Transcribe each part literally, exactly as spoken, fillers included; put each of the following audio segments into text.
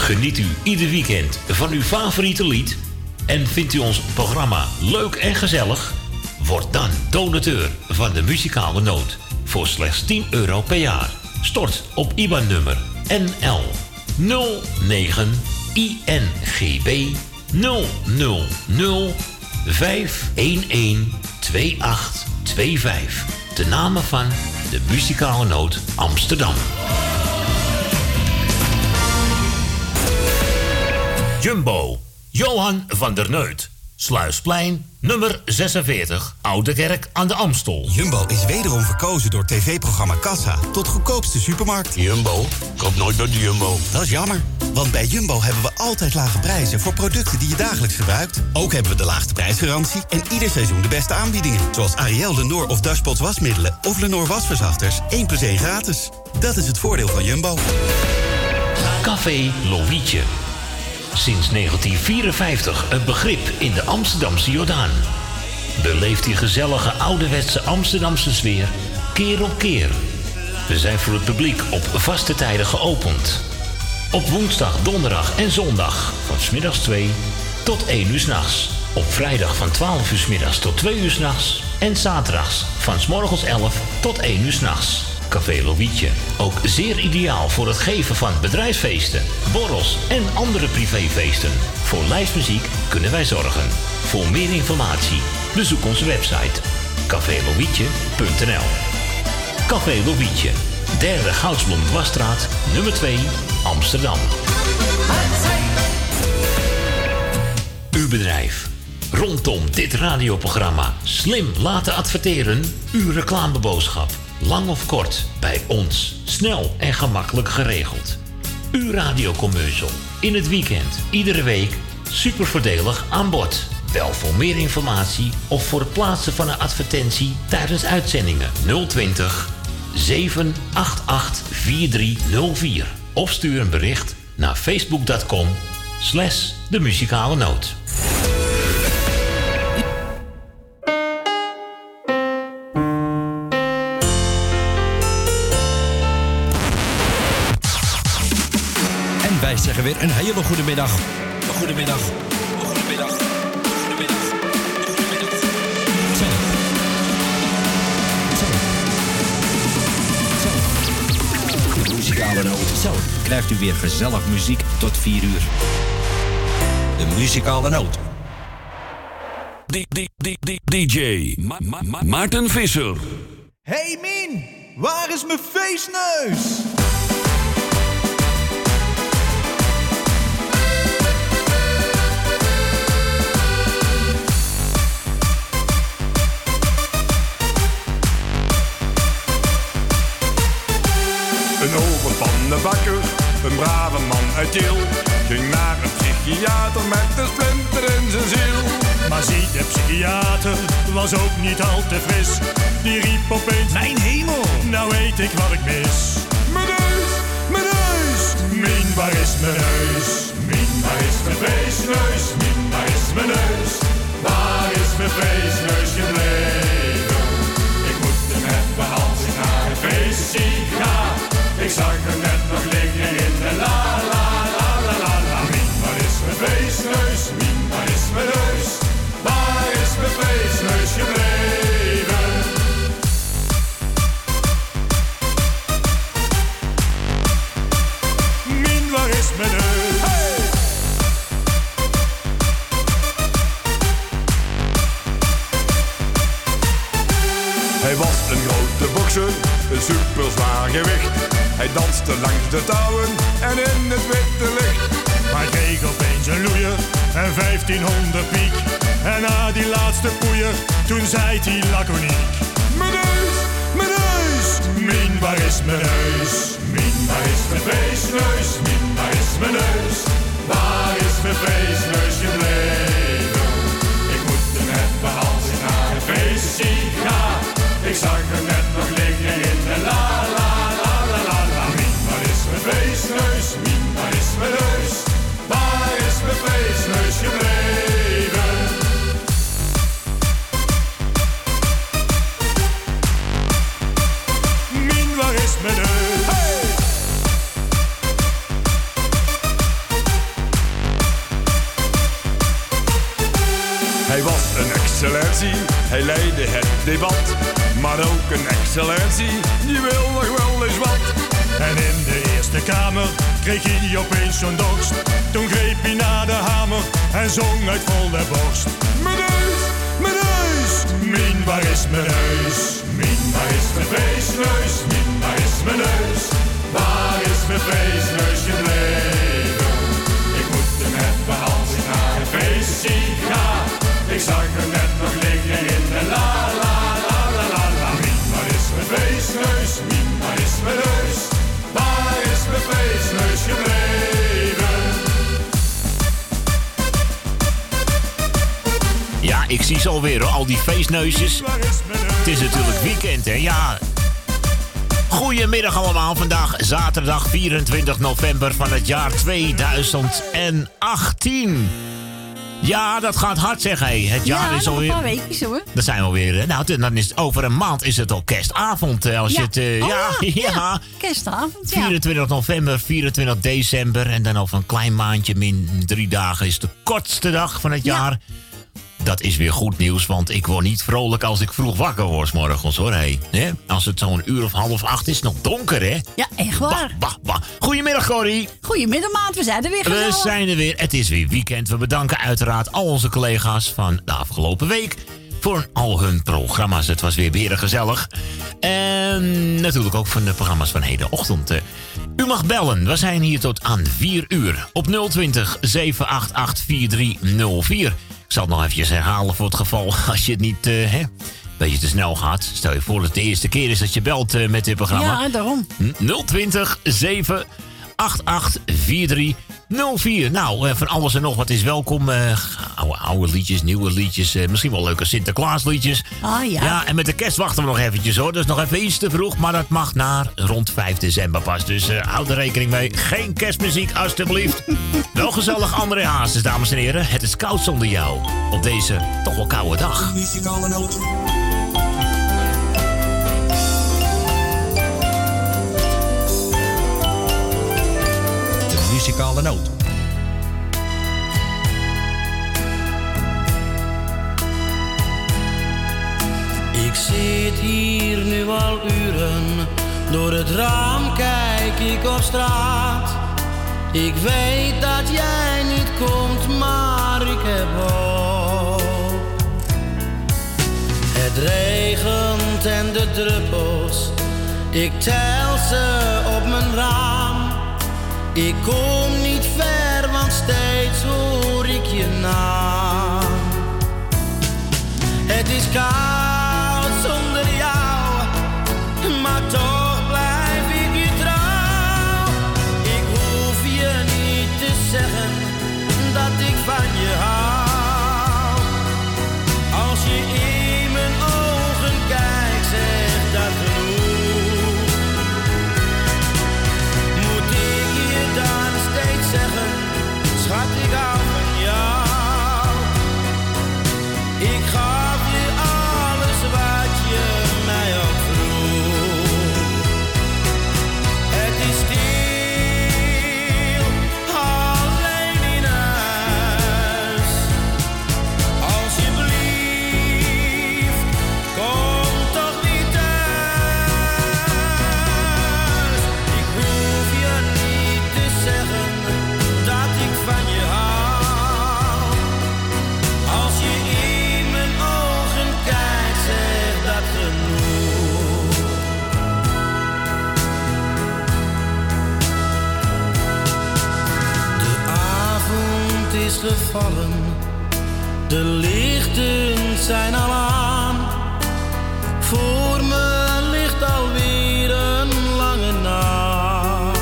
Geniet u ieder weekend van uw favoriete lied? En vindt u ons programma leuk en gezellig? Word dan donateur van de Muzikale Noot voor slechts tien euro per jaar. Stort op I B A N-nummer N L nul negen I N G B nul nul nul vijf een een twee acht twee vijf. De namen van de Muzikale Noot Amsterdam. Jumbo, Johan van der Neut. Sluisplein, nummer zesenveertig, Oude Kerk aan de Amstel. Jumbo is wederom verkozen door tv-programma Kassa tot goedkoopste supermarkt. Jumbo? Koop nooit bij de Jumbo. Dat is jammer, want bij Jumbo hebben we altijd lage prijzen voor producten die je dagelijks gebruikt. Ook hebben we de laagste prijsgarantie en ieder seizoen de beste aanbiedingen. Zoals Ariel, Lenor of Dashpots wasmiddelen of Lenor wasverzachters. één plus één gratis. Dat is het voordeel van Jumbo. Café Lovietje. Sinds negentien vierenvijftig een begrip in de Amsterdamse Jordaan. Beleef die gezellige ouderwetse Amsterdamse sfeer keer op keer. We zijn voor het publiek op vaste tijden geopend. Op woensdag, donderdag en zondag van 's middags twee tot één uur 's nachts. Op vrijdag van twaalf uur 's middags tot twee uur 's nachts. En zaterdags van 's morgens elf tot één uur 's nachts. Café Lovietje. Ook zeer ideaal voor het geven van bedrijfsfeesten, borrels en andere privéfeesten. Voor lijstmuziek kunnen wij zorgen. Voor meer informatie bezoek onze website café lovietje punt n l. Café Lovietje, derde Goudsblom-Dwarsstraat, nummer twee, Amsterdam. Uw bedrijf. Rondom dit radioprogramma slim laten adverteren. Uw reclameboodschap. Lang of kort, bij ons. Snel en gemakkelijk geregeld. Uw radiocommercial. In het weekend, iedere week. Super voordelig aan bod. Bel voor meer informatie of voor het plaatsen van een advertentie tijdens uitzendingen nul twintig zeven acht acht vier drie nul vier. Of stuur een bericht naar facebook punt com slash de muzikale noot. Wij zeggen weer een hele goede middag. Goedemiddag. Goedemiddag. Goedemiddag. Goedemiddag. Zo. Zo. Zo. De muzikale noot. Zo. Krijgt u weer gezellig muziek tot vier uur. De muzikale noot. D J Ma Ma Ma Maarten Visser. Hey Min, waar is mijn feestneus? Een overpannenbakker, een brave man uit Tiel, ging naar een psychiater met een splinter in zijn ziel. Maar zie, de psychiater was ook niet al te fris. Die riep opeens, mijn hemel, nou weet ik wat ik mis. Mijn neus, mijn neus, Min, waar is mijn neus? Min, waar is mijn feestneus? Min, waar is mijn neus? Waar is mijn feestneus gebleven? Ik moet hem hebben als ik naar het feestje ga. Ik zag hem net nog liggen in de la la la la la la. Min, waar is mijn feestneus? Min, waar is mijn neus? Waar is mijn feestneus gebleven? Min, waar is mijn neus? Hey! Hij was een grote bokser, een super zwaar gewicht. Hij danste langs de touwen en in het witte licht. Maar kreeg opeens een loeier en vijftienhonderd piek. En na die laatste poeier, toen zei hij laconiek. Mijn neus, mijn neus, Min, waar is mijn neus? Min, waar is mijn feestneus? Min, waar is mijn neus? Waar is mijn feestneus gebleven? Ik moet hem hebben als ik naar een feestje ga. Ik zag hem net nog liggen in de la la la la la la. Min, waar is mijn feestneus? Min, waar is mijn neus? Waar is mijn feestneus gebleven? Min, waar is mijn neus? Hey! interventie, hij leidde het debat. Maar ook een excellentie, die wil nog wel eens wat. En in de Eerste Kamer kreeg hij opeens zo'n dorst. Toen greep hij naar de hamer en zong uit volle borst. Mijn neus, mijn neus, Mien, waar is mijn neus? Mien, waar is mijn feestneus? Mien, waar is mijn neus? Waar is mijn feestneus gebleven? Ik moet hem hebben als ik naar een feestje ga. Ik zag hem net nog liggen in de la la la la la la. Mien, waar is mijn feestneus? Mien, waar is mijn neus? Waar is mijn feestneus gebleven? Ja, ik zie ze alweer hoor, al die feestneusjes. Het is natuurlijk weekend, hè, ja. Goedemiddag allemaal, vandaag zaterdag vierentwintig november van het jaar tweeduizend achttien. Ja, dat gaat hard, zeg hé. Het jaar ja, is nog alweer... een paar weekjes hoor. Dat zijn we alweer. Nou, dan is het, over een maand is het al kerstavond. Als ja. je het, uh, oh, ja, ja, ja. ja, kerstavond, ja. vierentwintig november, vierentwintig december. En dan over een klein maandje, min drie dagen, is de kortste dag van het jaar. Ja. Dat is weer goed nieuws, want ik word niet vrolijk als ik vroeg wakker word 's morgens, hoor. Hey. He? Als het zo'n uur of half acht is, nog donker, hè? Ja, echt waar. Bah, bah, bah. Goedemiddag, Corrie. Goedemiddag, maat. We zijn er weer gezellig. We zijn er weer. Het is weer weekend. We bedanken uiteraard al onze collega's van de afgelopen week voor al hun programma's. Het was weer weer gezellig. En natuurlijk ook van de programma's van hedenochtend. U mag bellen. We zijn hier tot aan vier uur. Op nul twintig, zeven acht acht, vier drie nul vier. Ik zal het nog eventjes herhalen voor het geval als je het niet uh, hè, een beetje te snel gaat. Stel je voor dat het de eerste keer is dat je belt uh, met dit programma. Ja, daarom. nul twintig, zeven acht acht, vier drie nul vier. Nou, uh, van alles en nog wat is welkom. Uh, oude, oude liedjes, nieuwe liedjes. Uh, misschien wel leuke Sinterklaasliedjes. Ah ja. Ja, en met de kerst wachten we nog eventjes hoor. Dat is nog even iets te vroeg, maar dat mag naar rond vijf december pas. Dus uh, houd er rekening mee. Geen kerstmuziek, alstublieft. Wel gezellig André Hazes, dames en heren. Het is koud zonder jou. Op deze toch wel koude dag. Muzikale noot. Muzikale noot. Ik zit hier nu al uren, door het raam kijk ik op straat. Ik weet dat jij niet komt, maar ik heb hoop. Het regent en de druppels, ik tel ze op mijn raam. Ik kom niet ver, want steeds hoor ik je naam. Het is koud zonder jou, maar toch blijf ik je trouw. Ik hoef je niet te zeggen dat ik van je hou. Als je in mijn ogen kijkt, zegt dat genoeg. Moet ik je dan steeds zeggen, schat, ik hou van jou. Ik gaf je alles wat je mij ook vroeg. Het is stil, alleen in huis. Alsjeblieft, kom toch niet thuis. Ik hoef je niet te zeggen dat ik van je hou. Als je in mijn ogen kijkt, zegt dat genoeg. De avond is gevallen, de lichten zijn al aan. Voor me ligt alweer een lange nacht.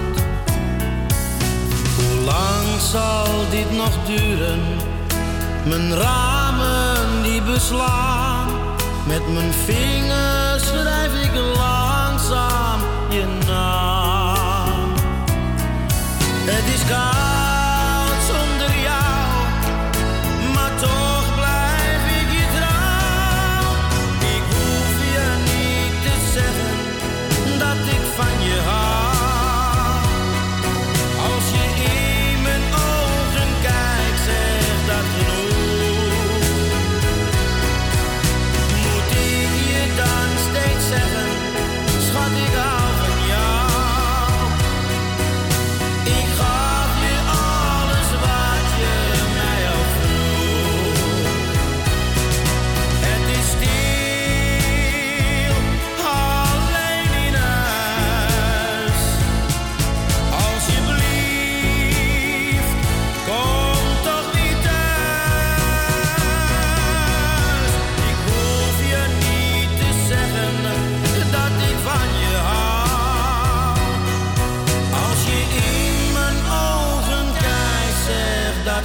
Hoe lang zal dit nog duren? Mijn ramen die beslaan. Met mijn vingers schrijf ik langzaam je naam. Het is koud zonder jou, maar toch blijf ik je trouw. Ik hoef je niet te zeggen dat ik van je hou. Als je in mijn ogen kijkt, zegt dat genoeg.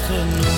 genoeg.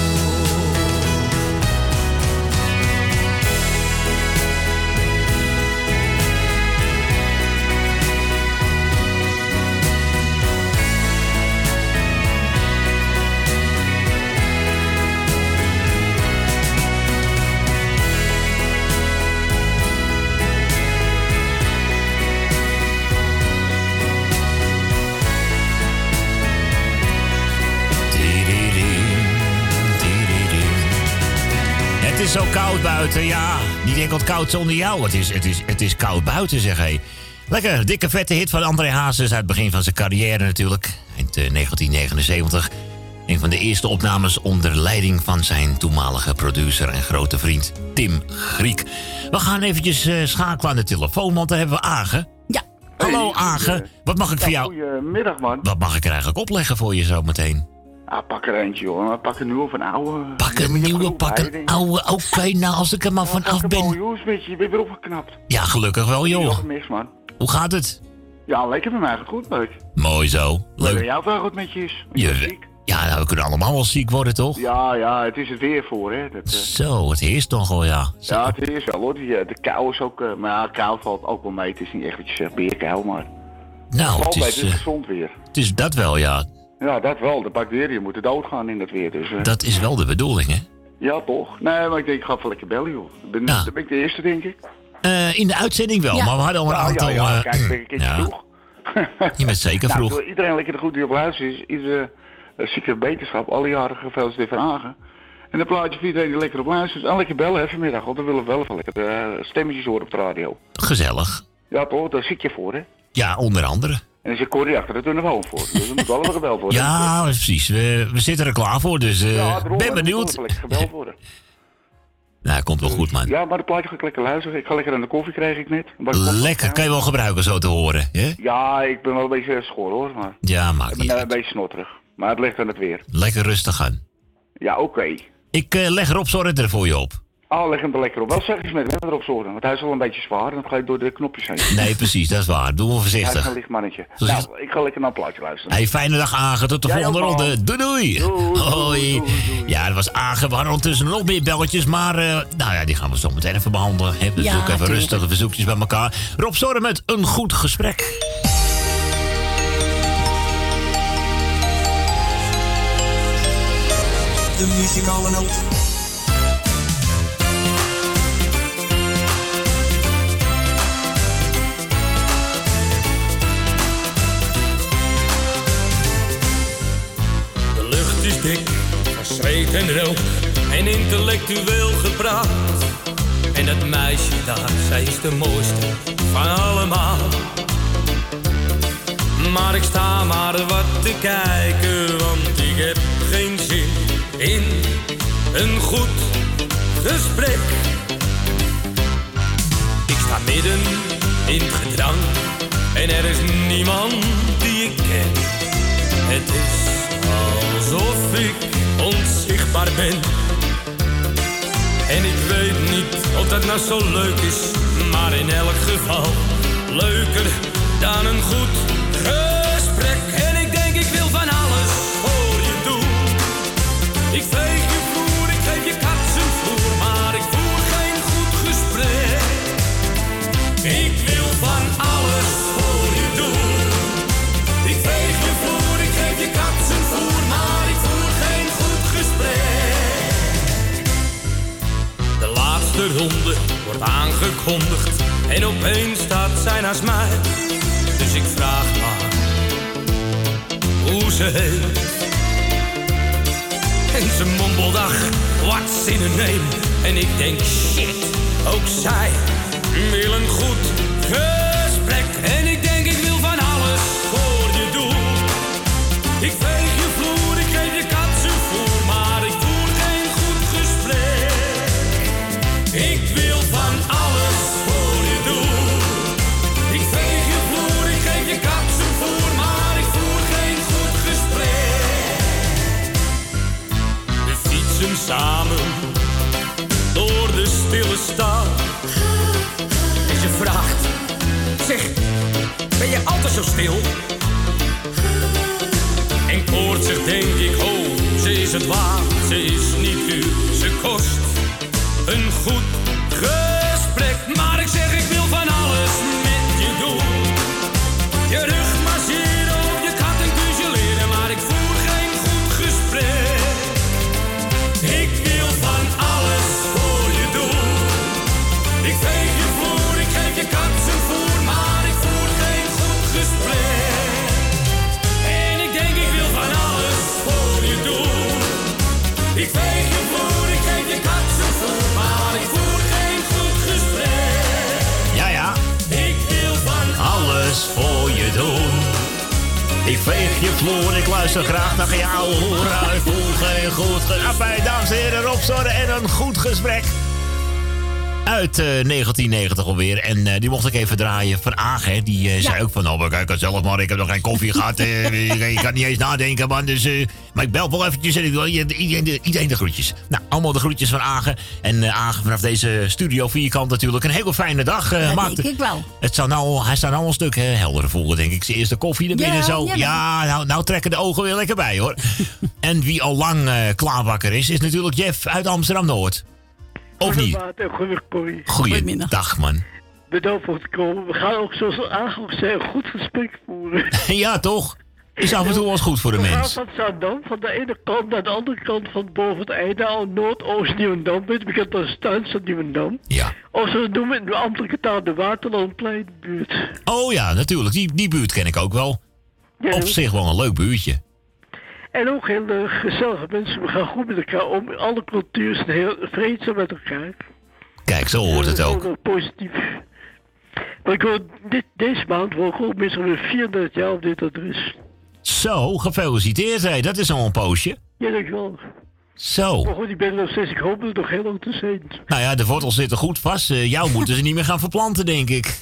Het is zo koud buiten, ja. Niet enkel koud zonder jou. Het is, het is, het is koud buiten, zeg hé. Lekker, dikke vette hit van André Hazes uit het begin van zijn carrière natuurlijk. Eind uh, negentien negenenzeventig. Een van de eerste opnames onder leiding van zijn toenmalige producer en grote vriend Tim Griek. We gaan eventjes uh, schakelen aan de telefoon, want daar hebben we Agen. Ja. Hallo Agen, wat mag ik ja, voor jou... Goedemiddag, man. Wat mag ik er eigenlijk opleggen voor je zo meteen? Ah, pak er eentje, joh. Pak een nieuwe of een oude. Pak een nieuwe, pak een oude. Oké, okay, nou als ik er maar van af ben. Pak een mooie met je, je bent weer opgeknapt. Ja, gelukkig wel, joh. Nog mis, man. Hoe gaat het? Ja, lekker bij mij. Gaat goed, leuk. Mooi zo. Leuk. Dat jou wel goed met je is. Je ziek. Ja, nou, we kunnen allemaal wel ziek worden, toch? Ja, ja, het is het weer voor, hè. Dat, uh... Zo, het heerst toch wel, ja. Zo. Ja, het is wel, hoor. Die, de kou is ook... Uh, maar ja, kou valt ook wel mee. Het is niet echt wat je zegt, beerkou, maar... Nou, het, het is... Het is uh, gezond weer. Het is dat wel, ja. Ja, dat wel. De bacteriën moeten doodgaan in dat weer, dus... Uh... Dat is wel de bedoeling, hè? Ja, toch? Nee, maar ik denk, ik ga even lekker bellen, joh. Ben, ja. Dan ben ik de eerste, denk ik. Uh, in de uitzending wel, ja. Maar we hadden al een ja, aantal... Ja, ja, uh, kijk, ben ik iets ja. vroeg. Je bent zeker vroeg. Nou, iedereen lekker de goed die op luisteren is. Iedere uh, zieke wetenschap, alle jaren gefeliciteerd van Agen. En een plaatje voor iedereen die lekker op luistert. En lekker bellen, hè, vanmiddag. Want dan willen we wel even lekker uh, stemmetjes horen op de radio. Gezellig. Ja, toch? Daar zit je voor, hè? Ja, onder andere. En dan zit Corrie achter de telefoon voor. Dus er moet wel even gebeld worden. Ja, precies. We, we zitten er klaar voor, dus uh, ja, ben benieuwd. Lekker gebeld worden. Nou, komt wel goed, man. Ja, maar de plaatje ga ik lekker luisteren. Ik ga lekker aan de koffie, kreeg ik net. Lekker, kan je wel gebruiken zo te horen, hè? Ja, ik ben wel een beetje schor, hoor. Maar ja, maakt niet. Ik ben een beetje snotterig. Maar het ligt aan het weer. Lekker rustig aan. Ja, oké. Okay. Ik uh, leg Rob Zorret er voor je op. Oh, leg hem er lekker op. Wel zeg eens met hem erop zorgen, want hij is wel een beetje zwaar en dan ga je door de knopjes heen. Nee, precies, dat is waar. Doe wel voorzichtig. Hij is een licht mannetje. Nou, ik ga lekker naar een plaatje luisteren. Hey, fijne dag, Agen. Tot de Jij volgende ronde. Doei, doei. Doei, Hoi. Doei, doei, doei. Ja, dat was Agen. We hadden ondertussen nog meer belletjes, maar uh, nou ja, die gaan we zo meteen even behandelen. He, dus ja, ook even rustige verzoekjes bij elkaar. Rob Zorret met een goed gesprek. De muzikale noot. Dik, van zweet en rook en intellectueel gepraat. En dat meisje daar, zij is de mooiste van allemaal. Maar ik sta maar wat te kijken, want ik heb geen zin in een goed gesprek. Ik sta midden in het gedrang en er is niemand die ik ken. Het is alsof ik onzichtbaar ben. En ik weet niet of dat nou zo leuk is, maar in elk geval leuker dan een goed gesprek. En ik denk ik wil van alles voor je doen. Ik veeg je vloer, ik geef je katsenvoer, maar ik voer geen goed gesprek. Ik wil van alles voor je doen. Ik veeg je vloer, ik geef je katsenvoer, maar ik voer geen goed gesprek. De laatste ronde wordt aangekondigd en opeens staat zij naast mij. Dus ik vraag maar hoe ze heet. En ze mompelt, ach, what's in her name? En ik denk, shit, ook zij wil een goed gesprek. En ik denk, ik wil van alles voor je doen. Ik veeg je vloer, ik geef je katsenvoer, maar ik voer geen goed gesprek. Ik wil van alles voor je doen. Ik veeg je vloer, ik geef je katsenvoer, maar ik voer geen goed gesprek. We fietsen samen door de stille stad. En ze vraagt, zeg, ben je altijd zo stil? En koortsig denk ik, oh, ze is het waard. doen. Ik veeg je vloer, ik luister graag naar jou. Hoera, ik voel geen goed gesprek. Bij dames en heren, Rob Zorre en een goed gesprek. Uit uh, negentien negentig alweer. En uh, die mocht ik even draaien. Van Agen, die uh, ja. zei ook van... Oh, kijk het zelf maar, ik heb nog geen koffie gehad. Uh, ik kan niet eens nadenken, man. Dus, uh, maar ik bel wel eventjes en ik wil iedereen de, iedereen de groetjes. Nou, allemaal de groetjes van Agen. En uh, Agen vanaf deze studio vierkant natuurlijk. Een hele fijne dag. Uh, dat maakt, denk ik wel. Het zou nou, hij staat nou een stuk uh, helder voelen, denk ik. Zijn eerste koffie er binnen ja, zo. Ja, ja nou, nou trekken de ogen weer lekker bij, hoor. En wie al lang uh, klaarwakker is, is natuurlijk Jeff uit Amsterdam-Noord. Of niet? Goeiedag, man. Bedankt voor het komen. We gaan ook zoals aangekomen zijn een goed gesprek voeren. Ja, toch? Is af en toe wel eens goed voor de we mens. We gaan van Zaandam, van de ene kant naar de andere kant van boven het einde al Noordoost Nieuwendam. Weet je, bekend als Tuinstad Nieuwendam. Ja. Of ze noemen in de ambtelijke taal de Waterlandpleinbuurt. Oh ja, natuurlijk. Die, die buurt ken ik ook wel. Ja, op zich wel een leuk buurtje. En ook heel uh, gezellige mensen. We gaan goed met elkaar om. Alle culturen zijn heel vreedzaam met elkaar. Kijk, zo hoort het ook. Heel positief. Maar ik wil dit, deze maand wil ik ook minstens weer vierhonderd jaar op dit adres. Zo, gefeliciteerd, hé. Dat is al een poosje. Ja, dankjewel. Zo. Maar goed, ik ben nog steeds, ik hoop het nog heel lang te zijn. Nou ja, de wortels zitten goed vast. Uh, jou moeten ze niet meer gaan verplanten, denk ik.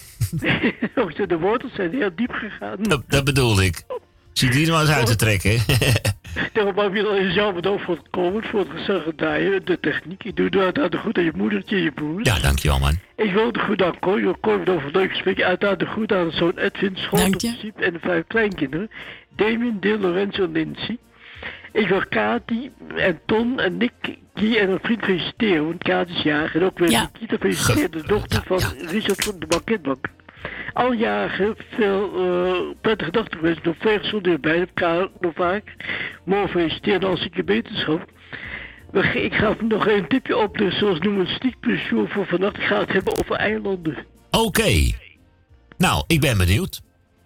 De wortels zijn heel diep gegaan. Dat, dat bedoelde ik. Ziet die er maar eens uit te trekken. Daarom heb je al jezelf bedankt voor het komen, voor het gezellige draaien, de techniek. Ik doe het de goed aan je moedertje en je broers. Ja, dankjewel, man. Ik wil de goed aan Kooi. Kooi bedankt voor het leuke gesprek. Uiteraard de goed aan zoon Edwin, schoolprincipe en de vijf kleinkinderen. Damien, Dil, Lorenzo en Lindsay. Ik wil Kati en Ton en Nick, Guy en een vriend feliciteren, want Kati is jarig. En ook weer ja. Nikita feliciteren, de dochter van ja. Richard van de Banketbank. Al jaren veel uh, prettige dag geweest. Nog veel gezond bij elkaar nog vaak. Morgen feliciteren als ik je beterschap. Ik ga nog een tipje op, dus zoals noemen we een sneak preview voor vannacht. Ik ga het hebben over eilanden. Oké. Okay. Nou, ik ben benieuwd.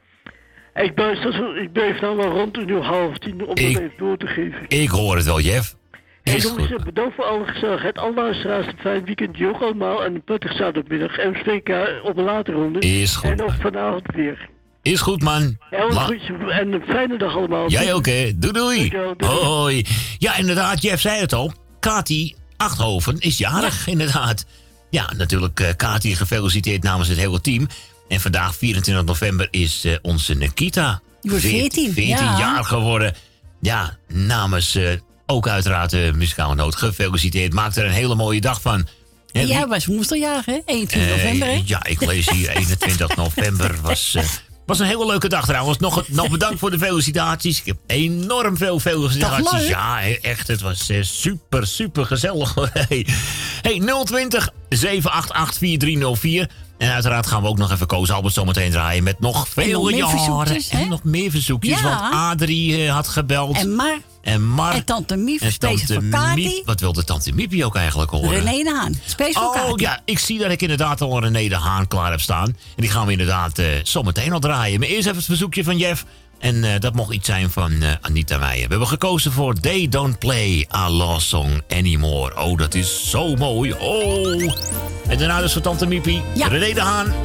Ik ben, ik ben nou wel rond een uur half tien om ik, dat even door te geven. Ik hoor het wel, Jeff. En jongens, bedankt voor alle gezelligheid. Alle luisteraars, een fijn weekend, ook allemaal. En een prettige zaterdagmiddag. En we spreken elkaar op een latere ronde. Is goed. En ook vanavond weer. Is goed, man. Ja, La- en een fijne dag allemaal. Jij ook, hè. Doei, doei. Dankjewel, doei. Hoi. Ja, inderdaad, Jeff zei het al. Kati Achthoven is jarig, ja. inderdaad. Ja, natuurlijk, uh, Kati gefeliciteerd namens het hele team. En vandaag, vierentwintig november, is uh, onze Nikita. veertien, veertien ja. jaar geworden. Ja, namens... Uh, Ook uiteraard de uh, muzikale noot gefeliciteerd. Maak er een hele mooie dag van. He, ja, jij was woensdagjaar, hè? eenentwintig november, hè? Uh, ja, ik lees hier eenentwintig november. Was, uh, was een hele leuke dag trouwens. Nog, nog bedankt voor de felicitaties. Ik heb enorm veel felicitaties. Ja, echt. Het was uh, super, super gezellig. Hey, hey nul twintig, zeven acht acht, vier drie nul vier. En uiteraard gaan we ook nog even Koos Albert zometeen draaien met nog vele jaren. En nog meer verzoekjes, ja. Want Adrie uh, had gebeld. En Mar. En Mar. En Tante Miep, speciaal voor Kati. Wat wilde Tante Miepie ook eigenlijk horen? René de Haan, speciaal voor Kati. Oh ja, ik zie dat ik inderdaad al René de Haan klaar heb staan. En die gaan we inderdaad uh, zometeen al draaien. Maar eerst even het verzoekje van Jeff. En uh, dat mocht iets zijn van uh, Anita Meijer. We hebben gekozen voor They Don't Play a Lost Song Anymore. Oh, dat is zo mooi. Oh. En daarna dus voor Tante Miepie. Ja. René de Haan.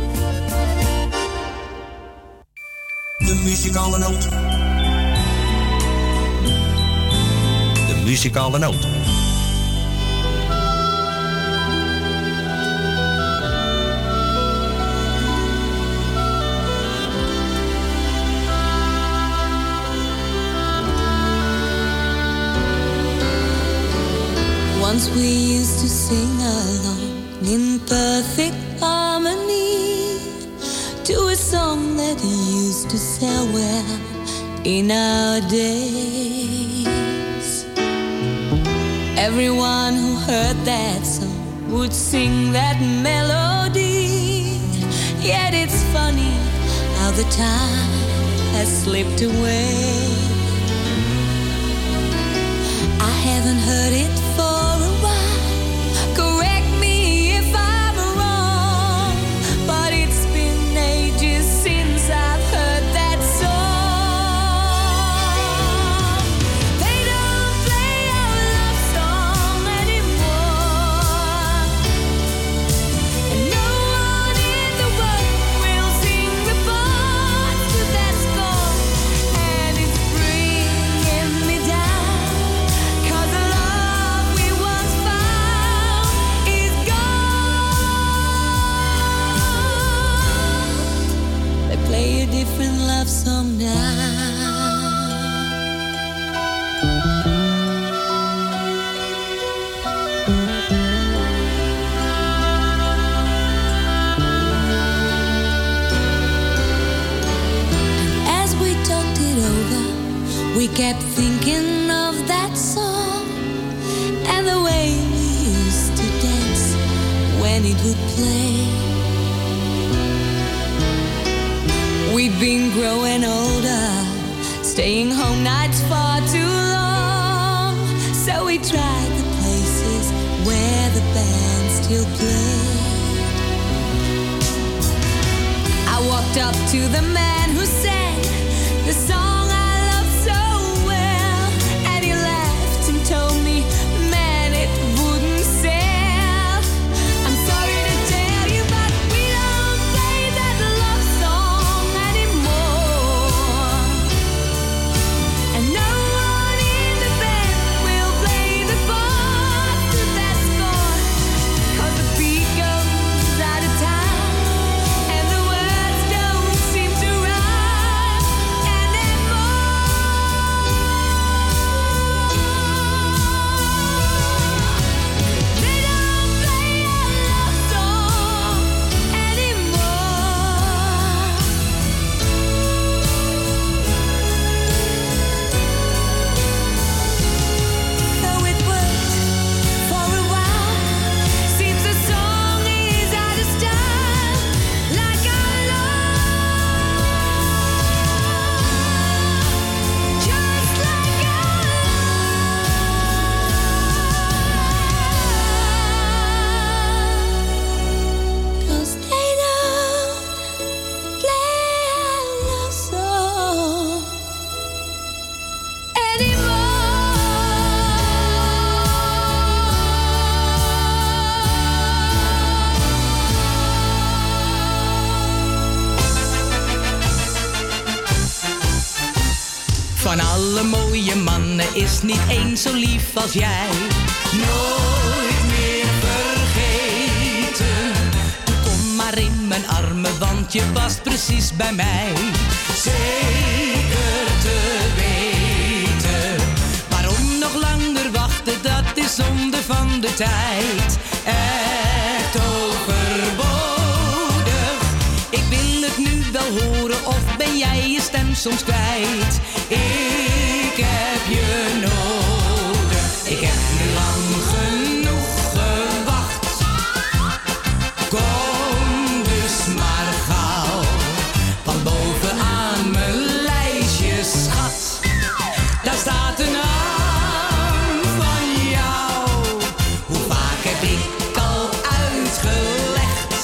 De muzikale noot. De muzikale noot. Once we used to sing along in perfect harmony to a song that used to sell well in our days. Everyone who heard that song would sing that melody. Yet it's funny how the time has slipped away. I haven't heard it for a while. Correct me if I'm wrong, but it's been ages since I've heard that song. They don't play our love song anymore, and no one in the world will sing the parts to that We kept thinking of that song and the way we used to dance when it would play. We've been growing older, staying home nights far too long, so we tried the places where the band still played. I walked up to the man who sang the song I loved so well, and he laughed and told me, man, it wouldn't sell. I'm sorry to tell you, but we don't play that love song anymore, and no one in the band will play the part to that score, 'cause the beat goes out of time and the words don't seem to rhyme anymore. They don't play our love song anymore. Though it worked for a while, seems the song is out of style, like our love, just like our love. 'Cause they don't play our love song Van alle mooie mannen is niet één zo lief als jij. Nooit meer vergeten. Kom maar in mijn armen, want je past precies bij mij. Zeker te weten. Waarom nog langer wachten, dat is zonde van de tijd. Echt overbodig. Ik wil het nu wel horen, of ben jij je stem soms kwijt? Ik heb je nodig. Ik heb nu lang genoeg gewacht. Kom dus maar gauw. Want bovenaan mijn lijstje, schat, daar staat een naam van jou. Hoe vaak heb ik al uitgelegd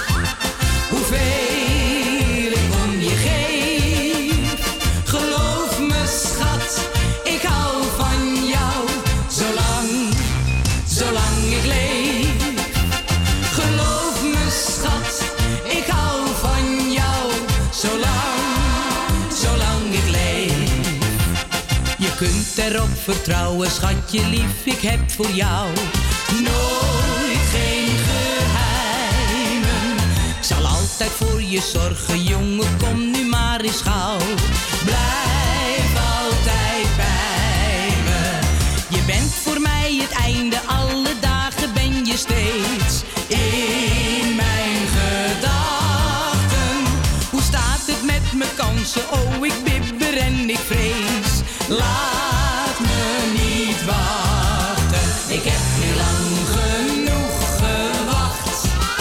hoeveel ik om je geef? Geloof me, schat, ik hou van jou. Zolang, zolang ik leef. Geloof me, schat, ik hou van jou. Zolang, zolang ik leef. Je kunt erop vertrouwen, schatje lief, ik heb voor jou nooit geen geheimen. Ik zal altijd voor je zorgen, jongen, kom nu maar eens gauw. Blijf altijd bij me. Je bent voor mij het einde, alle dagen ben je steeds in mijn gedachten. Hoe staat het met mijn kansen? Oh, ik bibber en ik vrees. Laat me niet wachten. Ik heb nu lang genoeg gewacht.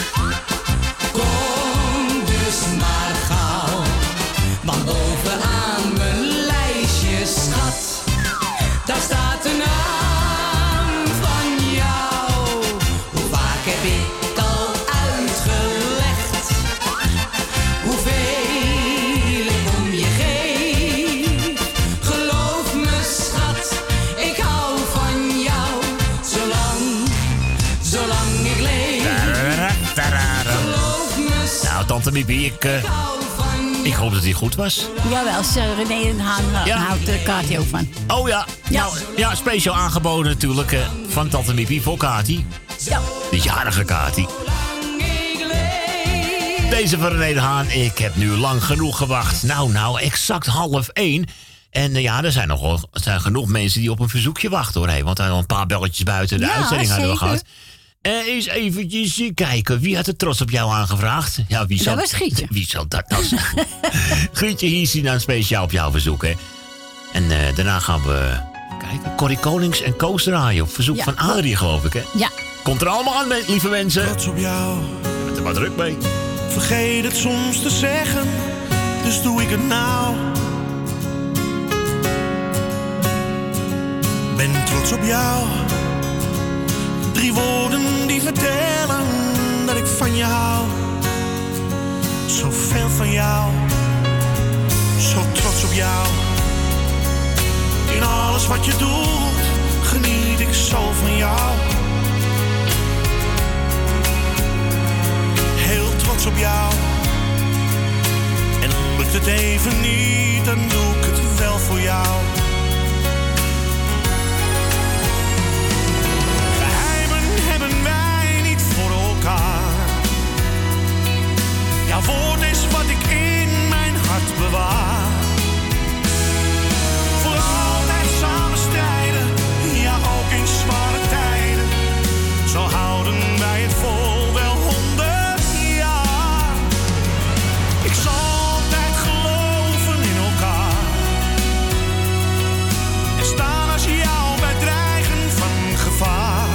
Kom dus maar gauw. Want bovenaan mijn lijstje, schat, daar staat een naam van jou. Hoe vaak heb ik al uitgelegd hoeveel ik om je geef? Geloof me, schat, ik hou van jou. Zolang, zolang ik leef. Geloof me, schat, Nou, tante Miepie, ik, uh, ik hoop dat hij goed was. Jawel, René en Haan uh, Ja. houdt de Kati ook van. Oh ja, Ja. nou, ja, speciaal aangeboden natuurlijk uh, van tante Miepie voor Kati. Ja. De jarige Kati. Deze van René de Haan, ik heb nu lang genoeg gewacht. Nou, nou, exact half één. En uh, ja, er zijn nog wel, er zijn genoeg mensen die op een verzoekje wachten, hoor. Hey, want er zijn al een paar belletjes buiten de Ja, uitzending hadden we zeker. gehad. Uh, eens eventjes uh, kijken. Wie had er trots op jou aangevraagd? Ja, wie Dat zal, was Gietje. Wie zal dat nou zijn? Gietje Hiesi dan speciaal op jou verzoeken. En uh, daarna gaan we kijken. Corrie Konings en Koos draaien op verzoek ja. van Adrie, geloof ik, hè? Ja. Komt er allemaal aan, lieve mensen. Trots op jou. Je bent er maar druk mee. Vergeet het soms te zeggen, dus doe ik het nou. Ben trots op jou. Drie woorden die vertellen dat ik van je hou. Zoveel van jou. Zo trots op jou. In alles wat je doet, geniet ik zo van jou. Heel trots op jou. En lukt het even niet, dan doe ik het wel voor jou. Geheimen hebben wij niet voor elkaar. Jouw woord is wat ik in mijn hart bewaar. Voor altijd samen strijden, ja ook in zware tijden. Zo houden wij het vol wel honderd jaar. Ik zal altijd geloven in elkaar. En staan als jou bij dreigen van gevaar.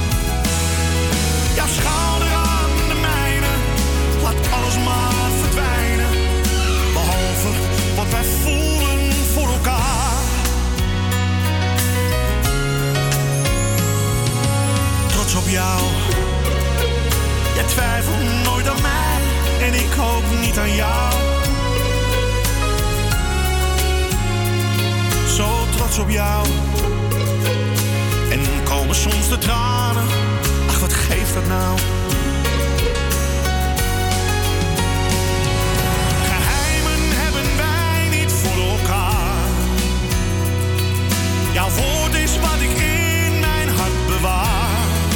Jouw schouder aan de mijne, laat alles maar verdwijnen. Behalve wat wij voelen voor elkaar. Trots op jou. Jij twijfelt nooit aan mij en ik ook niet aan jou. Zo trots op jou. En komen soms de tranen. Ach, wat geeft dat nou? Geheimen hebben wij niet voor elkaar. Jouw woord is wat ik in mijn hart bewaar.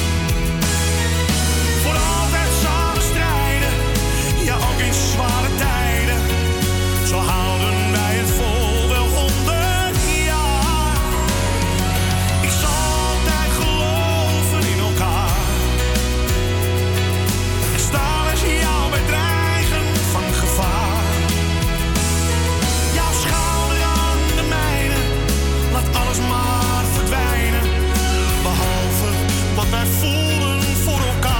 Voor altijd samen strijden, ja ook in zware tijden. Zo houden wij het vol wel honderd jaar. Ik zal altijd geloven in elkaar. En staan als jou bij dreigen van gevaar. Jouw schouder aan de mijne, laat alles maar verdwijnen. Behalve wat wij voelen voor elkaar.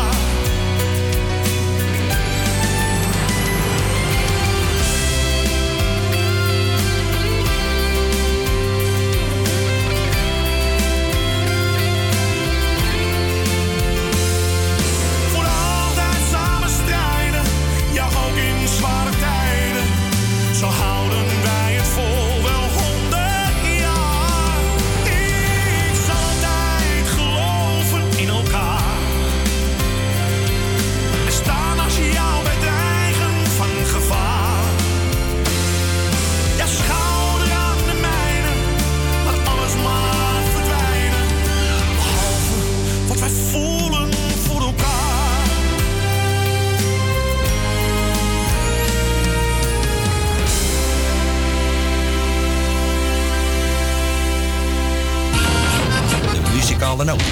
Voor altijd samen strijden, ja ook in zware tijden. Zo houden wij het vol wel honderd jaar. Ik zal altijd geloven in elkaar. En staan als jou bij dreigen van gevaar. Ja, schouder aan de mijne, laat alles maar verdwijnen. Behalve wat wij voelen voor elkaar. De muzikale noot.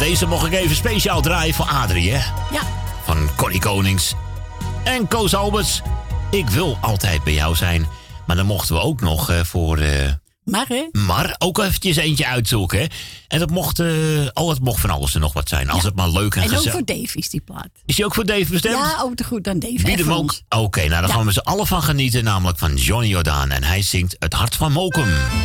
deze mocht ik even speciaal draaien voor Adrie, hè? Ja. Van Corrie Konings. En Koos Alberts. Ik wil altijd bij jou zijn. Maar dan mochten we ook nog uh, voor... Uh, Mar, hè? Maar ook eventjes eentje uitzoeken, hè? En dat mocht... Uh, oh, het mocht van alles en nog wat zijn. Als ja. het maar leuk en, en gezellig... En ook voor Dave is die plaat. Is die ook voor Dave bestemd? Ja, ook te goed dan Dave. Bied hem ook. Oké, okay, nou dan ja. gaan we z'n allen van genieten. Namelijk van Johnny Jordaan. En hij zingt Het Hart van Mokum.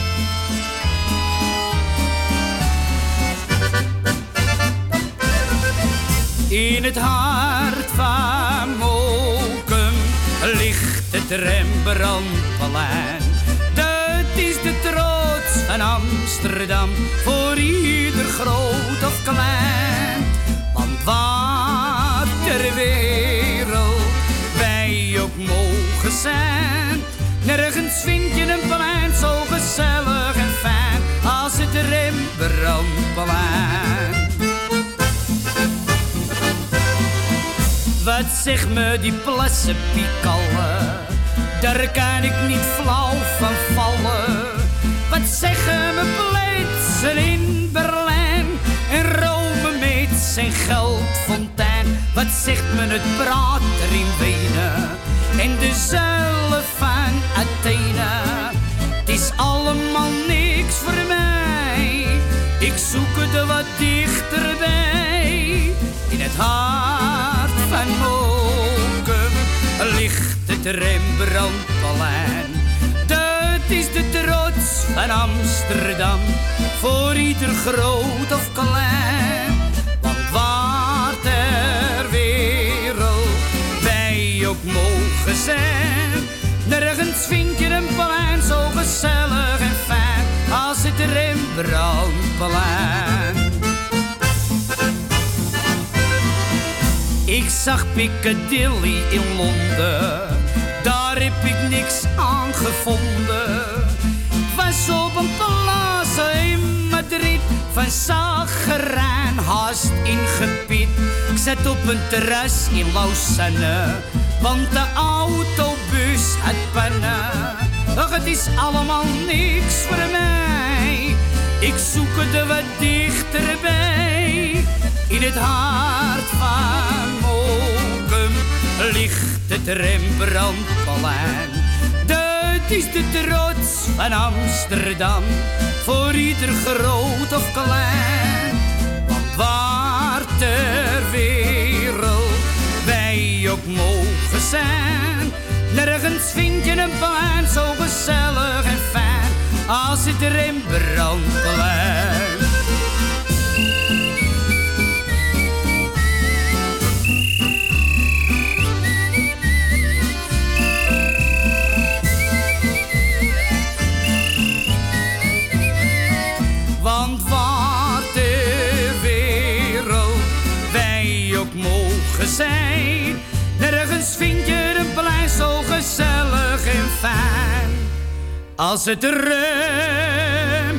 In het hart van Mokum ligt het Rembrandtplein. Dat is de trots van Amsterdam, voor ieder groot of klein. Want waar ter wereld wij ook mogen zijn, nergens vind je een plein zo gezellig en fijn als het Rembrandtplein. Wat zegt me die plassen Piekallen, daar kan ik niet flauw van vallen. Wat zeggen me plaatsen in Berlijn en Rome met zijn geldfontein. Wat zegt me het prater in Wenen en de zuilen van Athene. Het is allemaal niks voor mij, ik zoek het er wat dichterbij. In het hart van Mokum ligt het Rembrandtplein. Dat is de trots van Amsterdam, voor ieder groot of klein. Want waar ter wereld wij ook mogen zijn, nergens vind je een plein zo gezellig en fijn als het Rembrandtplein. Ik zag Piccadilly in Londen, daar heb ik niks aan gevonden. Was op een plaza in Madrid, van zagerijn haast ingepiet. Ik zat op een terras in Lausanne, want de autobus had pannen. Ach, het is allemaal niks voor mij, ik zoek het er wat dichterbij. In het hart van Mokum ligt het Rembrandtplein. Dat is de trots van Amsterdam, voor ieder groot of klein. Want waar ter wereld wij ook mogen zijn, nergens vind je een plein zo gezellig en fijn als het Rembrandtplein. Want waar ter wereld wij ook mogen zijn, nergens vind je een plein zo gezellig en fijn als het Rembrandtplein.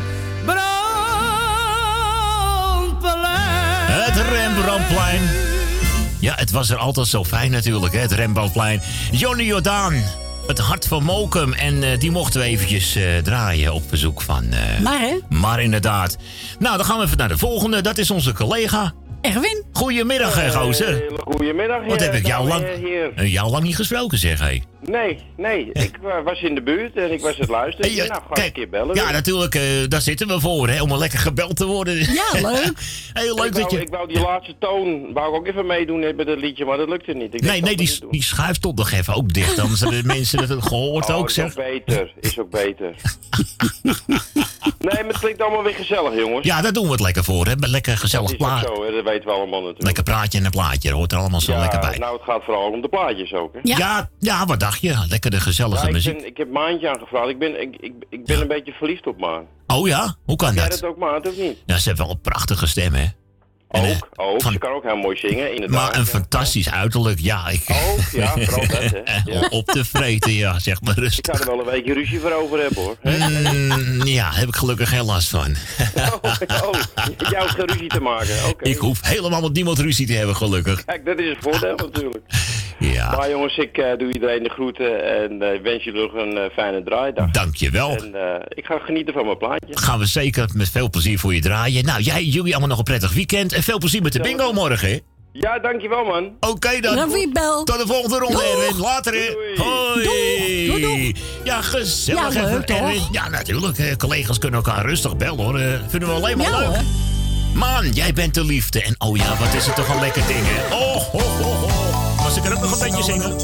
Het Rembrandtplein. Ja, het was er altijd zo fijn natuurlijk, hè, het Rembrandtplein. Johnny Jordaan. Het Hart van Mokum. En uh, die mochten we eventjes uh, draaien op bezoek van... Uh, maar hè? Maar inderdaad. Nou, dan gaan we even naar de volgende. Dat is onze collega... Erwin. Goedemiddag, hey, gozer. Goedemiddag. Wat heb ik jou lang, uh, jou lang niet gesproken, zeg hé. Nee, nee. Ik uh, was in de buurt en ik was het luisteren. Hey, uh, nou, ga kijk, een keer bellen. Ja, natuurlijk. Uh, daar zitten we voor, hè. Om een lekker gebeld te worden. Ja, leuk. Heel leuk ik dat wou, je... Ik wou die laatste toon, wou ik ook even meedoen met dat liedje, maar dat lukte niet. Ik nee, nee, die, die schuif stond nog even ook dicht. Anders hebben de mensen dat gehoord oh, ook, zeg. Is ook beter, is ook beter. Nee, maar het klinkt allemaal weer gezellig, jongens. Ja, daar doen we het lekker voor, hè. Met lekker gezellig plaatje. Dat weten we allemaal natuurlijk. Lekker praatje en een plaatje, dat hoort er allemaal zo ja, lekker bij. Nou, het gaat vooral om de plaatjes ook, hè. Ja, ja, ja wat dacht je? Lekker de gezellige ja, ik muziek. Ben, ik heb Maantje aangevraagd. Ik ben, ik, ik, ik ben ja. een beetje verliefd op Maan. Oh ja? Hoe kan heb dat? Jij dat ook, Maat, of niet? Ja, ze heeft wel een prachtige stem, hè. En, ook, ook. Van, ze kan ook heel mooi zingen, inderdaad. Maar een ja. fantastisch uiterlijk, ja. Ik, ook, ja, vooral dat, hè. Ja. Op te vreten, ja, zeg maar rustig. Ik zou er wel een weekje ruzie voor over hebben, hoor. Mm, ja, daar heb ik gelukkig geen last van. oh, oh, jij hoeft geen ruzie te maken, oké. Okay. Ik hoef helemaal met niemand ruzie te hebben, gelukkig. Kijk, dat is het voordeel natuurlijk. Ja. Maar jongens, ik uh, doe iedereen de groeten en uh, wens jullie nog een uh, fijne draaidag. Dankjewel. En uh, ik ga genieten van mijn plaatje. Gaan we zeker met veel plezier voor je draaien. Nou, jij, jullie allemaal nog een prettig weekend en veel plezier met de bingo morgen, hè? Ja, dankjewel, man. Oké okay, dan. Tot de volgende ronde, Erwin. Later, hè. Hoi. Doei. Doei, doei. Ja, gezellig. Ja, leuk, even, Erwin. Ja, natuurlijk. Eh, collega's kunnen elkaar rustig bellen, hoor. Uh, vinden we alleen maar ja, leuk. Hoor. Man, jij bent de liefde. En oh ja, wat is het toch een lekker ding, hè? Oh, ho, ho, ho. Was ik er ook nog een beetje zingen?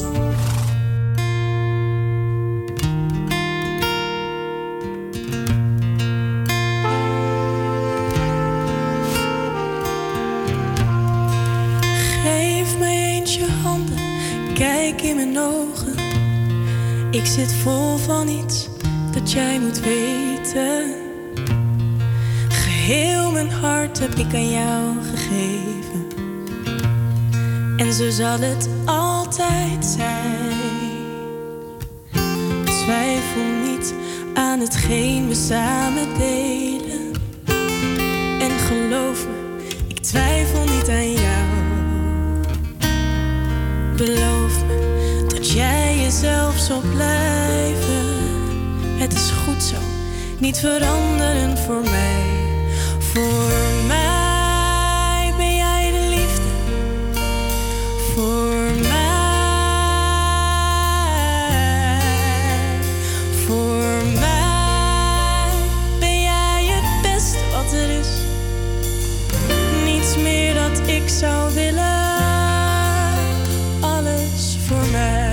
Geef mij eens je handen, kijk in mijn ogen. Ik zit vol van iets dat jij moet weten. Geheel mijn hart heb ik aan jou gegeven. En zo zal het altijd zijn. Twijfel niet aan hetgeen we samen delen. En geloof me, ik twijfel niet aan jou. Beloof me dat jij jezelf zal blijven. Het is goed zo, niet veranderen voor mij. Voor mij ben jij de liefde. Voor mij. Voor mij ben jij het beste wat er is. Niets meer dat ik zou willen. Alles voor mij.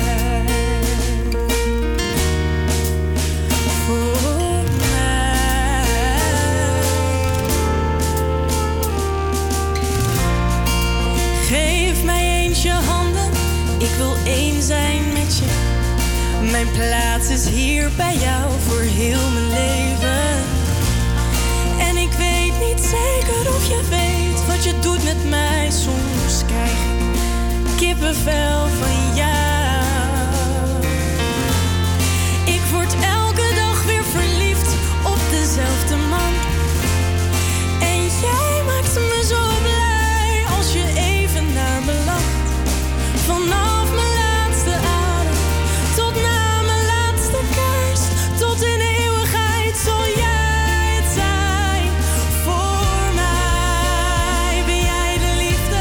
Ik wil één zijn met je. Mijn plaats is hier bij jou voor heel mijn leven. En ik weet niet zeker of je weet wat je doet met mij. Soms krijg ik kippenvel van jou. Ik word elke dag weer verliefd op dezelfde man. En jij maakt me zo blij als je even naar me lacht. Vanaf mijn laatste adem tot na mijn laatste kerst, tot in de eeuwigheid zal jij het zijn. Voor mij ben jij de liefde.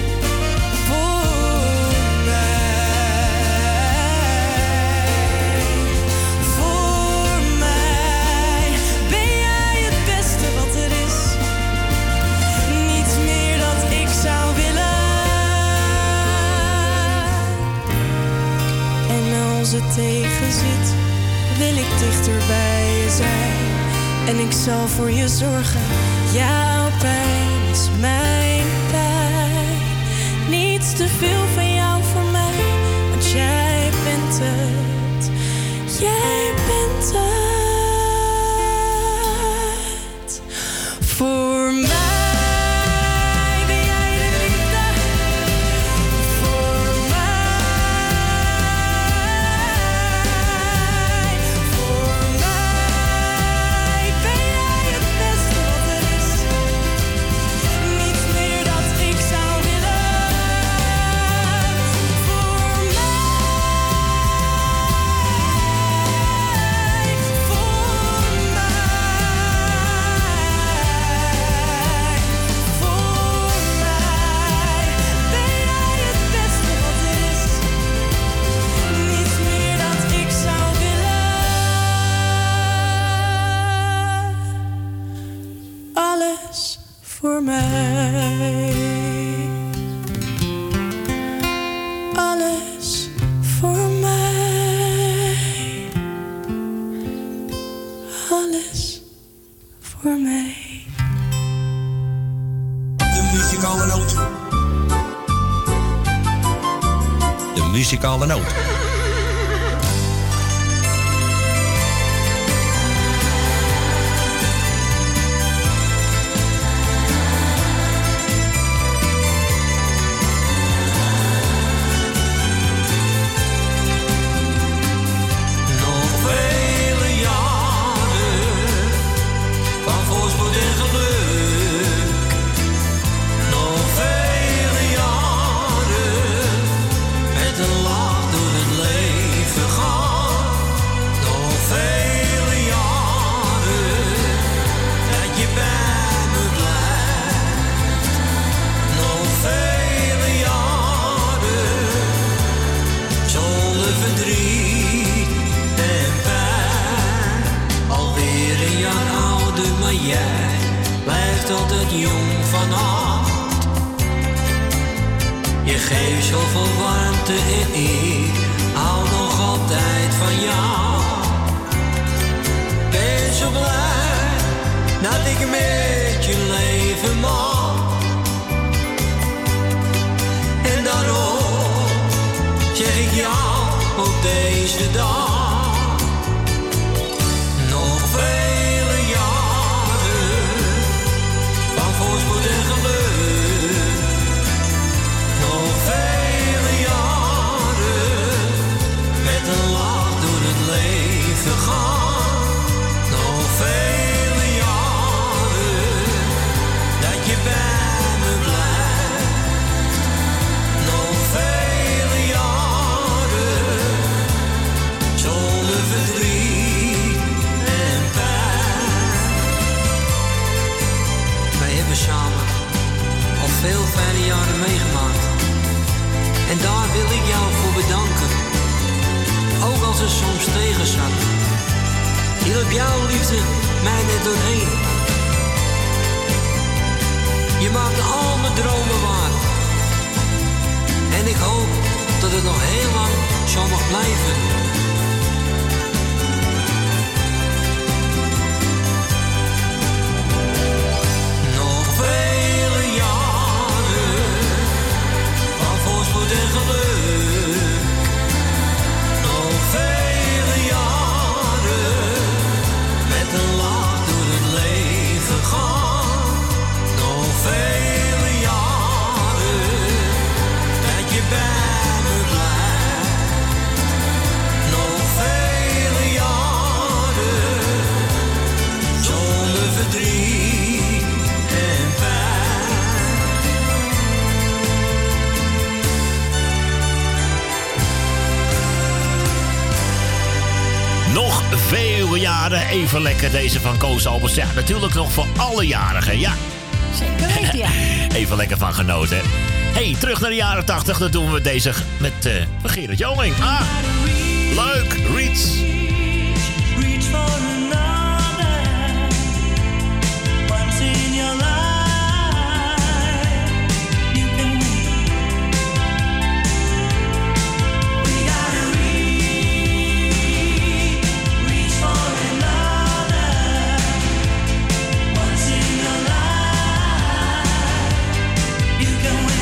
Voor mij. Voor mij ben jij het beste wat er is. Niets meer dat ik zou willen. Als het tegen zit, wil ik dichter bij je zijn. En ik zal voor je zorgen. Jouw pijn is mijn pijn. Niets te veel van jou voor mij. Want jij bent het. Jij bent het. Voor mij. Voor mij. Alles voor mij. Alles voor mij. De muzikale noot. De muzikale noot. Met een altijd jong van hart. Je geeft zoveel warmte en ik hou nog altijd van jou. Ben zo blij dat ik met je leven mag. En daarom zeg ik jou op deze dag nog vele jaren van voorspoed en geluk. Nog vele jaren met een lach door het leven gaan. Nog vele jaren dat je bij me blijft. Nog vele jaren zonder verdriet en pijn. Wij hebben samen al veel fijne jaren meegemaakt. En daar wil ik jou voor bedanken. Ook als het soms tegen zat. Hielp jouw liefde mij net doorheen. Je maakt al mijn dromen waar. En ik hoop dat het nog heel lang zo mag blijven. Nog vele jaren van voorspoed en geluk. Nog vele jaren met een lach door het leven gaan. Nog vele jaren dat je bij me blijft. Nog vele jaren zonder verdriet en pijn. Nog vele jaren, even lekker deze van Koos Albers. Ja, natuurlijk nog voor alle jarigen, ja. Zeker weten, ja. Even lekker van genoten. Hey, terug naar de jaren tachtig, dan doen we deze met uh, Gerard Joling. Ah, leuk, Reach. Reach for another once in your life. You can win. We gotta reach, reach for another once in your life. You can win.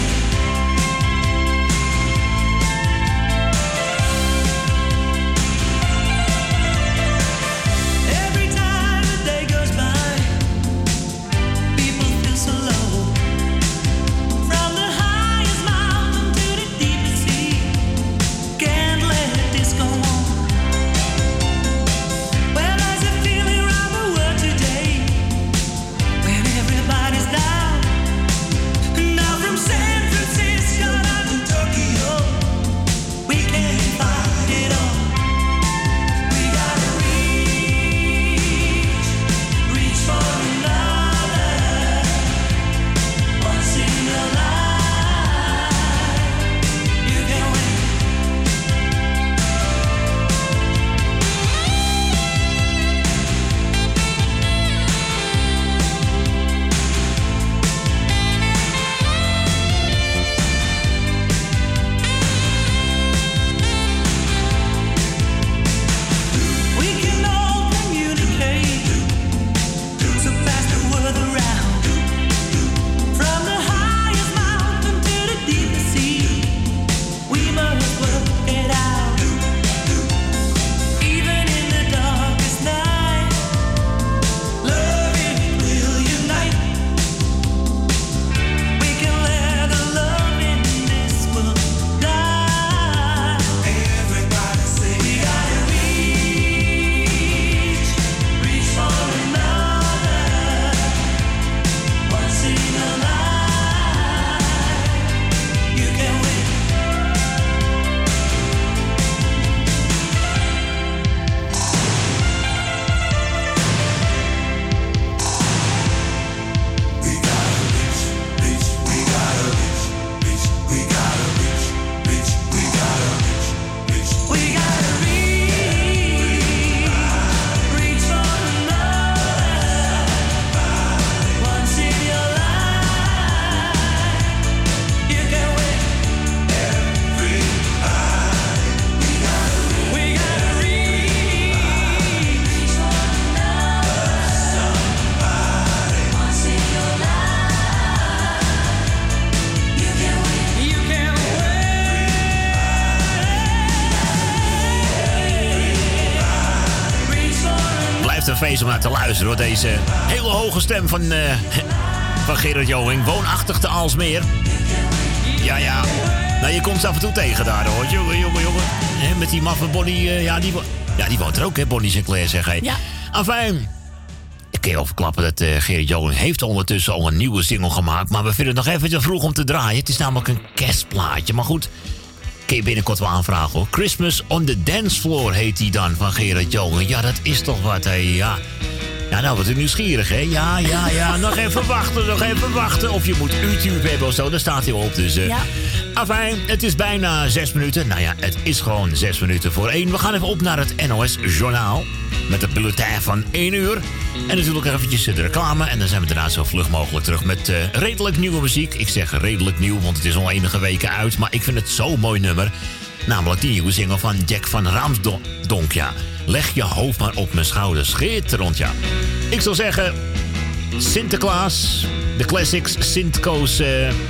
een feest om naar te luisteren, hoor. Deze hele hoge stem van, uh, van Gerard Joling. Woonachtig te Aalsmeer. Ja, ja. Nou, je komt ze af en toe tegen daar, hoor. Jongen, jongen, jongen. He, met die maffe Bonnie, uh, ja, die, ja, die woont er ook, hè, Bonnie Sinclair, zeg hij. Ja. Enfin, ik kan je overklappen dat uh, Gerard Joling heeft ondertussen al een nieuwe single gemaakt. Maar we vinden het nog even te vroeg om te draaien. Het is namelijk een kerstplaatje. Maar goed, kun je binnenkort wel aanvragen, hoor. Christmas on the Dance Floor heet die dan van Gerard Joling. Ja, dat is toch wat, hè, ja. Ja, nou, wat een nieuwsgierig, hè? Ja, ja, ja. Nog even wachten, nog even wachten. Of je moet YouTube hebben of zo, daar staat hij op. Dus, uh, ja. Afijn, het is bijna zes minuten. Nou ja, het is gewoon zes minuten voor één. We gaan even op naar het N O S-journaal. Met het bulletin van één uur. En natuurlijk nog eventjes de reclame. En dan zijn we daarna zo vlug mogelijk terug met uh, redelijk nieuwe muziek. Ik zeg redelijk nieuw, want het is al enige weken uit. Maar ik vind het zo'n mooi nummer. Namelijk die nieuwe single van Jack van Raamsdonk, ja. Leg je hoofd maar op mijn schouders. Schitterend, ja. Ik zou zeggen, Sinterklaas, de classics, Sint-Koos... Uh,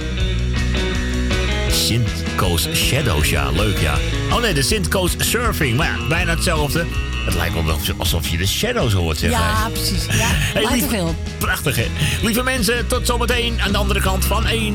Sint-Koos Shadows, ja, leuk, ja. Oh nee, de Sint-Koos Surfing, maar ja, bijna hetzelfde. Het lijkt wel alsof je de Shadows hoort, zeg. Ja, hè? Precies, ja. Hey, lief, veel. Prachtig, hè. Lieve mensen, tot zometeen aan de andere kant van één.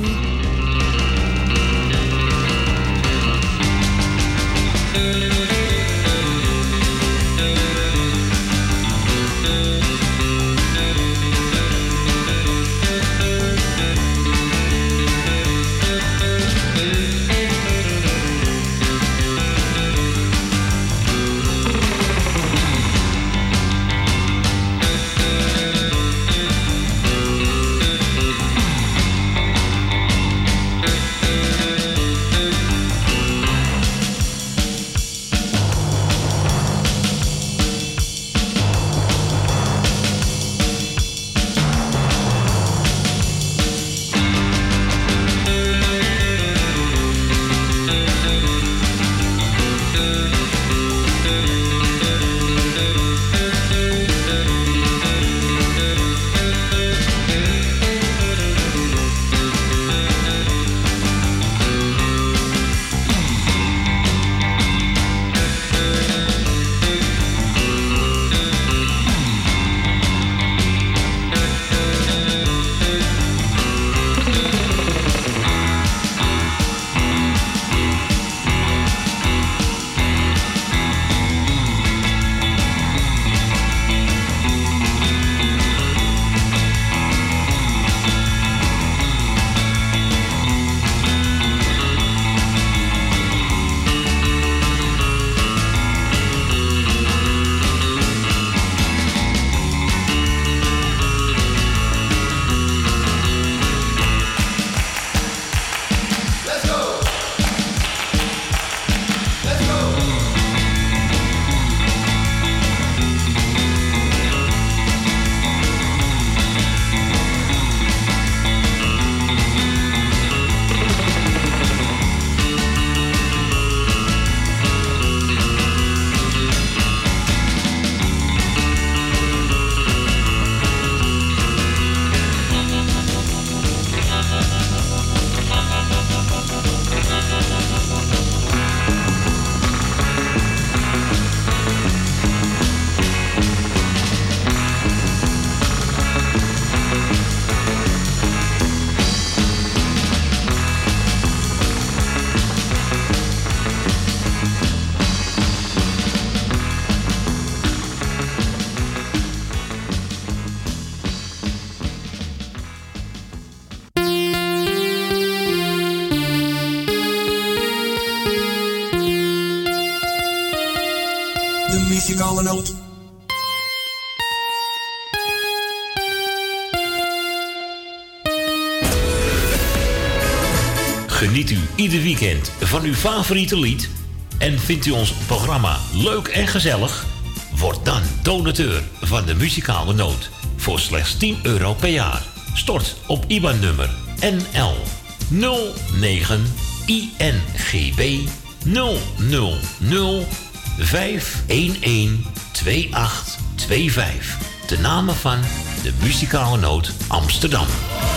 Muzikale noot. Geniet u ieder weekend van uw favoriete lied en vindt u ons programma leuk en gezellig? Word dan donateur van de Muzikale Noot voor slechts tien euro per jaar. Stort op I B A N-nummer N L nul negen I N G B nul nul nul vijf een een twee acht twee vijf. De namen van de Muzikale Noot Amsterdam.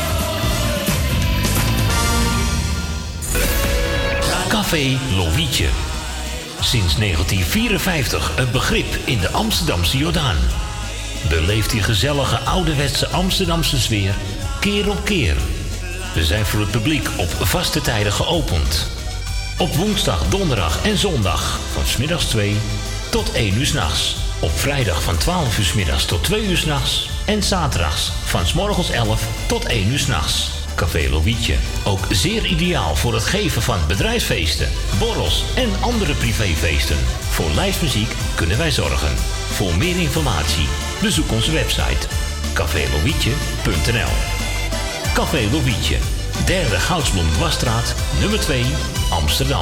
Café Lovietje. Sinds negentien vierenvijftig een begrip in de Amsterdamse Jordaan. Beleef die gezellige ouderwetse Amsterdamse sfeer keer op keer. We zijn voor het publiek op vaste tijden geopend. Op woensdag, donderdag en zondag van 's middags twee tot één uur 's nachts. Op vrijdag van twaalf uur 's middags tot twee uur 's nachts. En zaterdags van 's morgens elf tot één uur 's nachts. Café Lovietje. Ook zeer ideaal voor het geven van bedrijfsfeesten, borrels en andere privéfeesten. Voor lijstmuziek kunnen wij zorgen. Voor meer informatie bezoek onze website café lovietje punt n l. Café Lovietje, derde Goudsblom Dwarsstraat, nummer twee, Amsterdam.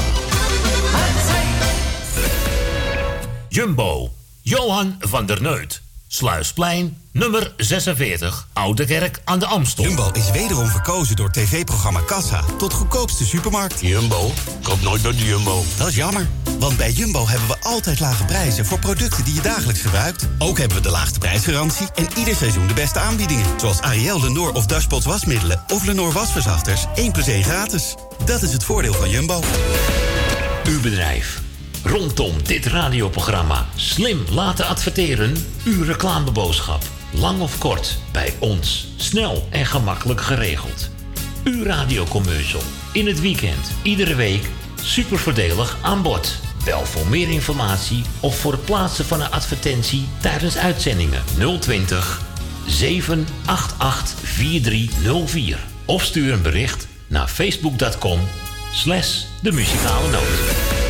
Jumbo, Johan van der Neut. Sluisplein, nummer zesenveertig, Oude Kerk aan de Amstel. Jumbo is wederom verkozen door tv-programma Kassa tot goedkoopste supermarkt. Jumbo? Koop nooit bij de Jumbo. Dat is jammer, want bij Jumbo hebben we altijd lage prijzen voor producten die je dagelijks gebruikt. Ook hebben we de laagste prijsgarantie en ieder seizoen de beste aanbiedingen. Zoals Ariel, Lenor of Dashpots wasmiddelen of Lenor wasverzachters. één plus één gratis. Dat is het voordeel van Jumbo. Uw bedrijf rondom dit radioprogramma slim laten adverteren. Uw reclameboodschap, lang of kort, bij ons. Snel en gemakkelijk geregeld. Uw radiocommercial, in het weekend, iedere week, super voordelig aan bod. Bel voor meer informatie of voor het plaatsen van een advertentie tijdens uitzendingen nul twintig, zeven acht acht, vier drie nul vier. Of stuur een bericht naar facebook punt com slash de muzikale noot.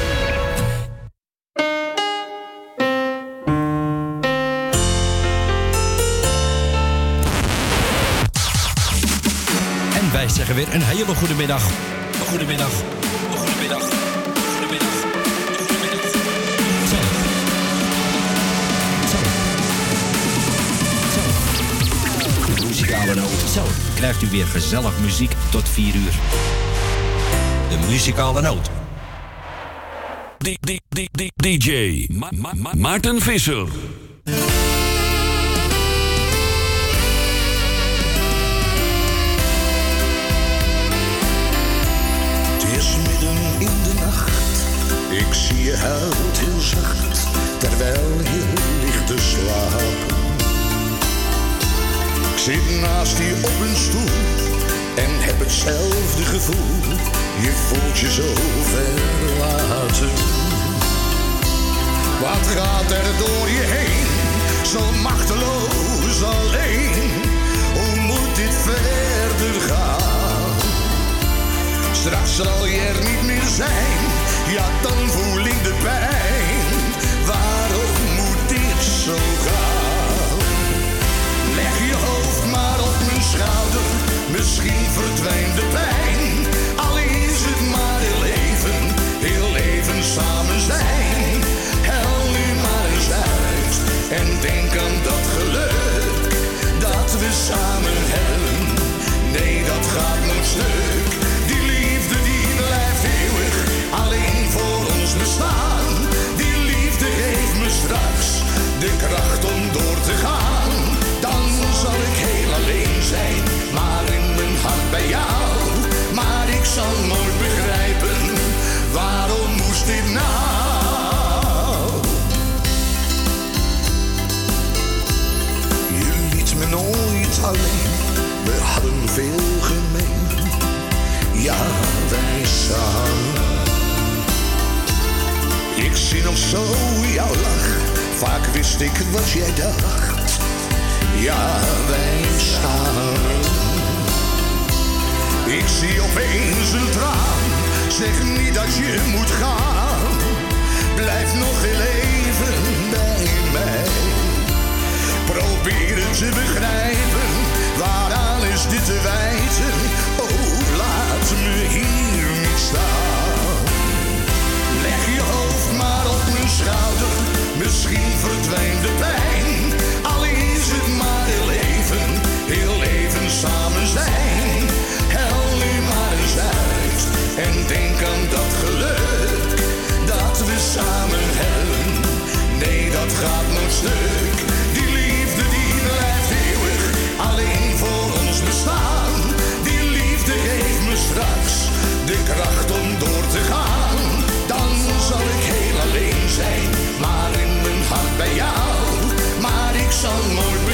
Wij zeggen weer een hele goede middag. Een goede middag. Een goede middag. Een goede middag. Een goede middag. Zo. Zo. Zo. De muzikale noot. Zo. Krijgt u weer gezellig muziek tot vier uur. De muzikale noot. D J Ma Ma Ma Maarten Visser. In de nacht, ik zie je huilt heel zacht, terwijl je ligt te slapen. Ik zit naast je op een stoel en heb hetzelfde gevoel. Je voelt je zo verlaten. Wat gaat er door je heen, zo machteloos alleen? Hoe moet dit verder gaan? Straks zal je er niet meer zijn, ja dan voel ik de pijn. Waarom moet dit zo gaan? Leg je hoofd maar op mijn schouder, misschien verdwijnt de pijn. Al is het maar heel even, heel even samen zijn. Hel nu maar eens uit en denk aan dat geluk dat we samen hebben. Nee, dat gaat nooit stuk. Alleen voor ons bestaan, die liefde geeft me straks de kracht om door te gaan. Dan zal ik heel alleen zijn, maar in mijn hart bij jou. Maar ik zal nooit begrijpen, waarom moest dit nou? Je liet me nooit alleen, we hadden veel gemeen. Ja, wij samen. Ik zie nog zo jouw lach, vaak wist ik wat jij dacht. Ja, wij samen. Ik zie opeens een traan, zeg niet dat je moet gaan. Blijf nog heel even bij mij. Probeer het te begrijpen, waaraan is dit te wijten? Oh, laat me hier niet staan. Leg je hoofd maar op mijn schouder, misschien verdwijnt de pijn. Al is het maar heel even, heel even samen zijn. Hel nu maar eens uit en denk aan dat geluk dat we samen hebben. Nee, dat gaat nooit stuk. Die liefde die blijft eeuwig, alleen voor ons bestaan. Die liefde geeft me straks de kracht om door te gaan. Dan zal ik heel alleen zijn, maar in mijn hart bij jou. Maar ik zal nooit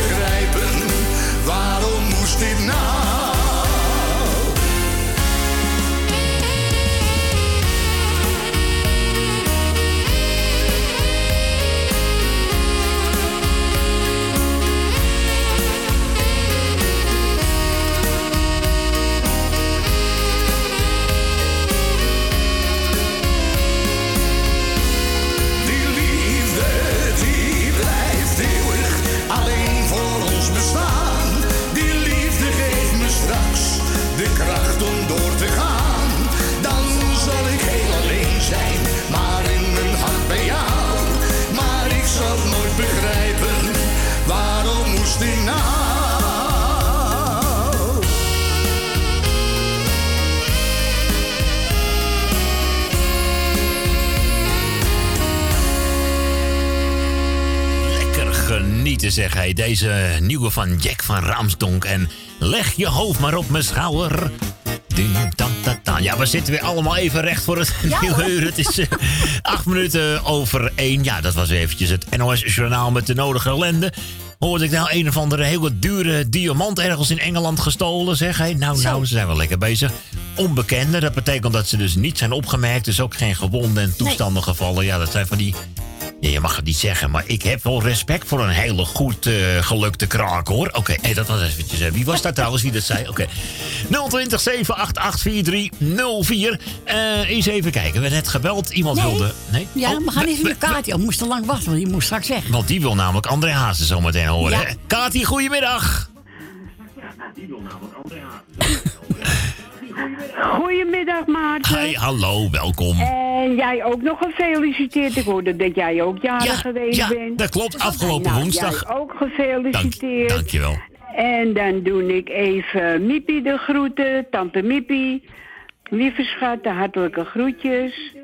genieten, zeg hij. Deze nieuwe van Jack van Raamsdonk. En leg je hoofd maar op mijn schouder. Ja, we zitten weer allemaal even recht voor het ja, nieuwe uur. Het is uh, acht minuten over één. Ja, dat was eventjes het N O S-journaal met de nodige ellende. Hoorde ik nou een of andere hele dure diamant ergens in Engeland gestolen, zeg hij. Nou, Zo. nou, ze zijn wel lekker bezig. Onbekende, dat betekent dat ze dus niet zijn opgemerkt. Dus ook geen gewonden en toestanden nee. gevallen. Ja, dat zijn van die... Ja, je mag het niet zeggen, maar ik heb wel respect voor een hele goed uh, gelukte kraak, hoor. Oké, okay, hey, dat was eventjes... Uh, wie was dat trouwens, wie dat zei? Oké. Okay. nul twintig, zeven acht acht, vier drie nul vier. Uh, eens even kijken, we hebben net gebeld. Iemand nee. wilde... Nee? Ja, oh, we gaan nee, even naar Kati. We moesten lang wachten, want die moest straks weg. Want die wil namelijk André Hazes zo meteen horen. Ja. Kati, goedemiddag. Die wil namelijk André Hazes. Goedemiddag, Maarten. Hey, hallo, welkom. En jij ook nog gefeliciteerd. Ik hoorde dat jij ook jarig ja, geweest ja, bent. Dat klopt, afgelopen nou, woensdag. Jij ook gefeliciteerd. Dank, dankjewel. En dan doe ik even Miepie de groeten, tante Miepie. Lieve schat, de hartelijke groetjes.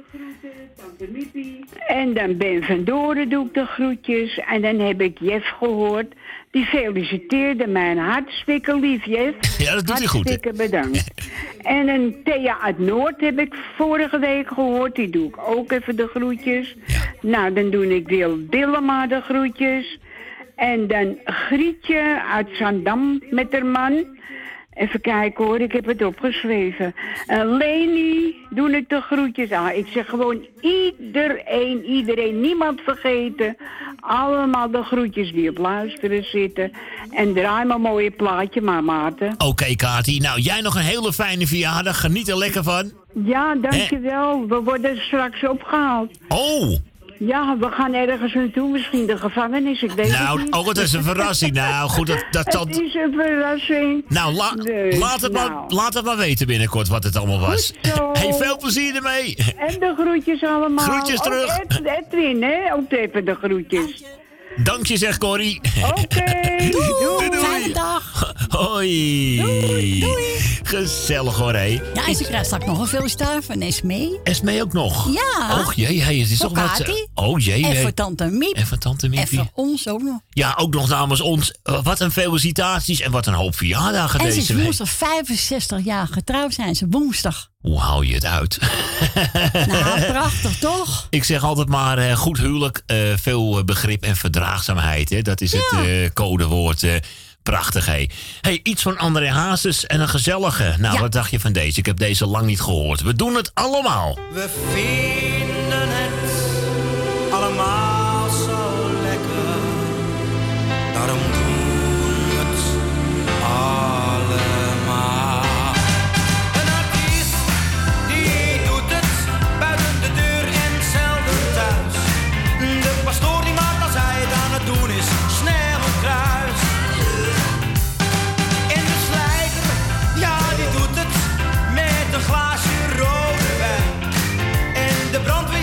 En dan Ben van Doren doe ik de groetjes. En dan heb ik Jef gehoord. Die feliciteerde mij hartstikke lief, Jef. Ja, dat doet hij goed. Hartstikke bedankt. En een Thea uit Noord heb ik vorige week gehoord. Die doe ik ook even de groetjes. Ja. Nou, dan doe ik Wil Dillema de groetjes. En dan Grietje uit Zandam met haar man. Even kijken hoor, ik heb het opgeschreven. Uh, Leni, doe ik de groetjes aan. Ik zeg gewoon iedereen, iedereen, niemand vergeten. Allemaal de groetjes die op luisteren zitten. En draai maar een mooie plaatje maar, Maarten. Oké, okay, Kati. Nou, jij nog een hele fijne verjaardag. Geniet er lekker van. Ja, dankjewel. We worden straks opgehaald. Oh! Ja, we gaan ergens naartoe, misschien de gevangenis, ik weet nou, het niet. Nou, oh, het is een verrassing. Nou, goed, dat... dat zal... Het is een verrassing. Nou, la dus, laat, het nou. maar, laat het maar weten binnenkort wat het allemaal was. Hey, veel plezier ermee. En de groetjes allemaal. Groetjes terug. Ook Edwin, hè? Ook even de groetjes. Dank je, zeg Corrie. Oké. Okay. doei. Doei. doei. Fijne dag. Hoi. Doei. Doei. Gezellig hoor, hé. Ja, en ze krijgt straks nog een felicitatie van Esmee. Esmee ook nog? Ja. Och jee, hey, het is toch wat... Oh jee. En voor tante Miep. En voor tante Miep. En voor ons ook nog. Ja, ook nog namens ons. Uh, wat een felicitaties en wat een hoop verjaardagen deze week. En ze is woensdag vijfenzestig jaar getrouwd zijn ze, woensdag. Hoe hou je het uit? Nou, prachtig toch? Ik zeg altijd maar uh, goed huwelijk, uh, veel begrip en verdraagzaamheid. Hè? Dat is ja. het uh, codewoord. Uh, prachtig, hé. Hey. hey, iets van André Hazes en een gezellige. Nou, ja. Wat dacht je van deze? Ik heb deze lang niet gehoord. We doen het allemaal. We vinden het allemaal zo lekker. Daarom doen we het allemaal. Een artiest die doet het buiten de deur en zelden thuis. De pastoor die maakt als hij het aan het doen is snel een kruis. En de slijter, ja die doet het met een glaasje rode wijn. En de brandweer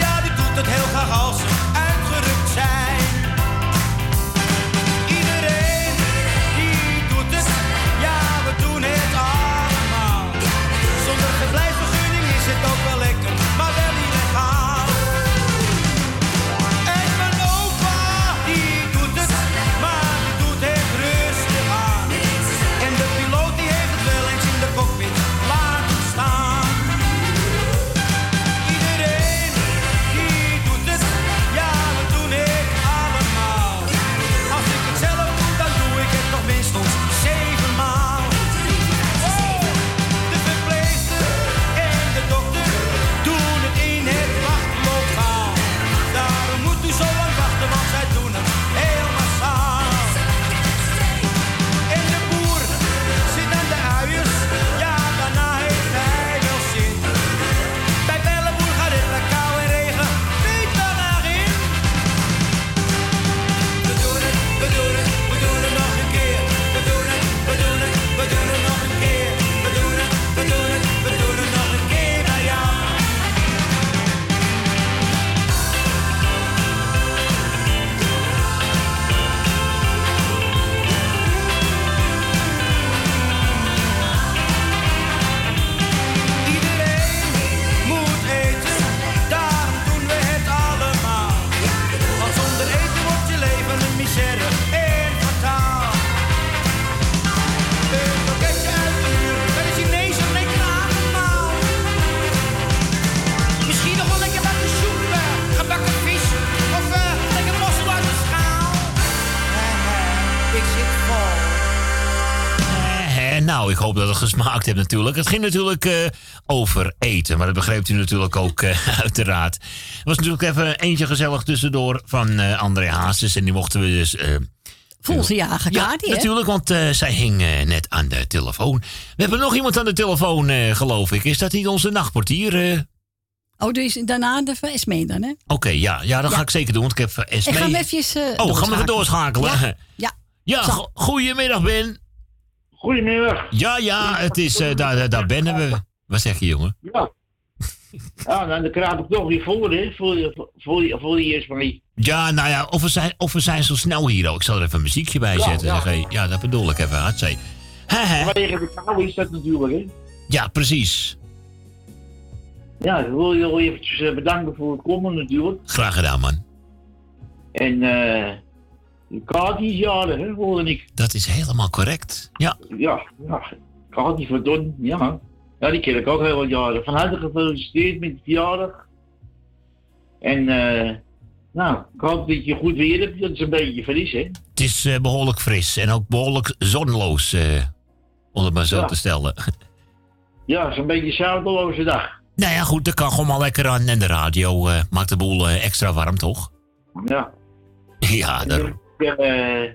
En nou, ik hoop dat het gesmaakt heeft natuurlijk. Het ging natuurlijk uh, over eten, maar dat begreep u natuurlijk ook uh, uiteraard. Er was natuurlijk even eentje gezellig tussendoor van uh, André Hazes. En die mochten we dus... Uh, Volgende jaar Kati, ja, hè? natuurlijk, want uh, zij hing uh, net aan de telefoon. We hebben nog iemand aan de telefoon, uh, geloof ik. Is dat niet onze nachtportier? Uh? Oh, dus daarna de Esmee dan, hè? Oké, okay, ja, ja, dat ja. ga ik zeker doen, want ik heb uh, Esmee... Ik ga hem eventjes uh, Oh, gaan we even doorschakelen? Ja, ja. ja go- goedemiddag, Ben. Goedemiddag. Ja, ja, het is... Uh, daar, daar bennen we. Wat zeg je, jongen? Ja. Ja, nou, dan kraap ik toch weer voor, hè? Voor je, voor je, voor je Esmee. Ja, nou ja, of we zijn, of we zijn zo snel hier ook. Ik zal er even een muziekje bij zetten. Ja, ja. Zeg, hey, ja dat bedoel ik even, hartstikke. Vanwege de kou is dat natuurlijk, hè? Ja, precies. Ja, ik wil je eventjes bedanken voor het komen natuurlijk. Graag gedaan, man. En eh... Uh, Kati is jarig, hè, hoorde ik. Dat is helemaal correct, ja. Ja, ja. Kati van Don, ja. Ja, die ken ik ook heel wat jaren. Van harte gefeliciteerd met de verjaardag. En eh... Uh, nou, ik hoop dat je goed weer hebt. Dat is een beetje fris, hè? Het is uh, behoorlijk fris en ook behoorlijk zonloos, uh, om het maar zo ja. te stellen. Ja, zo'n beetje zouteloze dag. Nou ja, goed, dat kan gewoon maar lekker aan. En de radio uh, maakt de boel uh, extra warm, toch? Ja. Ja, daarom. Ja, uh,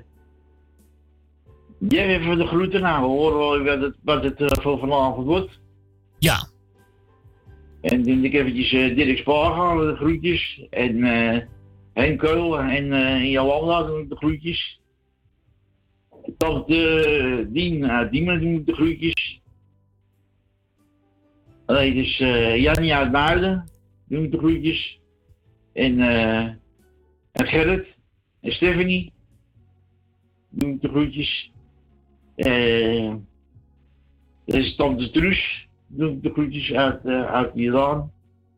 jij even de groeten aan. We horen wel wat het, wat het uh, voor vanavond wordt. Ja. En dan ik eventjes uh, Dirk Spaar gaan, de groetjes. En uh, Henk Keul en uh, Jolanda doen de groetjes. Tante uh, Dien uit Diemen doen de groetjes. Allee, dus uh, Jannie uit Muiden doen de groetjes. En, uh, en Gerrit en Stephanie doen de groetjes. Uh, dat is tante Truus. Doe ik de groetjes uit, uh, uit Iran.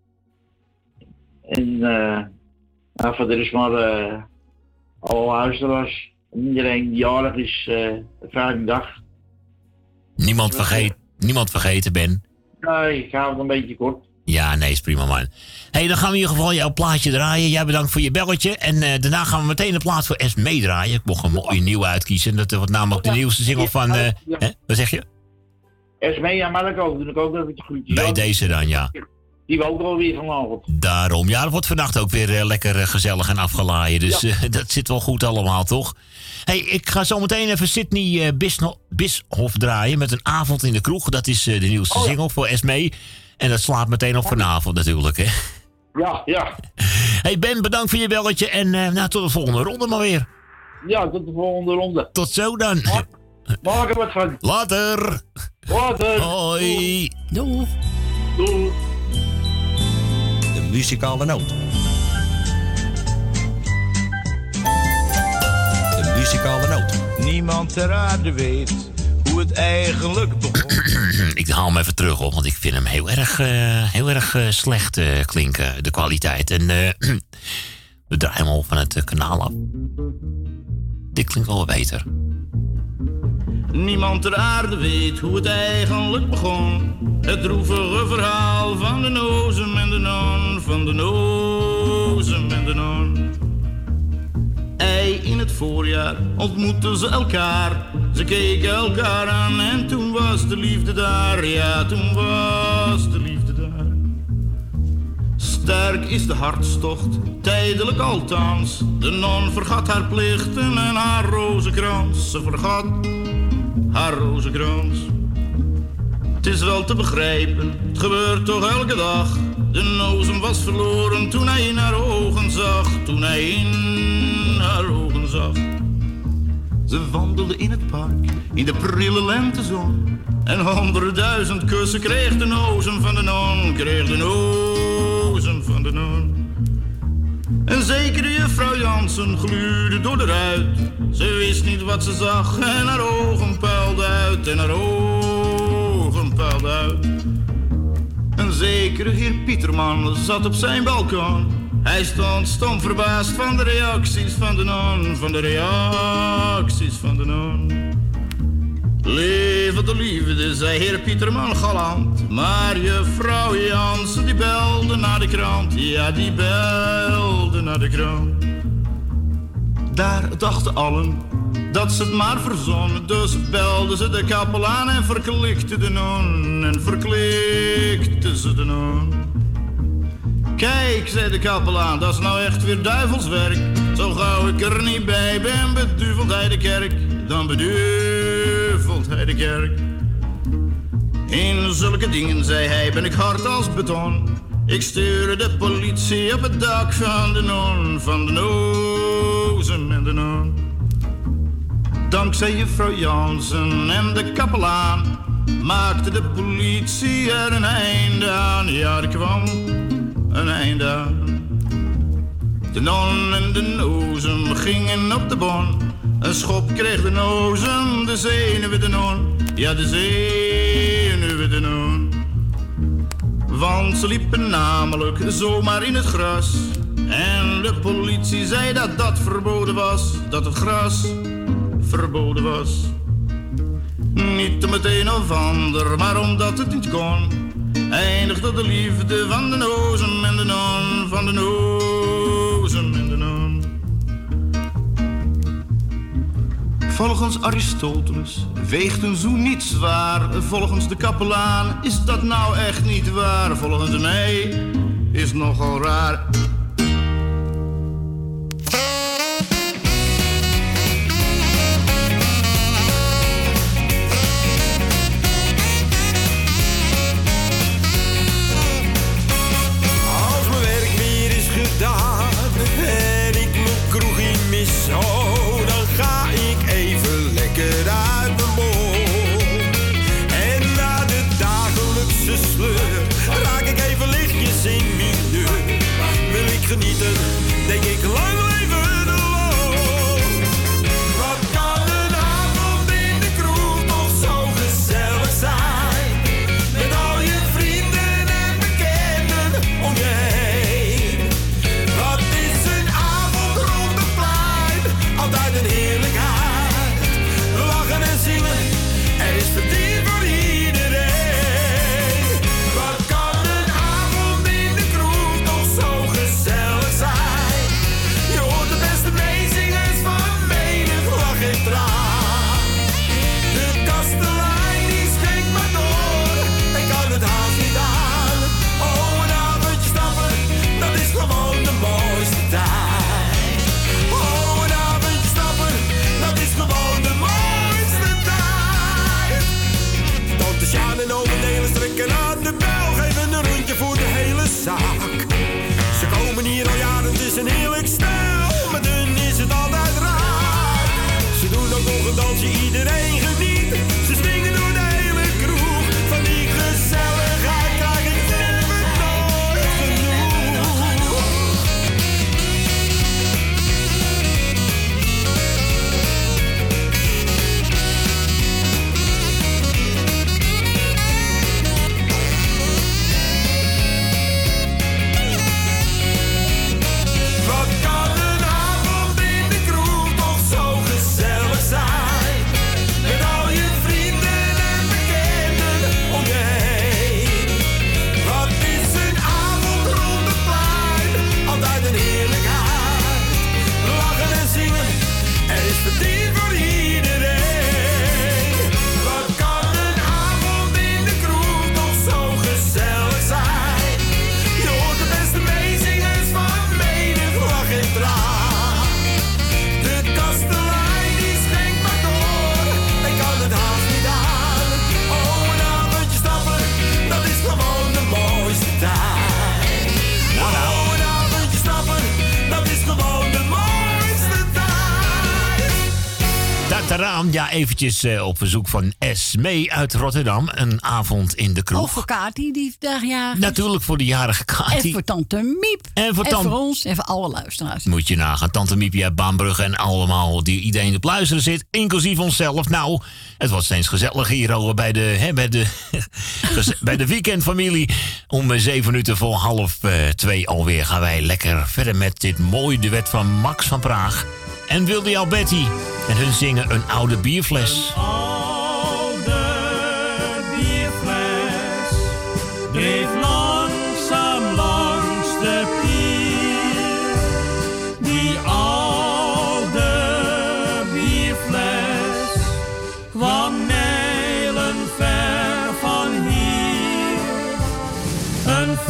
En uh, nou, voor de rest maar uh, alle luisteraars. Iedereen die jarig is, uh, een fijne dag. Niemand, vergeet, niemand vergeten, Ben. Nee, ik hou het een beetje kort. Ja, nee, is prima, man. Hé, hey, dan gaan we in ieder geval jouw plaatje draaien. Jij bedankt voor je belletje. En uh, daarna gaan we meteen een plaat voor Esmee draaien. Ik mocht een mooie nieuwe uitkiezen. Dat wordt namelijk de nieuwste single van... Uh, hè? Wat zeg je? Esmee, ja, maar dat ook. Doe ik ook even de groetjes. Bij deze dan, ja. Die we ook alweer vanavond. Daarom. Ja, dat wordt vannacht ook weer uh, lekker uh, gezellig en afgelaaien. Dus ja. uh, dat zit wel goed allemaal, toch? Hé, hey, ik ga zo meteen even Sydney uh, Bisno- Bishoff draaien met een avond in de kroeg. Dat is uh, de nieuwste oh, ja. single voor Esmee. En dat slaat meteen op vanavond natuurlijk, hè? Ja, ja. Hey Ben, bedankt voor je belletje. En uh, nou, tot de volgende ronde maar weer. Ja, tot de volgende ronde. Tot zo dan. Maak er wat van. Later. Later. Hoi. Doeg. Doeg. De muzikale noot. De muzikale noot. Niemand ter aarde weet hoe het eigenlijk begon. Ik haal hem even terug op, want ik vind hem heel erg, uh, heel erg uh, slecht uh, klinken, de kwaliteit. En uh, we draaien hem al van het uh, kanaal af. Dit klinkt wel beter. Niemand ter aarde weet hoe het eigenlijk begon. Het droevige verhaal van de nozem en de non. Van de nozem en de non. Ei, in het voorjaar ontmoetten ze elkaar. Ze keken elkaar aan en toen was de liefde daar. Ja, toen was de liefde daar. Sterk is de hartstocht, tijdelijk althans. De non vergat haar plichten en haar rozenkrans. Ze vergat haar rozenkrans. Het is wel te begrijpen, het gebeurt toch elke dag. De nozem was verloren toen hij in haar ogen zag. Toen hij in haar ogen zag. Ze wandelde in het park, in de prille lentezon. En honderdduizend kussen kreeg de nozem van de non. Kreeg de nozem van de non. En zeker de juffrouw Jansen gluurde door de ruit. Ze wist niet wat ze zag en haar ogen puilden uit. En haar ogen puilden uit. Een zekere heer Pieterman zat op zijn balkon. Hij stond stom verbaasd van de reacties van de non. Van de reacties van de non. Leven de liefde, zei heer Pieterman galant. Maar juffrouw Jansen die belde naar de krant. Ja, die belde naar de krant. Daar dachten allen, dat ze het maar verzonnen. Dus belden ze de kapelaan en verklikte de non. En verklikte ze de non. Kijk, zei de kapelaan, dat is nou echt weer duivelswerk. Zo gauw ik er niet bij ben, beduvelt hij de kerk. Dan beduvelt hij de kerk. In zulke dingen, zei hij, ben ik hard als beton. Ik stuurde de politie op het dak van de non. Van de nozem en de non. Dankzij juffrouw Jansen en de kapelaan maakte de politie er een einde aan. Ja, er kwam een einde aan. De non en de nozem gingen op de bon. Een schop kreeg de nozem, de zenuwen de non. Ja, de zenuwen de non. Want ze liepen namelijk zomaar in het gras. En de politie zei dat dat verboden was. Dat het gras verboden was. Niet om het een of ander, maar omdat het niet kon. Eindigde de liefde van de nozem en de non. Van de nozem en de non. Volgens Aristoteles weegt een zoen niet zwaar. Volgens de kapelaan is dat nou echt niet waar. Volgens mij is het nogal raar. Als mijn werk weer is gedaan en ik mijn kroegie mis, oh, dan ga ik even lekker uit mijn bol. En na de dagelijkse sleur raak ik even lichtjes in mineur. Wil ik genieten, denk ik lang leven de lol. Wat kan een avond in de kroeg toch zo gezellig zijn? Met al je vrienden en bekenden om je heen. Wat is een avond rond de plein? Altijd een heerlijkheid. Lachen en zingen, er is verdiend voor iedereen. Wat kan een avond in de kroeg toch zo gezellig zijn? Je hoort de beste meezingers van menig lach en traan. De kastelein die schenkt maar door, ik kan het haast niet aan. Oh, een avondje stappen, dat is gewoon de mooiste tijd. Oh, een avondje stappen, dat is gewoon de mooiste tijd. Tante Sjaan en oom Nelen trekken aan de bel, geven een rondje voor de hele zaak. Ze komen hier al jaren, het is een heerlijk stel, maar dun is het altijd raar. Ze doen ook nog een dansje, iedereen geniet. Ze swingen door de hele kroeg, van die gezelligheid krijg ik never nooit genoeg. Wat kan een avond in de kroeg toch zo gezellig zijn? Met al je vrienden en bekenden om je heen. Wat is een avond rond de plein? Altijd een heerlijkheid. Lachen en zingen, er is verdiend voor iedereen. Wat kan een avond in de kroeg toch zo gezellig zijn? Je hoort de beste meezingers van menig lach en traan. De kastelein die schenkt maar door, ik kan het haast niet aan. Oh, een avondje stappen, dat is gewoon de mooiste tijd. Oh, een avondje stappen, dat is gewoon de mooiste tijd. Daaraan, ja, eventjes eh, op verzoek van Esmee uit Rotterdam. Een avond in de kroeg. Ook voor Kati, die vandaag jarig is. Natuurlijk voor de jarige Kati. En voor tante Miep. En voor tante- ons en voor alle luisteraars. Moet je nagaan, tante Miepje uit Baanbrugge en allemaal die iedereen op luisteren zit, inclusief onszelf. Nou, het wordt steeds gezelliger hier hoor, bij de, hè, bij de, bij de weekendfamilie. Om zeven minuten voor half eh, twee alweer gaan wij lekker verder met dit mooie duet van Max van Praag en Wilde Alberti. En hun zingen Een Oude Bierfles. Oude bierfles dreef langzaam langs de pier. Die oude bierfles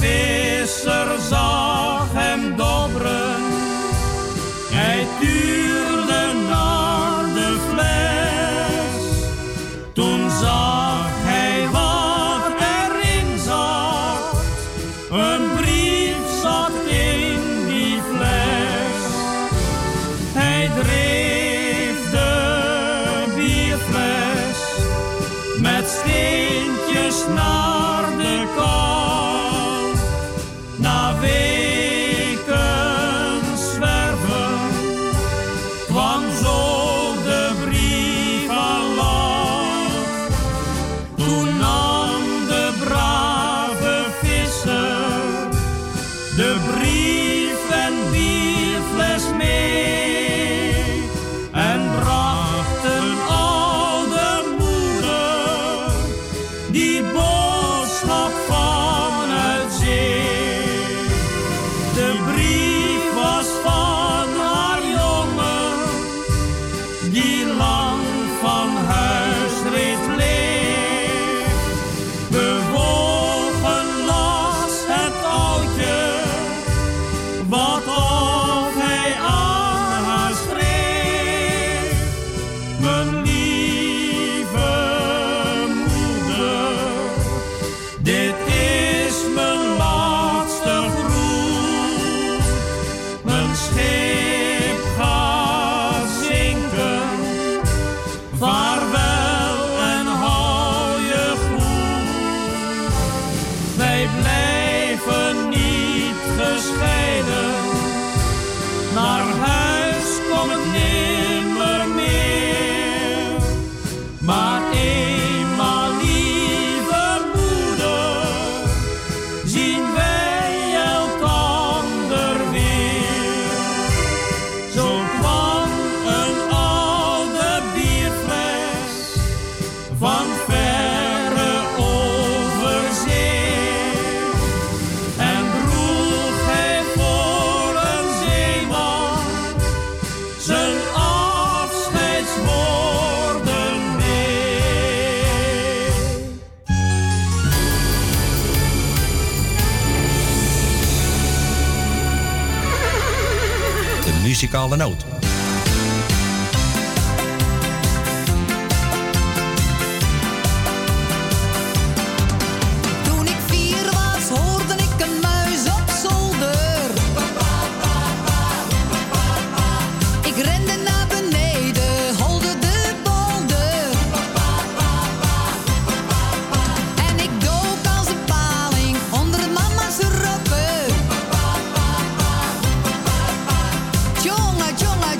visser zag hem dobberen. Hij tuurde naar de fles. Toen zag hij wat erin zat. Een brief zat in die fles. Hij dreef de bierfles met steentjes naar de kant. Na weken zwerven kwam zo de brief aan land. Toen nam de brave visser de brief en bierfles mee en bracht een oude moeder die boodschap vanuit zee. De brief was van haar jongen die lang van huis reeds bleef. Bewogen las het oudje wat of hij aan haar schreef. Mijn lieve moeder, dit is mijn laatste groet. Mijn schip gaat zinken. Vaarwel en hou je goed. Wij blijven niet gescheiden. Naar huis kom ik nimmer meer. Maar eenmaal, lieve moeder, zien wij elkander weer. Zo kwam een oude bierfles van verre over zee. En droeg hij voor een zeeman zijn afscheidswoorden mee. De muzikale noot. Toen ik vier was, hoorde ik een muis op zolder. Ik rende naar beneden, holde de bolder. En ik dook als een paling onder mama's rokken. Jongen, jongen,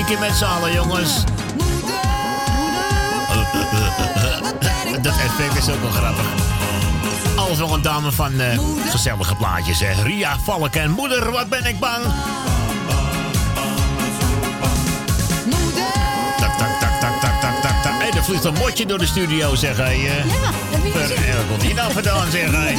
keer met z'n allen, jongens. Dat effect is ook wel grappig. Alles nog een dame van uh, gezellige plaatjes, hè. Ria Valk en moeder, wat ben ik bang. Tak, tak, tak, tak, tak, tak, tak, tak. Hé, er vliegt een motje door de studio, zeg hij. Uh. Ja, dat weet ik. Wat komt hier nou vandaan, zeg hij.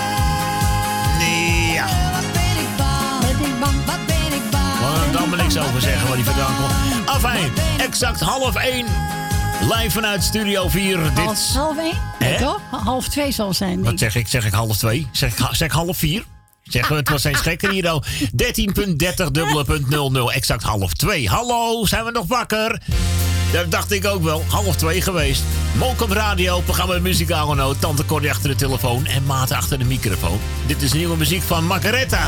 Nee, ja. Wat ben ik bang, wat ben ik bang. Wat een dame niks over zeggen waar die vandaan komt. Afijn, exact half één. Live vanuit Studio vier. Half, Dit... half één? Nee, toch? Half twee zal zijn. Wat zeg ik? Zeg ik half twee? Zeg ik, zeg ik half vier? Zeg, het was eens gekker hier al. dertien punt dertig dubbele punt nul nul. Exact half twee. Hallo, zijn we nog wakker? Dat dacht ik ook wel. Half twee geweest. Mokum Radio, programma Muzikale Noot. Tante Corrie achter de telefoon en Maarten achter de microfoon. Dit is nieuwe muziek van Margaretha.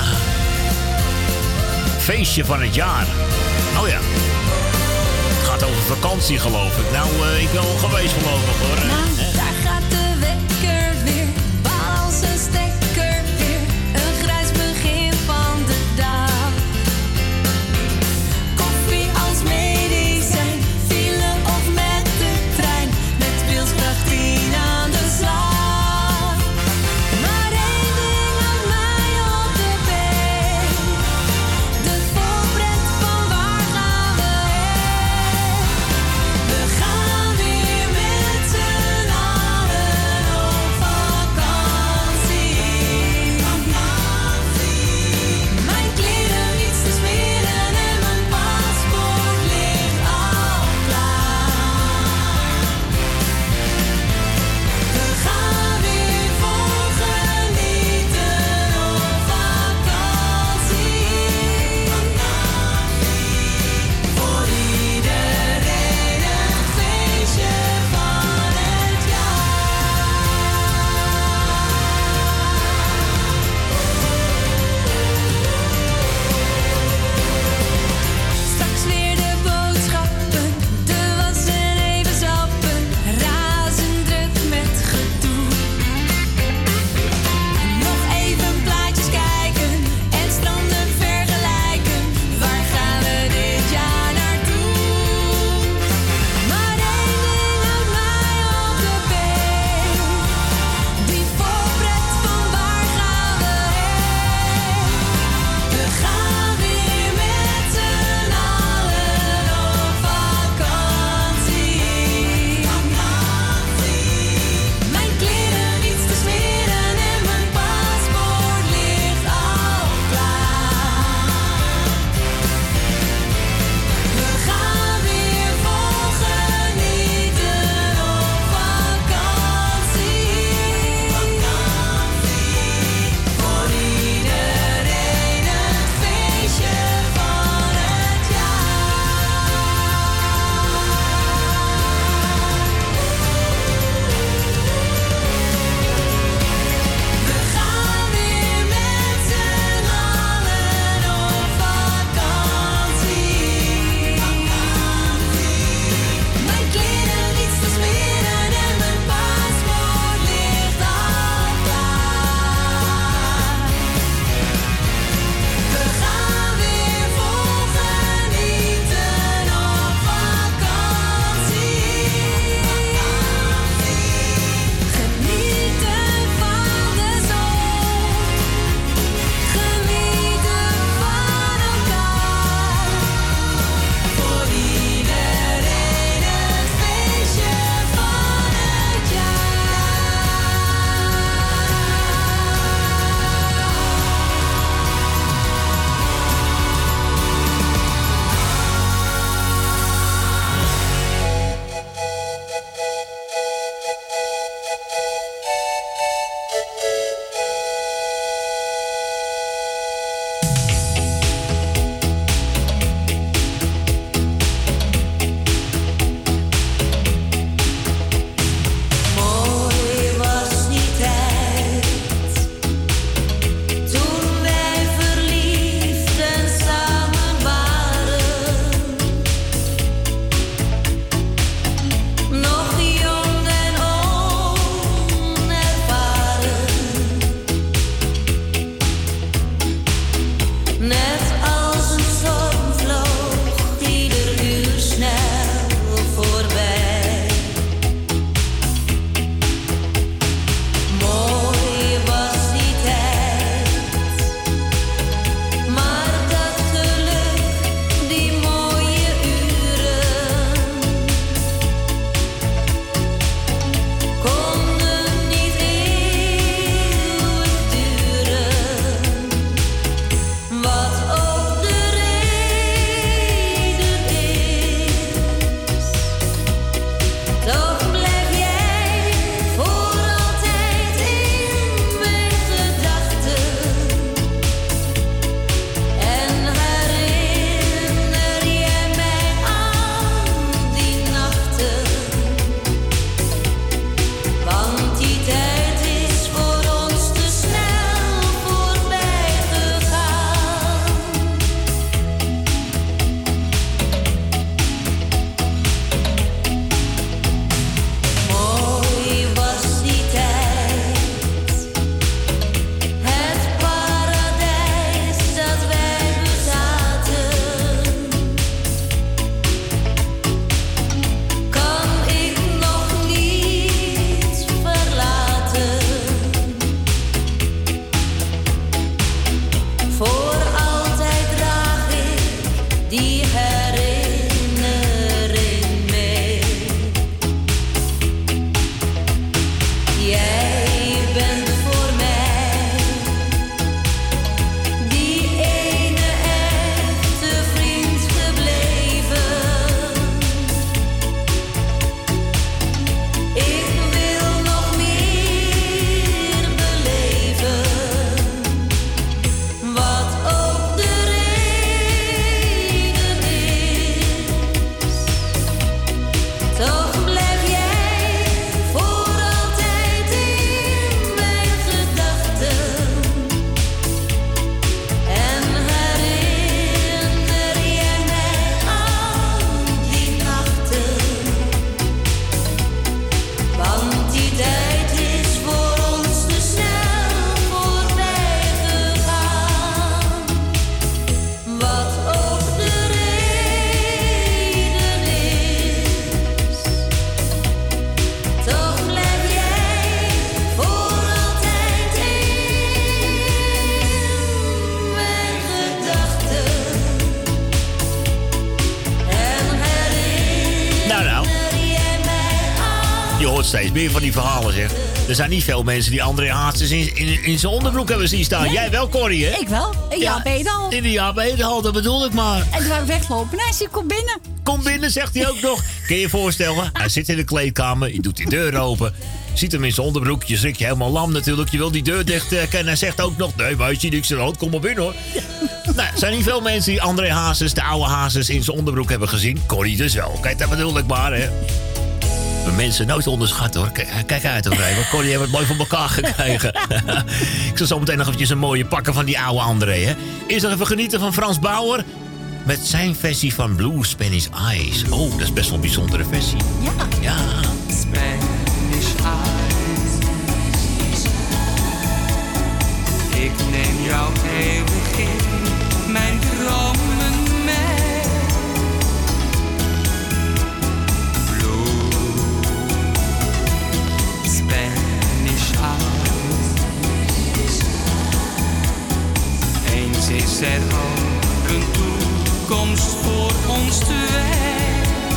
Feestje van het jaar. Oh ja. Het gaat over vakantie, geloof ik. Nou, uh, ik ben al geweest, geloof ik, hoor. Nou, daar gaat de wekker weer. Als een stekker weer. Een grijs begin van de dag. Koffie als medicijn. File of met de trein. Met wilskracht tien aan de slag. Maar één ding houdt mij op de been. De voorpret van waar gaan we heen. We gaan weer met z'n allen. steeds meer van die verhalen, zeg. Er zijn niet veel mensen die André Hazes in, in, in zijn onderbroek hebben zien staan. Nee. Jij wel, Corrie, hè? Ik wel. In de Jaap Edehal. In de Jaap Edehal, dat bedoel ik maar. En toen waren we weglopen. Nee, hij komt binnen. Kom binnen, zegt hij ook nog. Kun je je voorstellen? Hij zit in de kleedkamer, je doet die deur open. Ziet hem in zijn onderbroek, je schrik je helemaal lam natuurlijk. Je wil die deur dicht trekken en hij zegt ook nog... Nee, maar je ziet niks aan de hand, kom maar binnen hoor. Nou, er zijn niet veel mensen die André Hazes, de oude Hazes, in zijn onderbroek hebben gezien. Corrie dus wel. Kijk, dat bedoel ik maar, hè. We mensen nooit onderschatten hoor. Kijk, kijk uit hoor, want Corrie heeft het mooi voor elkaar gekregen. Ik zal zo meteen nog eventjes een mooie pakken van die oude André, hè. Eerst nog even genieten van Frans Bauer... met zijn versie van Blue Spanish Eyes. Oh, dat is best wel een bijzondere versie. Ja. Ja. Spanish Eyes. Ik neem jou eeuwig in mijn dromen mee. Blue Spanish Eyes. Eens is er ook een toekomst voor ons twee.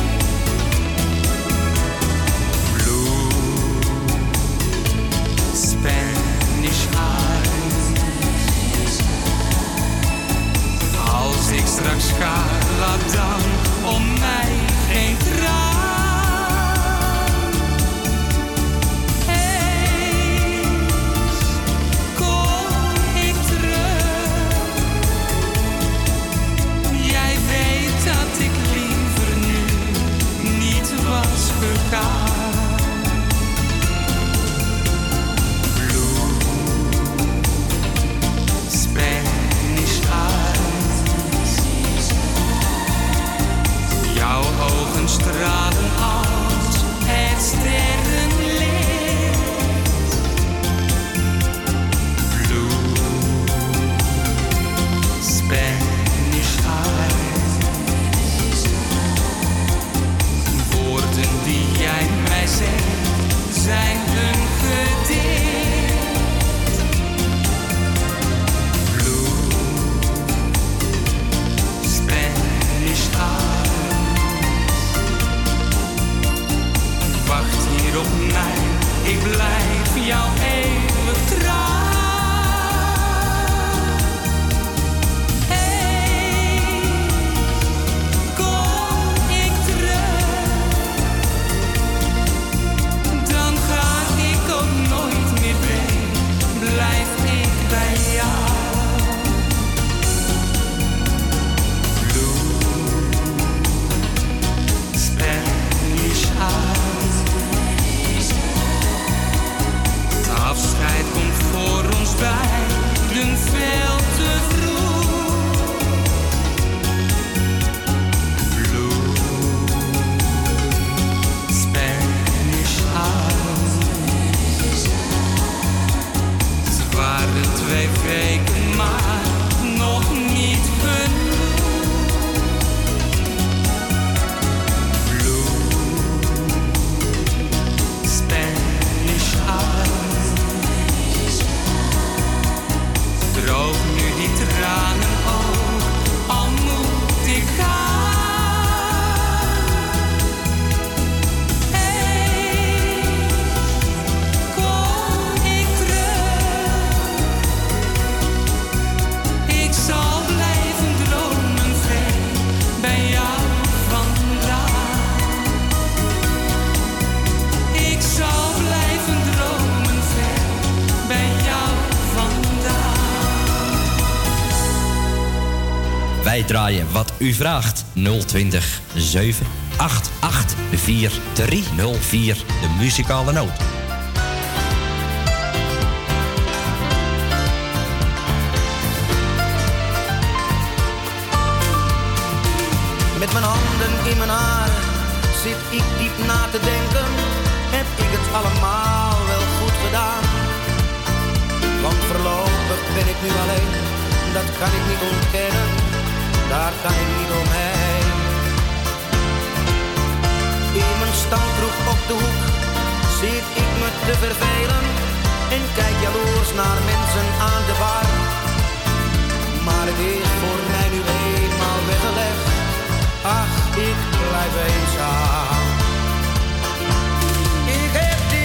Blue Spanish Eyes. Als ik straks ga, laat dan om mij geen traan. Eens kom ik terug. Jij weet dat ik liever nu niet was gegaan. Blue Spanish Eyes. Jouw ogen stralen als het sterrenlicht. Blue Spanish Eyes. Woorden die jij mij zegt zijn een gedicht. Blue Spanish Eyes. Wacht hier op mij, ik blijf jou eeuwig trouw. Kom ik terug, dan ga ik ook nooit meer weg. Blijf ik bij jou. Blue Spanish Eyes. Het afscheid komt voor ons beiden veel te vroeg. Blue Spanish Eyes. Het waren twee weken, maar nog niet genoeg. Blue Spanish Eyes. Droog nu die tranen ook, al moet ik gaan. Eens kom ik terug. Ik zal blijven dromen ver bij jou vandaan. Ik zal blijven dromen ver bij jou vandaan. Wij draaien wat u vraagt. nul twintig zeven acht acht vier drie nul vier. De muzikale noot. Met mijn handen in mijn haren zit ik diep na te denken. Heb ik het allemaal wel goed gedaan? Want voorlopig ben ik nu alleen, dat kan ik niet ontkennen. Daar kan ik niet omheen. In mijn stamkroeg op de hoek zit ik me te vervelen en kijk jaloers naar mensen aan de bar. Maar het is voor mij nu eenmaal weggelegd. Ach, ik blijf eenzaam. Ik heb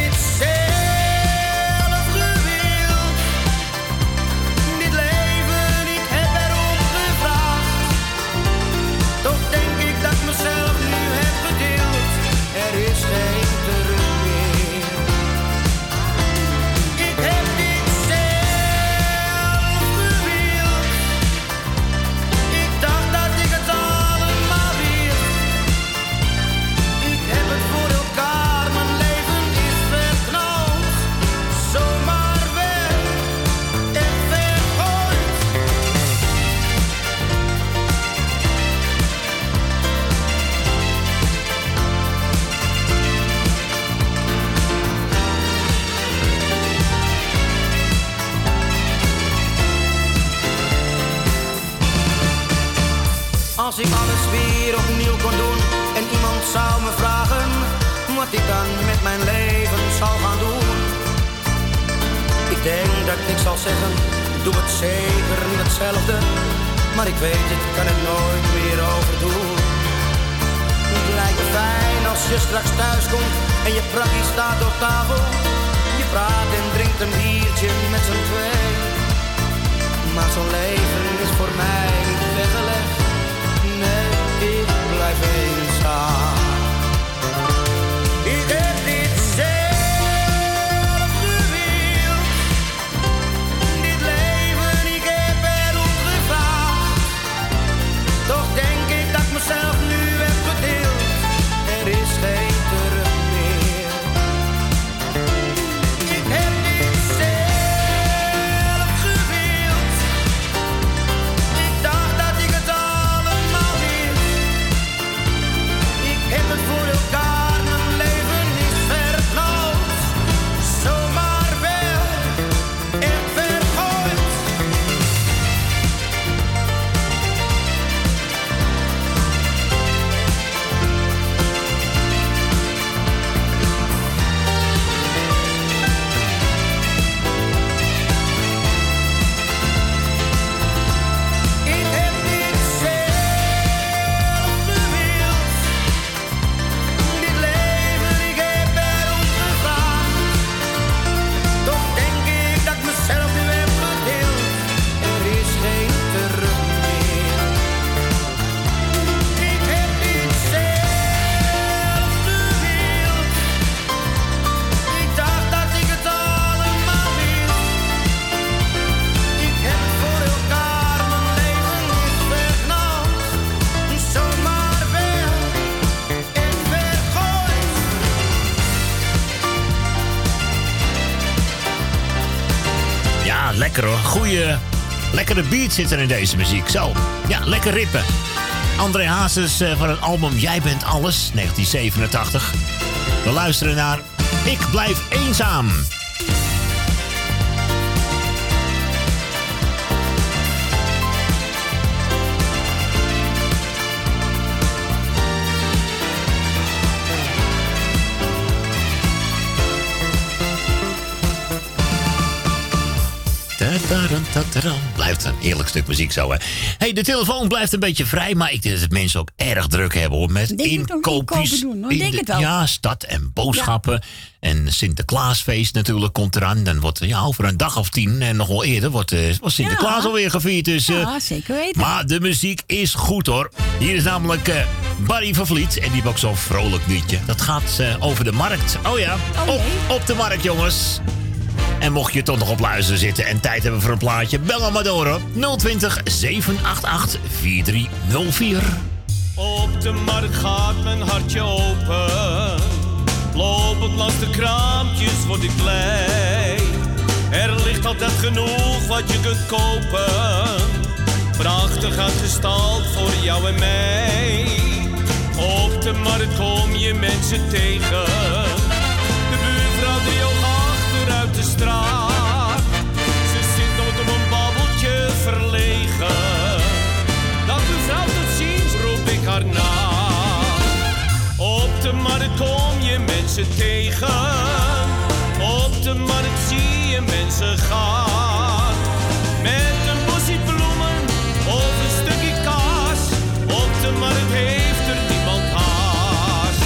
Als ik alles weer opnieuw kon doen en iemand zou me vragen wat ik dan met mijn leven zou gaan doen. Ik denk dat ik zal zeggen, doe het zeker niet hetzelfde, maar ik weet het, kan het nooit meer overdoen. Het lijkt me fijn als je straks thuis komt en je prakkie staat op tafel. Je praat en drinkt een biertje met z'n twee. Maar zo'n leven is voor mij niet weggelegd. Nee, ik blijf eenzaam. Ik heb dit zelf gewild. Dit leven, ik heb erom gevraagd. Toch denk ik dat ik mezelf nu heb gedeeld. Er is geen terug meer. Ik heb dit zelf gewild. Ik dacht dat ik het allemaal wist. Ik heb het voor elkaar, mijn leven is verknoot. Zomaar wel, echt vergooid. Ik heb dit zelf gewild. Dit leven, ik heb erom gevraagd. Toch denk ik dat ik mezelf nu heb gedeeld. Er is geen terug meer. Ik heb dit zelf gewild. Ik dacht dat ik het allemaal wist. Ik heb het voor elkaar, mijn leven is verknald. Zomaar wel, en vergooid. Ja, lekker hoor. Goeie, lekkere beat zit er in deze muziek. Zo, ja, lekker rippen. André Hazes eh, van het album Jij bent alles, negentien zevenentachtig. We luisteren naar Ik blijf eenzaam. Ta-ta-ram-ta-ta-ram. Blijft een heerlijk stuk muziek zo, hè. Hey, de telefoon blijft een beetje vrij, maar ik denk dat mensen ook erg druk hebben, hoor. Met Denk ik ook inkoopjes. inkopen doen, hoor. in Denk de- het wel. Ja, stad en boodschappen. En Sinterklaasfeest natuurlijk komt eraan. Dan wordt ja, over een dag of tien en nog wel eerder wordt, eh, wordt Sinterklaas Ja. alweer gevierd. Dus, eh, Ja, zeker weten. maar de muziek is goed, hoor. Hier is namelijk eh, Barry van Vliet. En die heeft ook zo'n vrolijk liedje. Dat gaat eh, over de markt. Oh ja, op, op de markt, jongens. En mocht je toch nog op luisteren zitten en tijd hebben voor een plaatje, bel dan maar door, hoor. nul twintig, zeven acht acht, vier drie nul vier. Op de markt gaat mijn hartje open. Lopend langs de kraampjes word ik blij. Er ligt altijd genoeg wat je kunt kopen. Prachtig uitgestald voor jou en mij. Op de markt kom je mensen tegen. De buurvrouw die ook achteruit de straat. Ze zit nooit op een babbeltje verlegen. Dag mevrouw, tot ziens, roep ik haar na. Op de markt kom je mensen tegen. Op de markt zie je mensen gaan. Met een bosje bloemen of een stukje kaas. Op de markt heeft er niemand haast.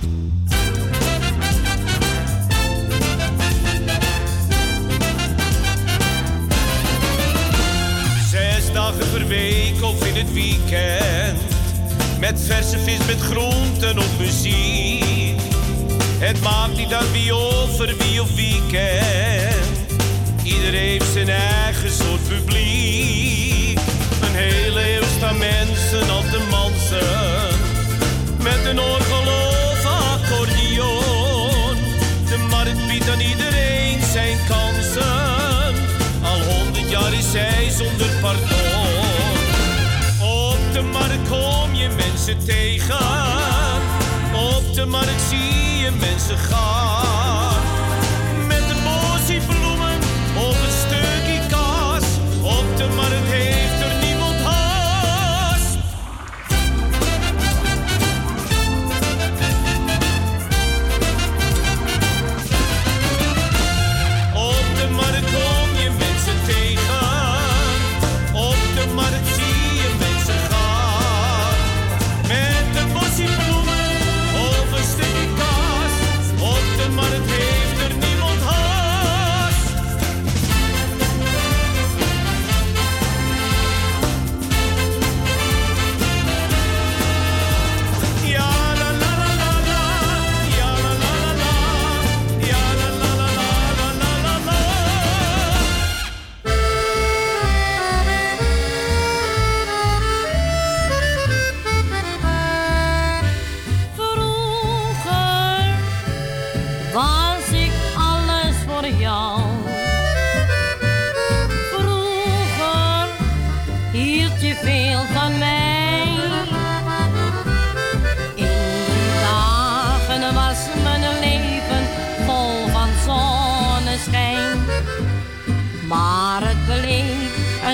Zes dagen per week of in het weekend. Met verse vis, met groenten of muziek. Het maakt niet uit wie over wie of wie kent. Ieder heeft zijn eigen soort publiek. Een hele eeuw staan mensen al te mansen. Met een orgel of accordeon. De markt biedt aan iedereen zijn kansen. Al honderd jaar is zij zonder pardon. Op de markt kom je mensen tegen. Op de markt zie je mensen gaan. Met een bosje bloemen of een stukje kaas. Op de markt heeft er niemand haast.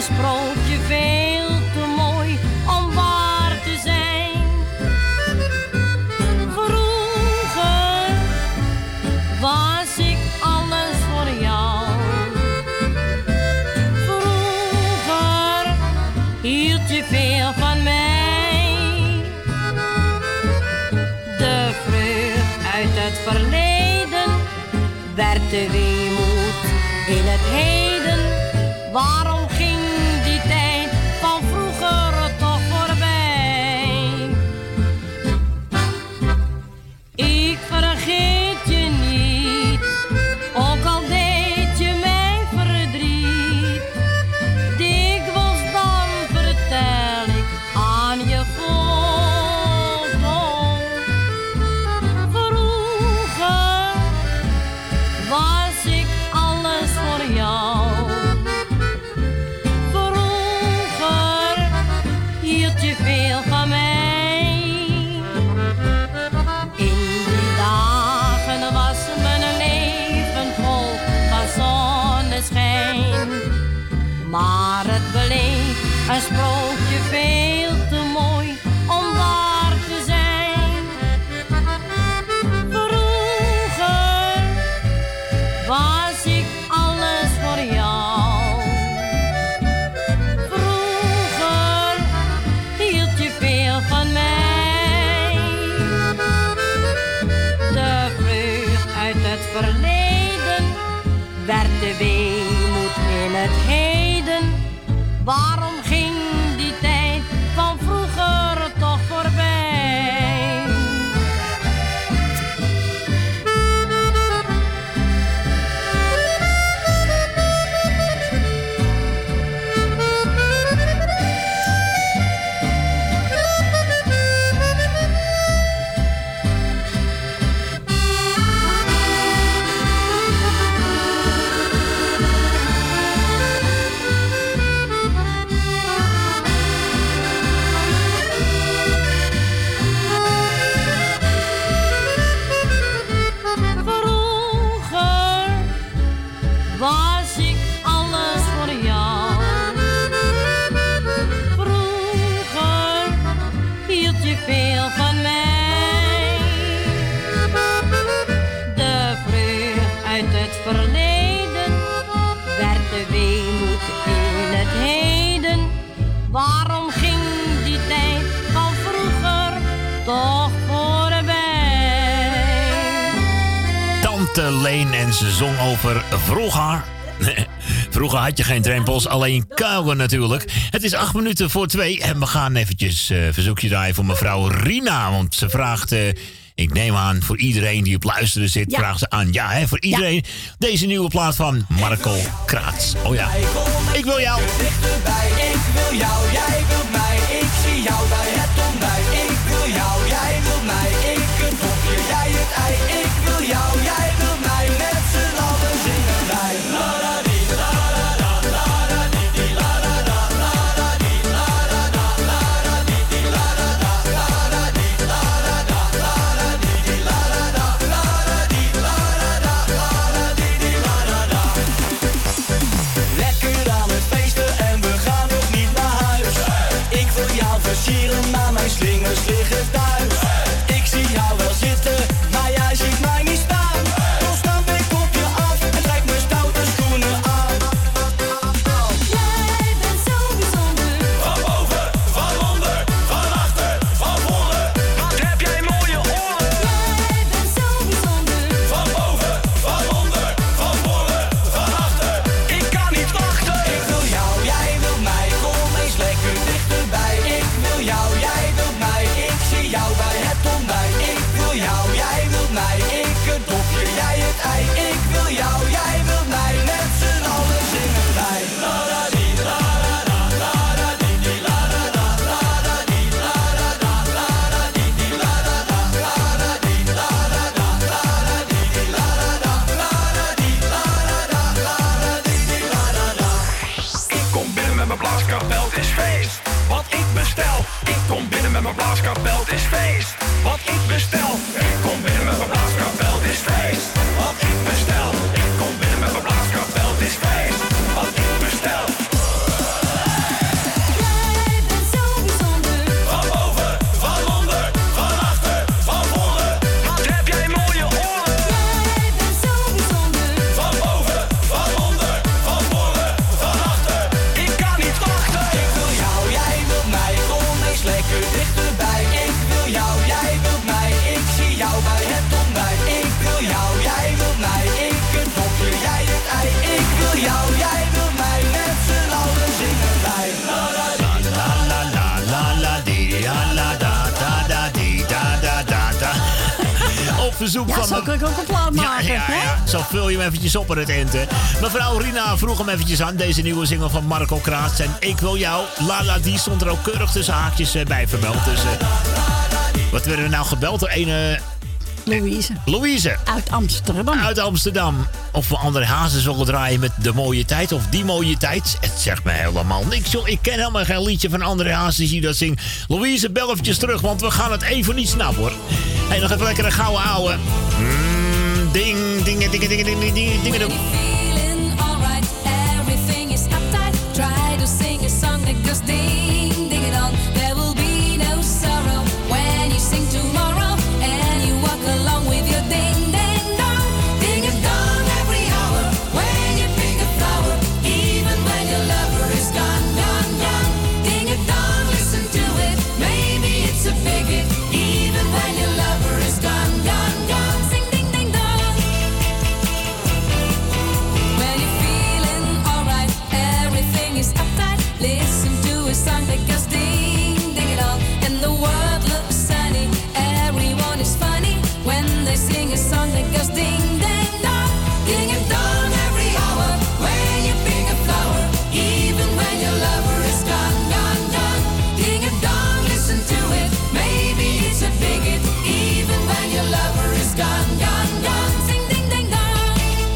een sprookje veel te mooi om waar te zijn. Vroeger was ik alles voor jou. Vroeger hield je veel van mij. De vreugd uit het verleden werd de weemoed in het heden. Waarom ging die tijd van vroeger toch voorbij? Ik vergeet je niet, ook al deed je mij verdriet. Dikwijls dan vertel ik aan je foto. Vroeger was ik alles voor jou. Vroeger hield je veel van mij. In die dagen was mijn leven vol van zonneschijn. Maar het bleef een sprookje veel te mooi om waar te zijn. Vroeger was ik alles voor jou. Vroeger hield je veel van mij. De vreugd uit het verleden werd de weemoed in het heden. Waarom ging die tijd van vroeger toch voorbij? Vroeger was ik alles voor jou. Vroeger hield je veel van mij. De vreugd uit het verleden werd de weemoed in het heden. Waarom ging die tijd van vroeger toch voorbij? Tante Leen en ze zong over vroeger. Vroeger had je geen drempels, alleen kuilen natuurlijk. Het is acht minuten voor twee en we gaan eventjes uh, verzoekje draaien voor mevrouw Rina. Want ze vraagt, uh, ik neem aan voor iedereen die op luisteren zit, Ja. vraagt ze aan. Ja, hè, voor iedereen. Deze nieuwe plaat van Marco Kraats. Oh ja, ik wil jou. Dichterbij, ik wil jou, jij wilt mij. Ik zie jou bij het ontbijt. Ik wil jou, jij wilt mij. Ik het topje, jij het ei. Ik wil jou, jij wilt mij. Met z'n allen zingen wij. La la di, la la la, la la di di, la la la, la la di, la la la, la la di di, la la la, la la di, la la la, la la di di, la la la, la la di, la la la, la la di di, la la la. Lekker aan het feesten en we gaan nog niet naar huis. Ik wil jou versieren, maar mijn slingers liggen thuis. Ik zie jou wel zitten, maar jij ziet mij niet staan. Dan stap ik op je af en trek mijn stoute schoenen aan. Jij bent zo bijzonder. Van boven, van onder, van achter, van voren. Wat heb jij mooie oren. Jij bent zo bijzonder. Van boven, van onder, van voren, van achter. Ik kan niet wachten. Ik wil jou, jij wilt mij. Kom eens lekker dichterbij. Ik wil jou, jij wilt mij. Ik zie jou bij het ontbijt. Ik wil jou, jij wilt mij. Ik het dopje, jij het ei. Ik wil jou, jij wilt mij. Met z'n allen zingen wij. La la di, la la la, la la di di, la la la, la la di, la la la, la la di di, la la la, la la di, la la la, la la di di, la la la, la la di, la la la, la la di di, la la la. Ik kom binnen met mijn blaaskapel, het is feest. Wat ik bestel. Ik kom binnen met mijn blaaskapel, het is feest. Wat ik bestel. Ik kom binnen met mijn blaaskapel, het is feest. Wat ik bestel. Ik kom binnen met mijn blaaskapel, het is feest. Wat ik bestel. verzoek ja, van... zo kan ik ook een plaat maken. Ja, ja, ja. Zo vul je hem eventjes op in het eind, hè. Mevrouw Rina vroeg hem eventjes aan. Deze nieuwe single van Marco Kraats. En Ik Wil Jou. Lala, die stond er ook keurig tussen haakjes uh, bij vermeld. Dus, uh, wat werden we nou gebeld door een... Louise. Louise. Uit Amsterdam. Uit Amsterdam. Of we André Hazes zullen draaien met De Mooie Tijd. Of Die Mooie Tijd. Het zegt me helemaal niks, joh. Ik ken helemaal geen liedje van André Hazes die dat zingt. Louise, bel eventjes terug, want we gaan het even niet snappen, hoor. Hey, nog even lekker een gouden ouwe. Mm, ding, dingen, dingen, dingen, dingen, dingen, dingen. Feeling alright, everything is uptight. Try to sing a song that goes ding, ding it on. There will be no sorrow when you sing tomorrow. Along with your ding ding dong, ding a dong every hour. When you pick a flower, even when your lover is gone, gone, gone. Ding a dong, listen to it. Maybe it's a big hit, even when your lover is gone, gone, gone. Sing ding ding dong. When you're feeling alright, everything is uptight. Listen to a song that goes ding ding it all, and the world looks sunny. Everyone is funny when they sing a song that goes ding, ding, dong, ding and dong every hour. When you pick a flower, even when your lover is gone, gone, gone. Ding and dong, listen to it. Maybe it's a big hit, even when your lover is gone, gone, gone. Sing ding, ding, dong.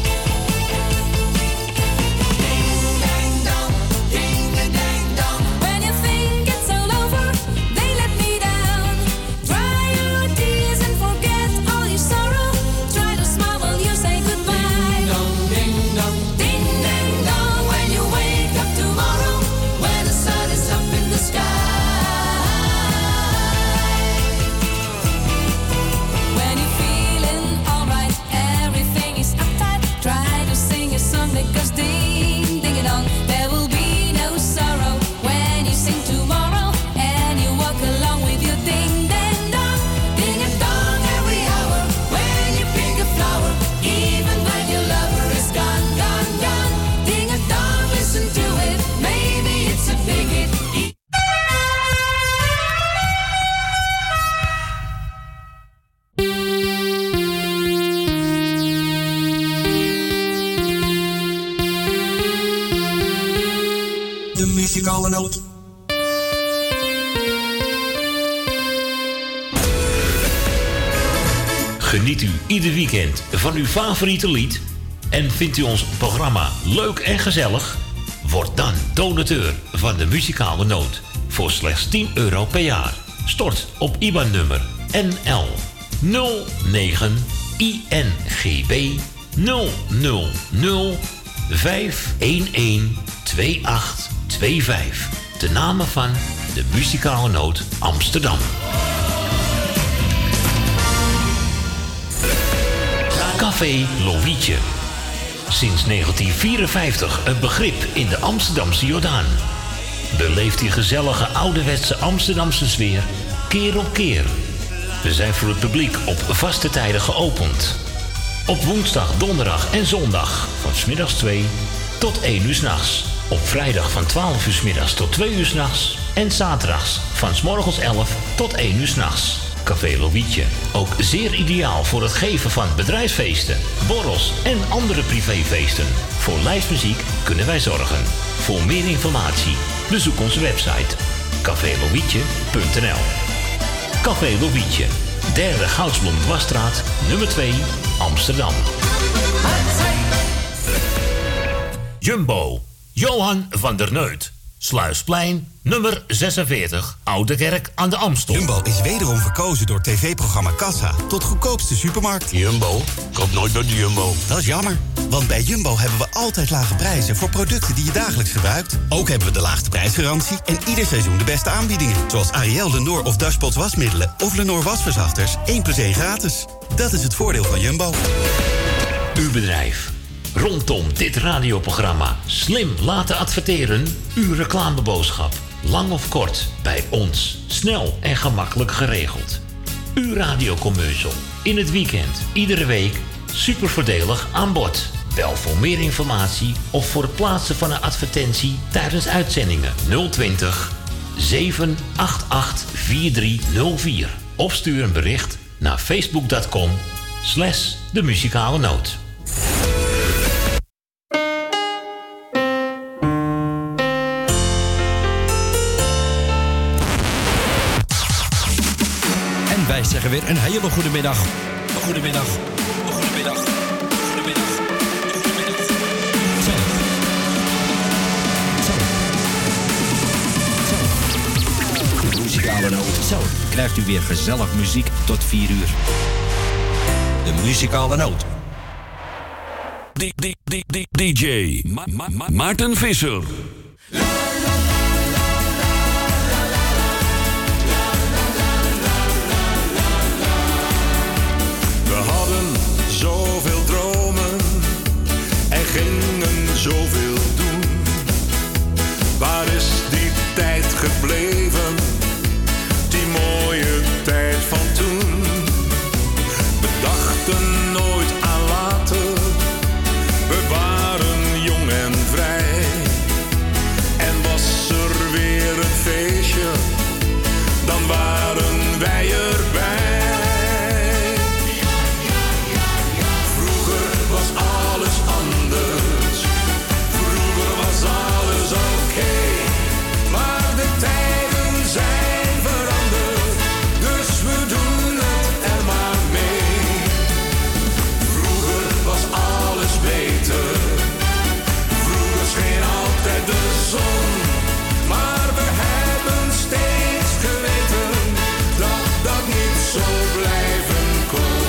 Ding, ding, dong, ding, ding, ding, dong. When you think it's all over, they let me down. Dry your tears and forget all your sorrow. Try to smile while you say goodbye. Ding dong, ding dong, ding ding dong. When you wake up tomorrow, when the sun is up in the sky. When you're feeling alright, everything is uptight. Try to sing a song that goes ding, ding it on. There will be no sorrow when you sing tomorrow, and you walk along with your ding ding dong, ding a dong every hour. When you pick a flower, even when your lover is gone, gone, gone. Ding a dong, listen to it. Maybe it's a big hit. De muzikale noot. Geniet u ieder weekend van uw favoriete lied? En vindt u ons programma leuk en gezellig? Word dan donateur van de muzikale noot voor slechts tien euro per jaar. Stort op I B A N-nummer N L nul negen I N G B nul nul nul vijf een een twee acht twee vijf. De namen van de muzikale noot Amsterdam. Café Lovietje. Sinds negentien vierenvijftig een begrip in de Amsterdamse Jordaan. Beleeft die gezellige ouderwetse Amsterdamse sfeer keer op keer. We zijn voor het publiek op vaste tijden geopend. Op woensdag, donderdag en zondag van 's middags twee tot één uur 's nachts. Op vrijdag van twaalf uur 's middags tot twee uur 's nachts. En zaterdags van 's morgens elf tot één uur 's nachts. Café Lovietje. Ook zeer ideaal voor het geven van bedrijfsfeesten, borrels en andere privéfeesten. Voor lijstmuziek kunnen wij zorgen. Voor meer informatie bezoek onze website café lovietje punt n l. Café Lovietje, derde Goudsblom Dwarsstraat, nummer twee, Amsterdam. Jumbo, Johan van der Neut. Sluisplein, nummer zesenveertig, Oude Kerk aan de Amstel. Jumbo is wederom verkozen door tv-programma Kassa tot goedkoopste supermarkt. Jumbo? Koop nooit bij de Jumbo. Dat is jammer, want bij Jumbo hebben we altijd lage prijzen voor producten die je dagelijks gebruikt. Ook hebben we de laagste prijsgarantie en ieder seizoen de beste aanbiedingen. Zoals Ariel, Lenor of Dashpots wasmiddelen of Lenor wasverzachters. één plus één gratis. Dat is het voordeel van Jumbo. Uw bedrijf. Rondom dit radioprogramma slim laten adverteren. Uw reclameboodschap. Lang of kort, bij ons. Snel en gemakkelijk geregeld. Uw radiocommercial. In het weekend, iedere week. Super voordelig aan bod. Bel voor meer informatie of voor het plaatsen van een advertentie tijdens uitzendingen nul twintig zeven acht acht vier drie nul vier. Of stuur een bericht naar facebook punt com slash de muzikale noot. En wij zeggen weer een hele goede middag. Een goede middag. Een goede middag. Muzikale noot. Zo, krijgt u weer gezellig muziek tot vier uur. De muzikale noot. D J Ma Ma Ma Maarten Visser. We hadden zoveel dromen en gingen zoveel doen. Waar is die tijd gebleven? Die mooie tijd van toen. We dachten nooit aan later. We waren jong en vrij. En was er weer een feestje, dan waren wij erbij. Vroeger was alles anders. Vroeger was alles oké. Maar de tijden zijn veranderd, dus we doen het er maar mee. Vroeger was alles beter. Vroeger scheen altijd de zon. Maar we hebben steeds geweten dat dat niet zo blijven kon.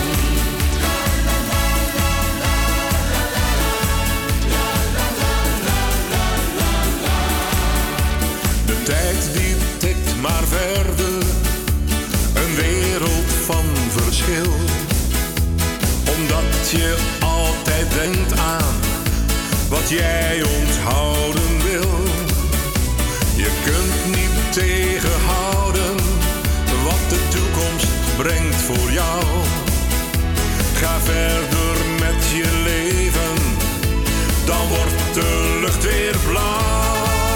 De tijd die tikt maar verder, een wereld van verschil. Omdat je altijd denkt aan wat jij onthouden wil. Je kunt niet tegenhouden wat de toekomst brengt voor jou. Ga verder met je leven, dan wordt de lucht weer blauw.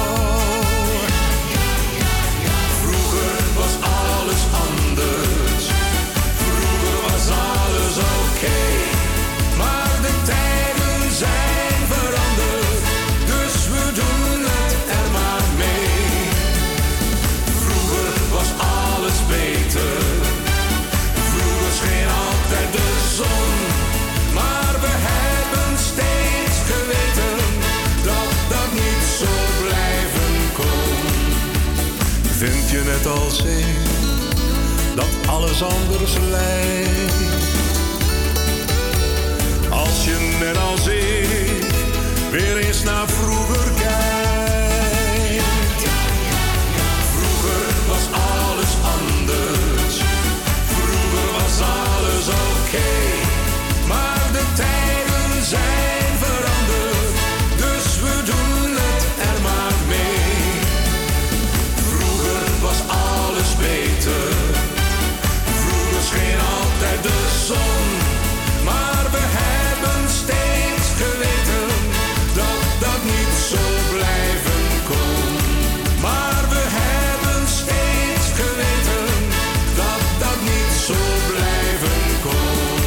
Vroeger was alles anders. Vroeger was alles oké. Maar de tijden zijn veranderd, dus we doen het er maar mee. Vroeger was alles beter. Vroeger scheen altijd de zon. Maar we hebben steeds geweten dat dat niet zo blijven kon. Vind je net als ik dat alles anders lijkt? Als je net als ik weer eens naar vroeger kijkt. Vroeger was alles anders. Vroeger was alles oké. Maar de tijden zijn veranderd, dus we doen het er maar mee. Vroeger was alles beter. Vroeger scheen altijd de zon. Maar we hebben steeds geweten dat dat niet zo blijven kon. Maar we hebben steeds geweten dat dat niet zo blijven kon.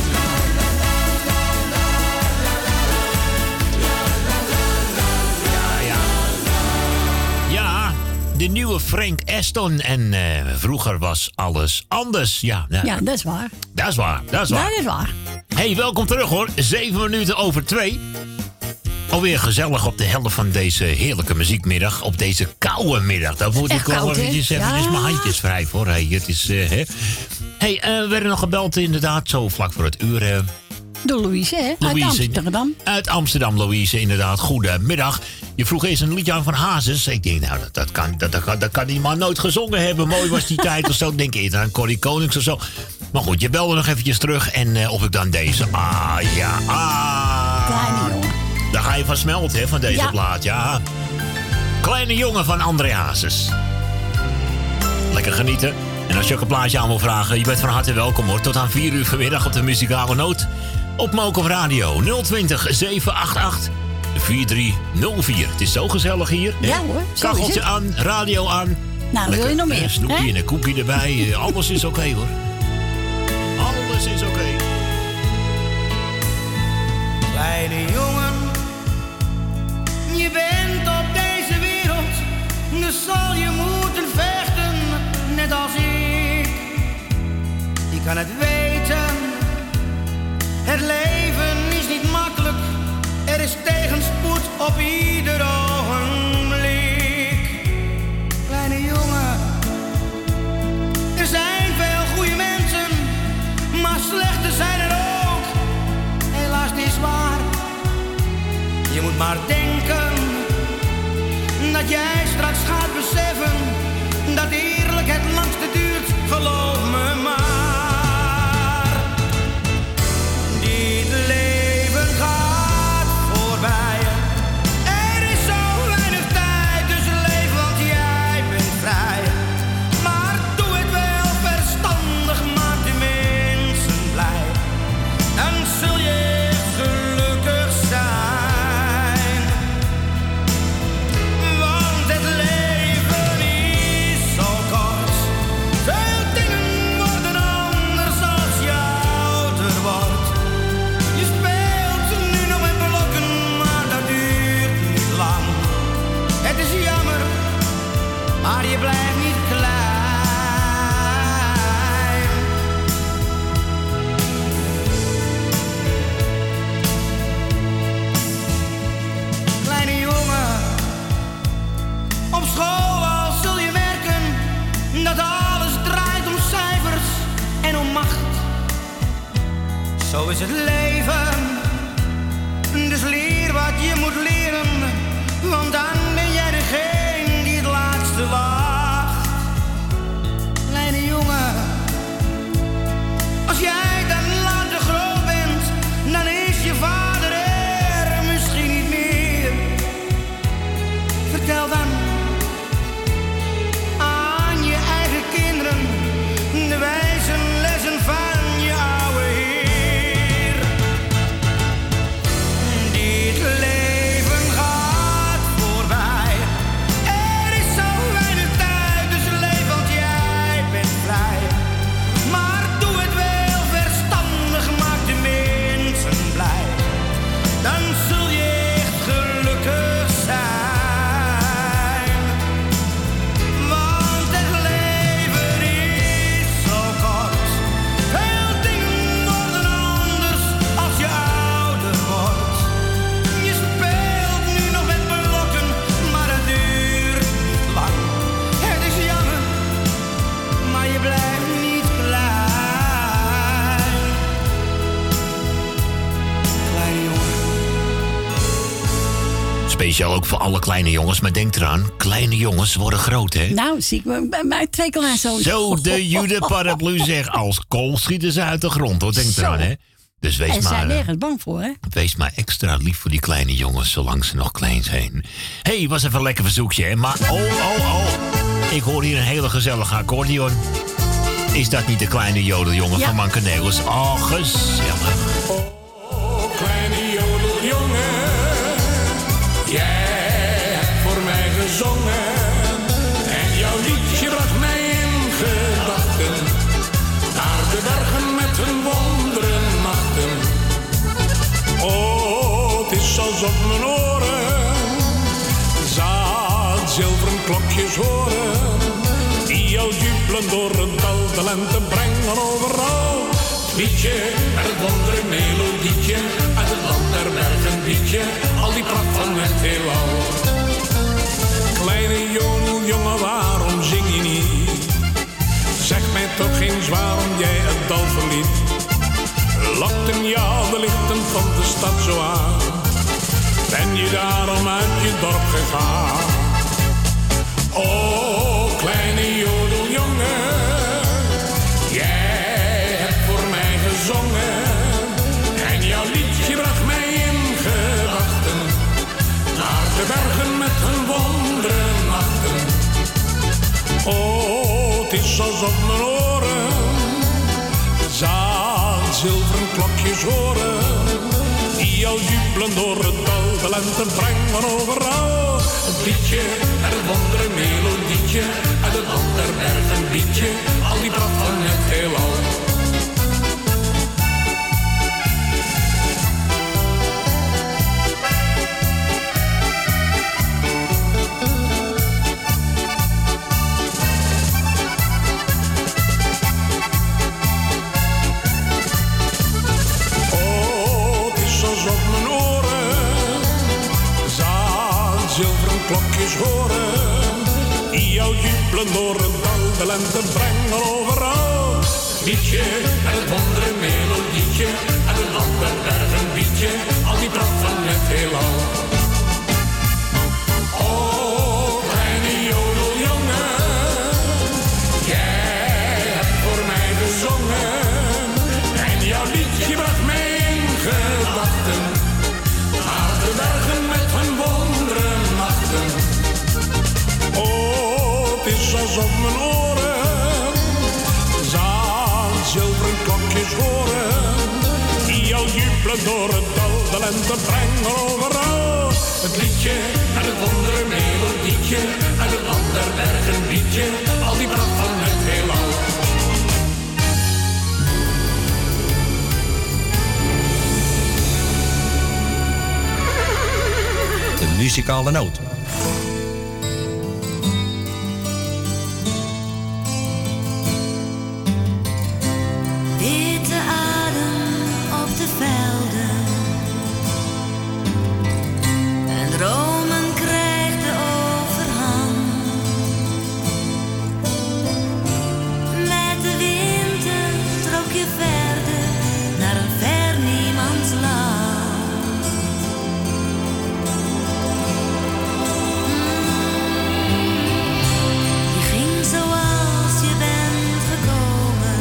Ja, de nieuwe Frank Aston. En uh, vroeger was alles anders. Ja, nou, Ja, dat is waar. dat is waar. Dat is waar. Dat is waar. Hey, welkom terug hoor. Zeven minuten over twee. Alweer gezellig op de helft van deze heerlijke muziekmiddag. Op deze koude middag. Daar moet Echt ik wel koud, hè? eventjes, eventjes Ja. mijn handjes vrij voor. Hey, het is, uh, hè. Hey, uh, we werden nog gebeld inderdaad. Zo vlak voor het uur. Uh, Door Louise, hè? Uit Louise. Amsterdam. Uit Amsterdam, Louise, inderdaad. Goedemiddag. Je vroeg eens een liedje aan van Hazes. Ik denk, nou, dat, dat, kan, dat, dat, kan, dat kan die man nooit gezongen hebben. Mooi was die tijd of zo. Ik denk eerder aan Corrie Konings of zo. Maar goed, je belde nog eventjes terug. En uh, of ik dan deze... Ah, ja, ah. Kleine jongen. Daar ga je van smelten, hè, van deze Ja. plaat, ja. Kleine jongen van André Hazes. Lekker genieten. En als je ook een plaatje aan wil vragen, je bent van harte welkom hoor. Tot aan vier uur vanmiddag op de muzikale noot. Op Mokum Radio nul twintig, zeven acht acht, vier drie nul vier. Het is zo gezellig hier. Ja hè? hoor, zo Kacheltje is het. aan, radio aan. Nou, wil je nog meer? Een snoepje hè? en een koekje erbij. Eh, Alles is oké hoor. Alles is oké. kan het weten. Het leven is niet makkelijk. Er is tegenspoed op ieder ogenblik. Kleine jongen, er zijn veel goede mensen, maar slechte zijn er ook. Helaas, het is waar. Je moet maar denken dat jij straks gaat beseffen dat eerlijk het langste duurt, geloof me maar. Dit leven gaat voorbij. Er is zo weinig tijd, dus leef, want jij bent vrij. Maar doe het wel verstandig, maak de mensen blij. Dan zul je gelukkig zijn. Want het leven is zo kort. Veel dingen worden anders als je ouder wordt. Je speelt nu nog met blokken, maar dat duurt niet lang. Het is jammer, maar je blijft niet klein. Kleine jongen, op school al zul je merken dat alles draait om cijfers en om macht. Zo is het leven, dus leer wat je moet leren, want dan ben jij degene die het laatste lacht. Kleine jongen, als jij dan later groot bent, dan is je vader er misschien niet meer. Vertel dan aan je eigen kinderen de wijze lessen van je oude heer. Dit leven gaat voorbij. Er is zo weinig tijd, dus leef, want jij bent vrij. Maar doe het wel verstandig, maak de mensen blij. Dan zul je echt gelukkig zijn. Want het leven is zo kort. Veel dingen worden anders als je ouder wordt. Je speelt nu nog met blokken, maar het duurt niet lang. Het is jammer, maar je blijft niet klein. Kleine jongen. Speciaal ook voor alle kleine jongens, maar denk eraan, kleine jongens worden groot, hè? Nou, zie ik me bij mij twee keer zo. Zo, de Jude paraplu zegt, als kool schieten ze uit de grond, hoor. Denk eraan, hè? Dus wees En ze zijn maar, eh, nergens bang voor, hè? wees maar extra lief voor die kleine jongens, zolang ze nog klein zijn. Hé, hey, was even een lekker verzoekje, hè? Maar, oh, oh, oh. Ik hoor hier een hele gezellige accordeon. Is dat niet de kleine jodeljongen Ja. van Mankenelis? Oh, gezellig. Kleine jodeljongen, jij hebt voor mij gezongen. En jouw liedje bracht mij in gedachten naar de bergen met hun wonderen machten. Oh, het is alsof mijn oren zaad zilveren klokjes horen, die jou jubelen door het dal, de lente brengen overal. Liedje, het wondere melodietje, uit het land der bergen liedje, al die pracht van het heelal. Kleine jodeljongen, waarom zing je niet? Zeg mij toch eens waarom jij het dal verliet. Lokten jou de lichten van de stad zo aan? Ben je daarom uit je dorp gegaan? Oh, kleine jodeljongen, jij hebt voor mij gezongen. En jouw liedje bracht mij in gedachten naar de bergen met hun wonderen nachten. Oh, het is alsof mijn oren zaad zilveren klokjes horen, die jou jubelen door het dal, de lente brengen overal. Het liedje, het wondere melodietje, uit het land der bergen liedje, al die pracht van het heelal. klokjes horen, die jou jubelen door het dal, de lente brengen overal. Liedje en het wondere melodietje, en een ander berg een bietje, al die pracht van het heelal. Oh, kleine jodeljongen, jij hebt voor mij gezongen, en jouw liedje bracht mij in gedachten, naar de bergen met hun wonderen machten. Oh, het is alsof mijn oren zaan zilveren klokjes horen, die jou jubelen door het dal, de lente brengen overal. Het liedje en het wondere melodietje, en een ander berg een liedje, al die pracht van het heelal. De muzikale noot. Witte adem op de velden en dromen krijgt de overhand. Met de winter trok je verder naar een ver niemandsland. Je ging zoals je bent gekomen.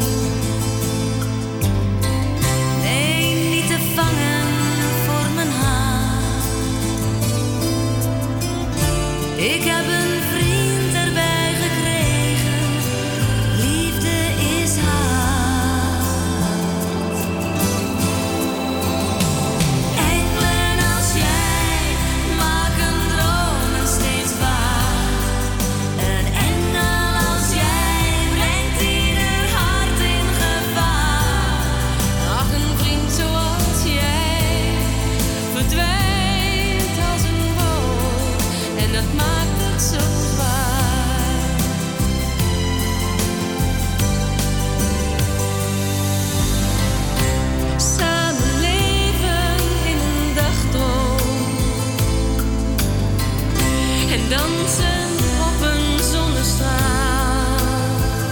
Nee, niet te vangen voor mijn haat. Ik heb een vriend erbij gekregen. Liefde is haat. Engelen als jij maken dromen steeds waar. Een engel als jij brengt ieder hart in gevaar. Ach, een vriend zoals jij verdwijnt als een wolk, en dat maakt het zo zwaar. Samen leven in een dagdroom en dansen op een zonnestraal.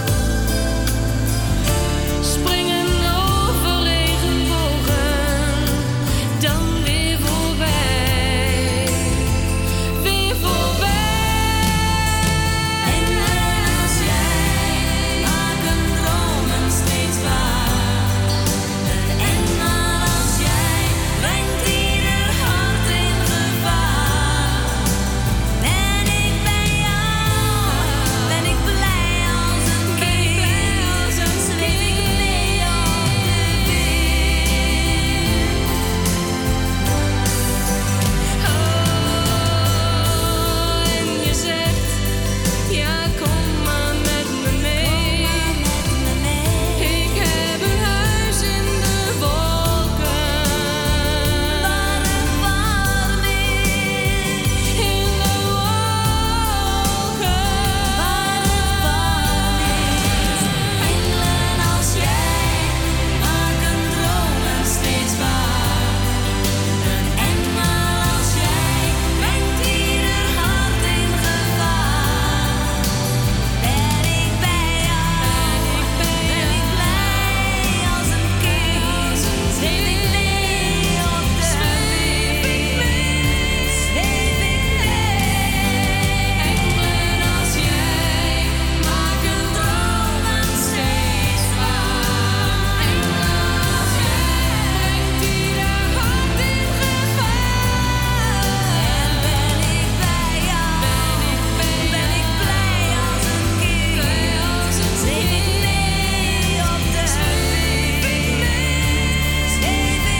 Springen over regenbogen, dan weer voorbij, weer voorbij. Engelen als jij maken dromen steeds waar. Een engel als jij brengt ieder hart in gevaar. Ben ik bij jou, ben ik blij als een kind, zweef ik mee op de wind. Oh, en je zegt, ja, kom maar met me mee. Ik heb een huis in de wolken, waar het warm is. In de wolken, waar het warm is. Engelen als jij maken dromen steeds waar. Een engel als jij brengt ieder hart in gevaar. Ben ik bij jou, ben ik blij als een kind, zweef ik mee op de wind, zweef ik mee. Engelen als jij maken dromen steeds waar. Engelen als jij brengt ieder hart in gevaar. En ben ik bij jou, ben ik blij als een kind, zweef ik mee op de wind, zweef ik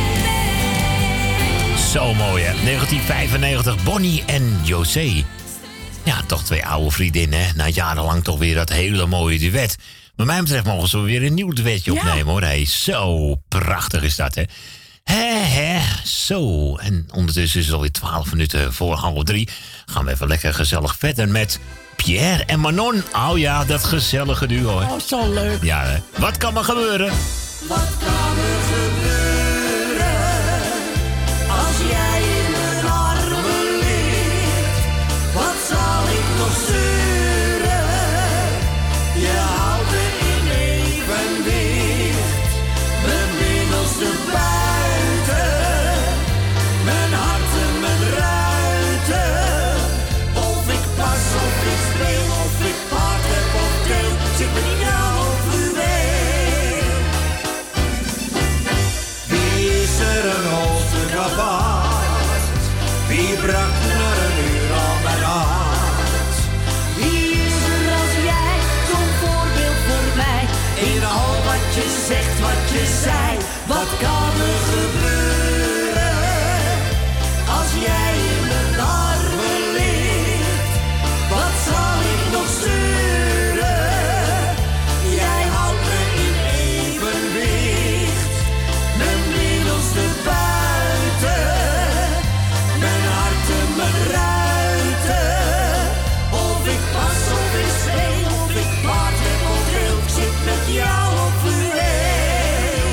mee. Zo mooi, hè? negentien vijfennegentig, Bonnie en José. Ja, toch twee oude vriendinnen, hè? Na jarenlang toch weer dat hele mooie duet. Wat mij betreft mogen ze weer een nieuw duetje opnemen, hoor. Hey, zo prachtig is dat, hè? Hè, hè, zo. En ondertussen is het alweer twaalf minuten voor half drie. Gaan we even lekker gezellig verder met Pierre en Manon. Oh ja, dat gezellige duo, hè? Oh, zo leuk. Ja, hè? Wat kan er gebeuren? Wat kan er gebeuren als jij in mijn armen ligt? Wat je zegt, wat je zei. Wat kan er gebeuren als jij in mijn armen ligt? Wat zal ik nog zeuren? Jij houdt me in evenwicht. Mijn middelste buiten, mijn harten, mijn ruiten. Of ik pas of ik speel, of ik paard heb of wil, ik zit met jou op fluweel.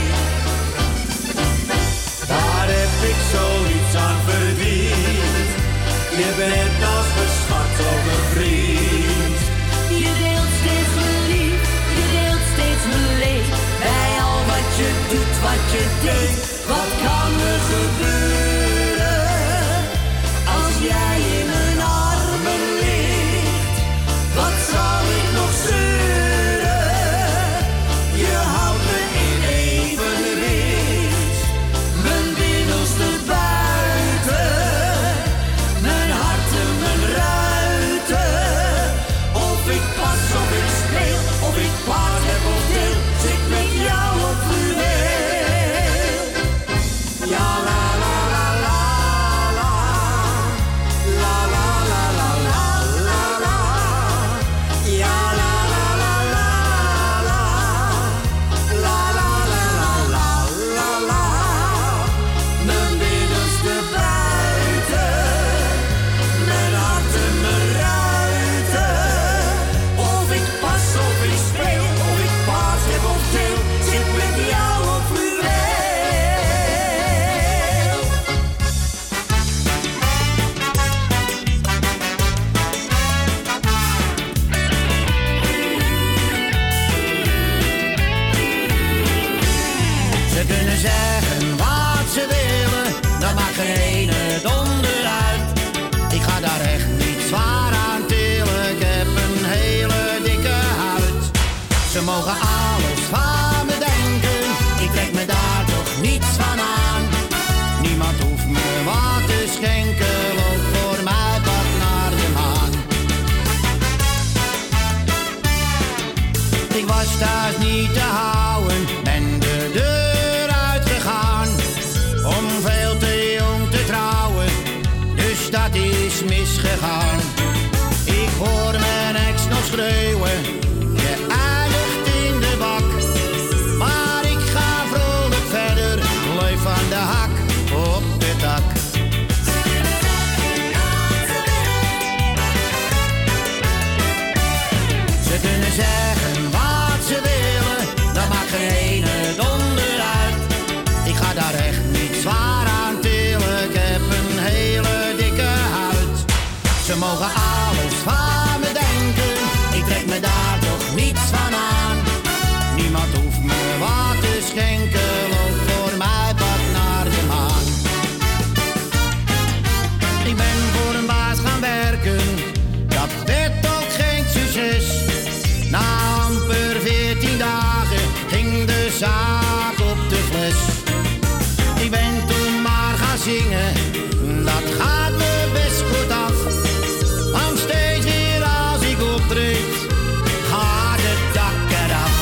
Daar heb ik zoiets aan verdiend. Je bent als mijn schat of een vriend. Je deelt steeds mijn lief, je deelt steeds mijn leed. Bij al wat je doet, wat je deed. Wat kan er gebeuren als jij in mijn armen ligt? Wat zal ik nog zeuren? Je houdt me in evenwicht. Mijn binnenste buiten, mijn harten, mijn ruiten. Of ik pas of ik speel, of ik paard heb of deel, zit met jou op fluweel. Ja, la la la la la, la la la la la la la. Ja, la la la la la, la la la la la la. Mijn binnenste buiten, mijn harten, mijn ruiten. Of ik pas of ik speel, of ik paas heb of deel, zit met jou op fluweel. Ze kunnen zeggen wat ze willen, dat maakt geen ene donder uit. Ik ga daar echt niet zwaar aan tillen, ik heb een hele dikke huid. Ze mogen alles van me denken, ik trek me daar toch niets van aan. Niemand hoeft me wat te schenken, loop voor mij pad naar de maan. Ik was thuis niet te houden, ben de deur uitgegaan. Om veel te jong te trouwen, dus dat is misgegaan. Ik hoor mijn ex nog schreeuwen, je eindigt in de bak. Maar ik ga vrolijk verder, leef van de hak op de dak. Ze kunnen zeggen wat ze willen, dat maakt geen ene donder uit. Ik ga daar echt niet zwaar aan tillen, ik heb een hele dikke huid. Ze mogen alles van me denken, ik trek me daar toch niets van aan. Niemand hoeft me wat te schenken, loop voor mij pad naar de maan. Ik ben voor een baas gaan werken, dat werd ook geen succes. Na amper veertien dagen ging de zaak op de fles. Ik ben toen maar gaan zingen, dat gaat me best goed af. Want steeds weer als ik optreed, gaat het dak eraf.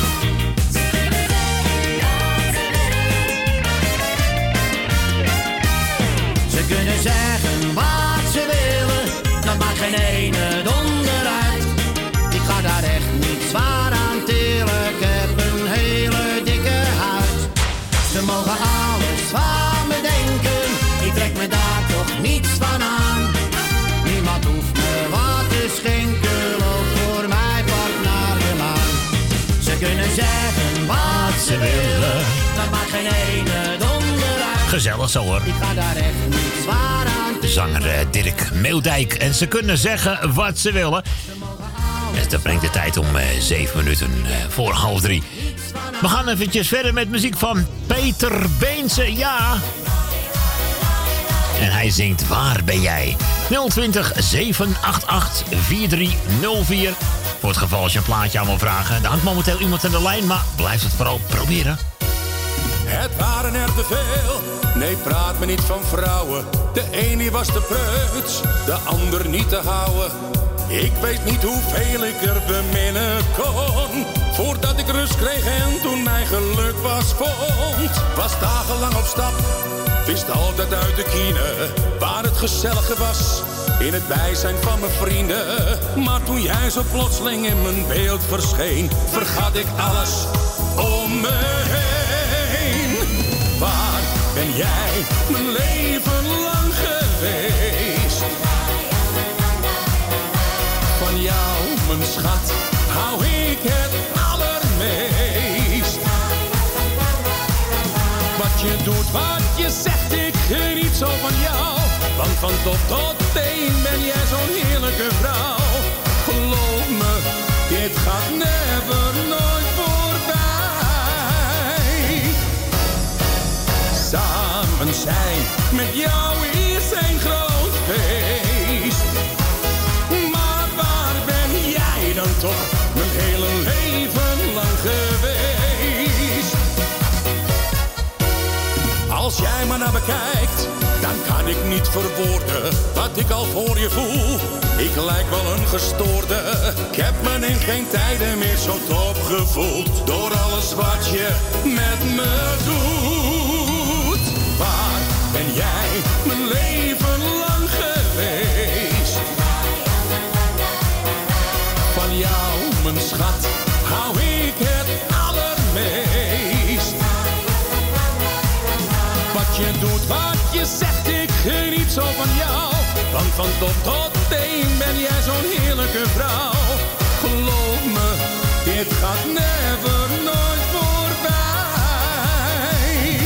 Ze kunnen zeggen wat ze willen, dat maakt geen ene donder uit. Ik ga daar echt niet zwaar aan tillen, ik heb een hele dikke huid. Ze mogen alles van me denken, ik trek me daar toch niets van aan. Niemand hoeft me wat te schenken, loop voor mij pad naar de maan. Ze kunnen zeggen wat ze willen, dat maakt geen ene donder uit. Gezellig zo hoor. Ik ga daar echt niet zwaar aan tillen. Zanger eh, Dirk Meeldijk. En ze kunnen zeggen wat ze willen. En dat brengt de tijd om eh, zeven minuten eh, voor half drie. We gaan eventjes verder met muziek van Peter Beense. Ja. En hij zingt Waar ben jij? nul twintig, zeven acht acht, vier drie nul vier. Voor het geval als je een plaatje aan wil vragen. Er hangt momenteel iemand aan de lijn, maar blijf het vooral proberen. Het waren er te veel. Nee, praat me niet van vrouwen. De een die was te preuts, de ander niet te houden. Ik weet niet hoeveel ik er beminnen kon, voordat ik rust kreeg en toen mijn geluk pas vond. Was dagenlang op stap, wist altijd uit de kine waar het gezellige was. In het bijzijn van mijn vrienden. Maar toen jij zo plotseling in mijn beeld verscheen, vergat ik alles om me heen. Waar ben jij mijn leven lang geweest? Van jou, mijn schat, hou ik het allermeest. Wat je doet, wat je zegt, ik geniet zo van jou. Want van top tot teen ben jij zo'n heerlijke vrouw. Geloof me, dit gaat never nooit voorbij. Samen zijn met jou is een groot feest. Maar waar ben jij dan toch mijn hele leven lang geweest? Als jij me naar me kijkt, dan kan ik niet verwoorden wat ik al voor je voel. Ik lijk wel een gestoorde. Ik heb me in geen tijden meer zo top gevoeld. Door alles wat je met me doet. Waar ben jij mijn leven lang geweest? Van jou, mijn schat, hou ik het allermeest. Wat je doet, wat je zegt, ik geniet zo van jou. Want van top tot teen ben jij zo'n heerlijke vrouw. Geloof me, dit gaat never nooit voorbij.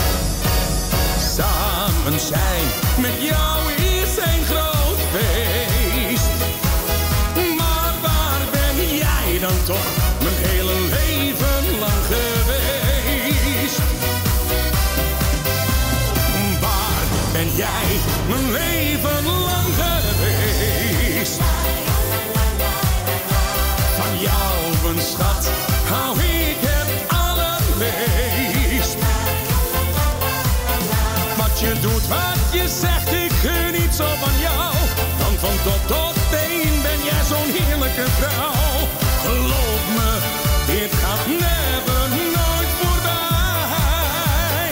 Samen zijn met jou is een groot feest. Maar waar ben jij dan toch mijn hele leven lang geweest? Ben jij mijn leven lang geweest? Van jou, mijn schat, hou ik het allermeest. Wat je doet, wat je zegt, ik geniet zo van jou. Want van top tot teen ben jij zo'n heerlijke vrouw. Geloof me, dit gaat never nooit voorbij.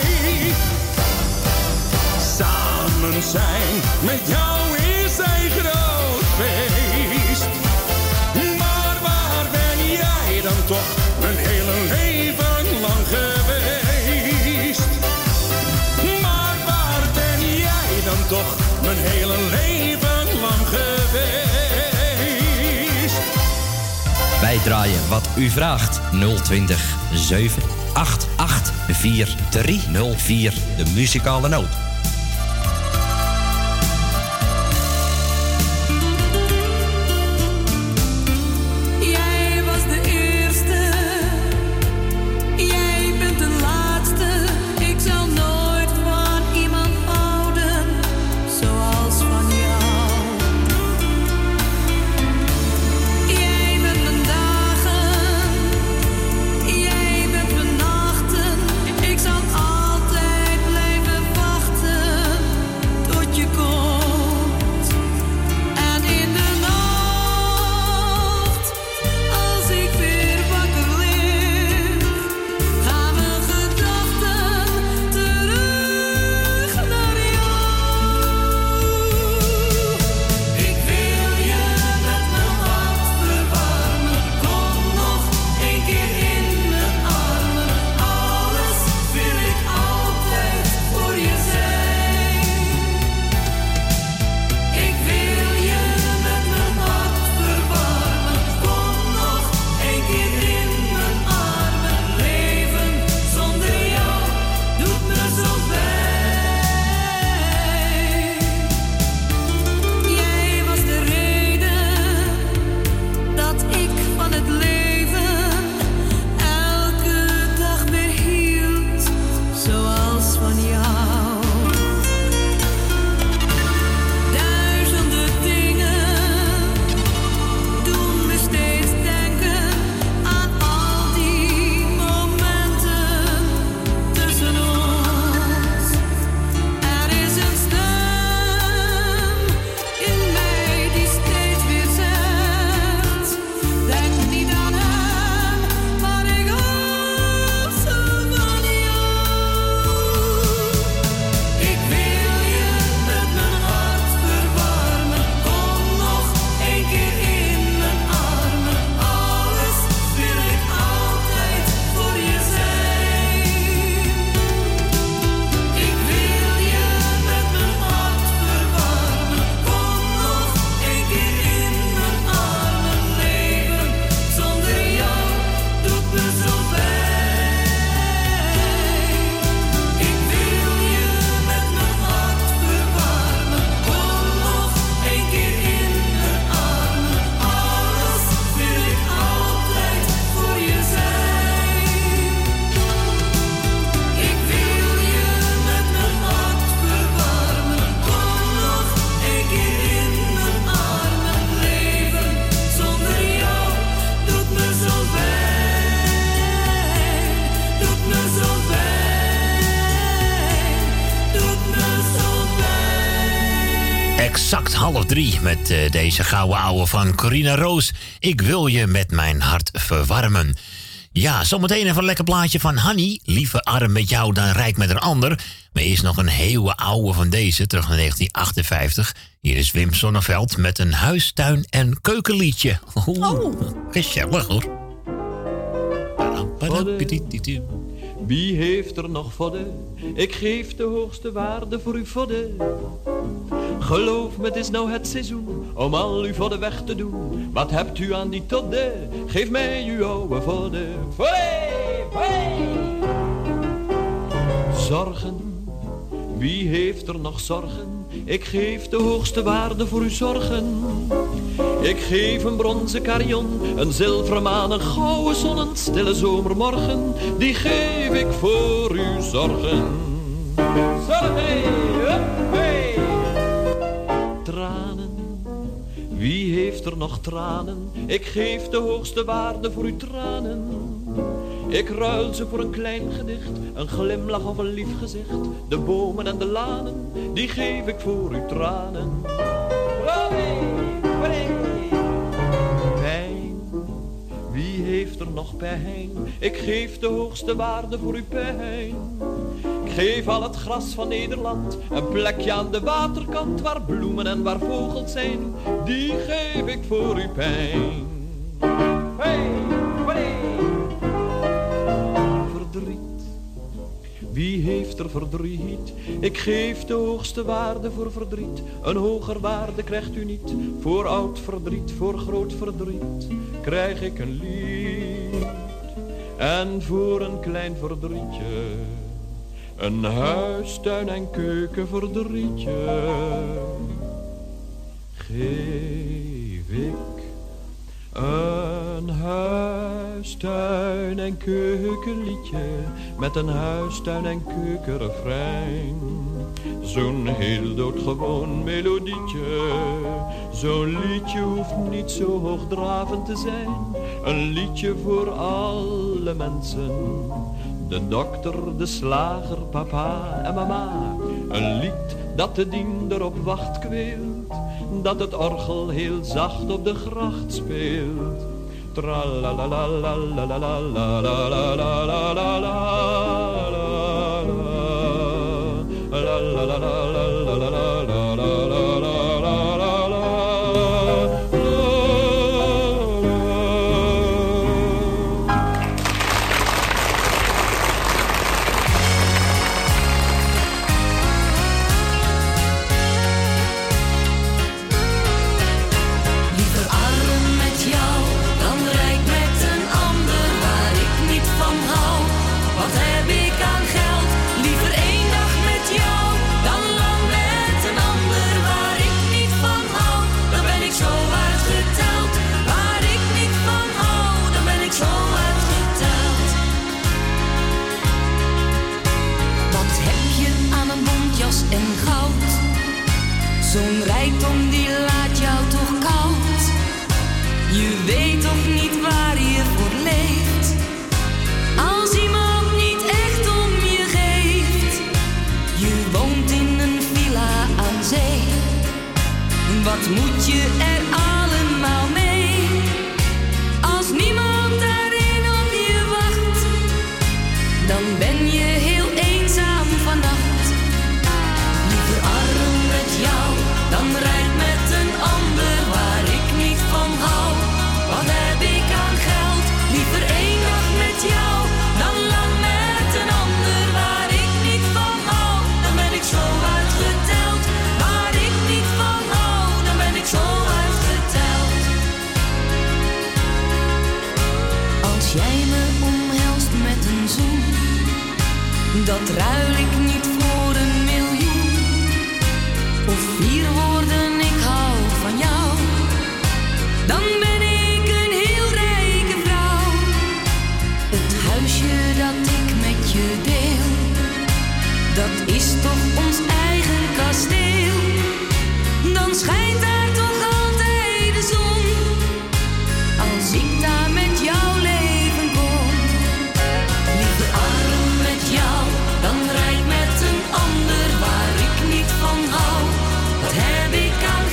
Samen zijn met jou is een groot feest. Maar waar ben jij dan toch mijn hele leven lang geweest? Maar waar ben jij dan toch mijn hele leven lang geweest? Wij draaien wat u vraagt. nul twintig zeven acht acht vier drie nul vier. De muzikale noot. Altijd blijven wachten. exact half drie met uh, deze gouden ouwe van Corina Roos. Ik wil je met mijn hart verwarmen. Ja, zometeen even een lekker plaatje van Hanny. Liever arm met jou dan rijk met een ander. Maar eerst nog een hele ouwe van deze, terug naar negentien achtenvijftig. Hier is Wim Sonneveld met een huistuin- en keukenliedje. Oeh, oh. Gezellig hoor. Vodde. Wie heeft er nog vodde? Ik geef de hoogste waarde voor uw vodde. Geloof me, het is nou het seizoen om al uw vodde weg te doen. Wat hebt u aan die todde? Geef mij uw oude vodde. Vodde, vodde. Zorgen, wie heeft er nog zorgen? Ik geef de hoogste waarde voor uw zorgen. Ik geef een bronzen carillon, een zilveren maan, een gouden zon, een stille zomermorgen. Die geef ik voor uw zorgen. Zorgen, hup, hey. Tranen, wie heeft er nog tranen? Ik geef de hoogste waarde voor uw tranen. Ik ruil ze voor een klein gedicht, een glimlach of een lief gezicht. De bomen en de lanen, die geef ik voor uw tranen. Pijn, wie heeft er nog pijn? Ik geef de hoogste waarde voor uw pijn. Ik geef al het gras van Nederland, een plekje aan de waterkant waar bloemen en waar vogels zijn. Die geef ik voor uw pijn. Hey, hey. Wie heeft er verdriet? Ik geef de hoogste waarde voor verdriet. Een hoger waarde krijgt u niet. Voor oud verdriet, voor groot verdriet krijg ik een lied. En voor een klein verdrietje een huis, tuin en keuken verdrietje geef ik een huistuin en keukenliedje met een huistuin en keukenrefrein. Zo'n heel doodgewoon melodietje, zo'n liedje hoeft niet zo hoogdravend te zijn. Een liedje voor alle mensen, de dokter, de slager, papa en mama. Een lied dat de diender op wacht kweelt, dat het orgel heel zacht op de gracht speelt. Zo'n rijkdom die laat jou toch koud. Je weet toch niet waar je voor leeft, als iemand niet echt om je geeft. Je woont in een villa aan zee. Wat moet je er allemaal mee, als niemand daarin op je wacht? Dan ben je heel eenzaam vannacht. Liever arm met jou dan rijk met een ander waar ik niet van hou. Wat heb ik aan geld? Liever één dag met jou dan lang met een ander waar ik niet van hou. Dan ben ik zo uitgeteld. Waar ik niet van hou, dan ben ik zo uitgeteld. Als jij me omhelst met een zoen, dat ruil ik niet voor een miljoen. Of vier woorden, ik hou van jou, dan ben ik een heel rijke vrouw. Het huisje dat ik met je deel, dat is toch ons eigen kasteel. Dan schijnt daar toch altijd de zon, als ik daar met jou leven kon. Liever arm met jou dan rijk met een ander waar ik niet van hou. Wat heb ik aan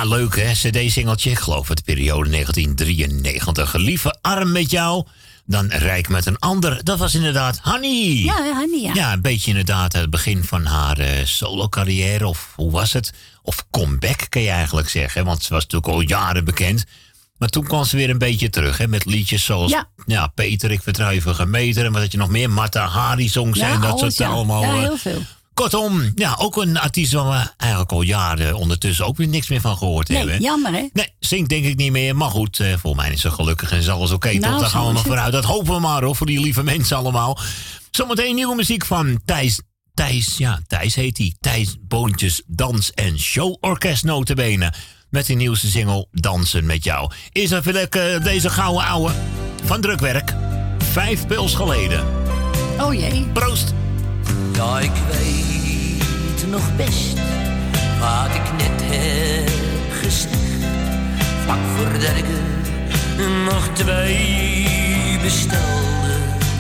leuk hè, cd-singeltje. Ik geloof het periode negentien drieënnegentig. Lieve arm met jou, dan rijk met een ander. Dat was inderdaad Hanny. Ja, Hanny, ja. Ja, een beetje inderdaad het begin van haar uh, solo-carrière. Of hoe was het? Of comeback, kan je eigenlijk zeggen. Want ze was natuurlijk al jaren bekend. Maar toen kwam ze weer een beetje terug, hè, met liedjes zoals ja. Ja, Peter, ik vertrouw je voor gemeter. En wat had je nog meer? Martha Hari songs ja, en dat alles, soort ja. allemaal. Ja, heel veel. Kortom, ja, ook een artiest waar we eigenlijk al jaren ondertussen ook weer niks meer van gehoord nee, hebben. Jammer, hè? Nee, zingt denk ik niet meer. Maar goed, uh, voor mij is ze gelukkig en is alles oké. Okay, nou, toch? Daar gaan we nog het. vooruit. Dat hopen we maar, hoor, voor die lieve mensen allemaal. Zometeen nieuwe muziek van Thijs. Thijs, ja, Thijs heet hij. Thijs Boontjes Dans- en Showorkest notabene. Met die nieuwste single Dansen met jou. Is even lekker deze gouden ouwe van Drukwerk. Vijf pils geleden. Oh jee. Proost. Ja, ik weet nog best wat ik net heb gezegd. Vlak voordat ik er nog twee bestelde.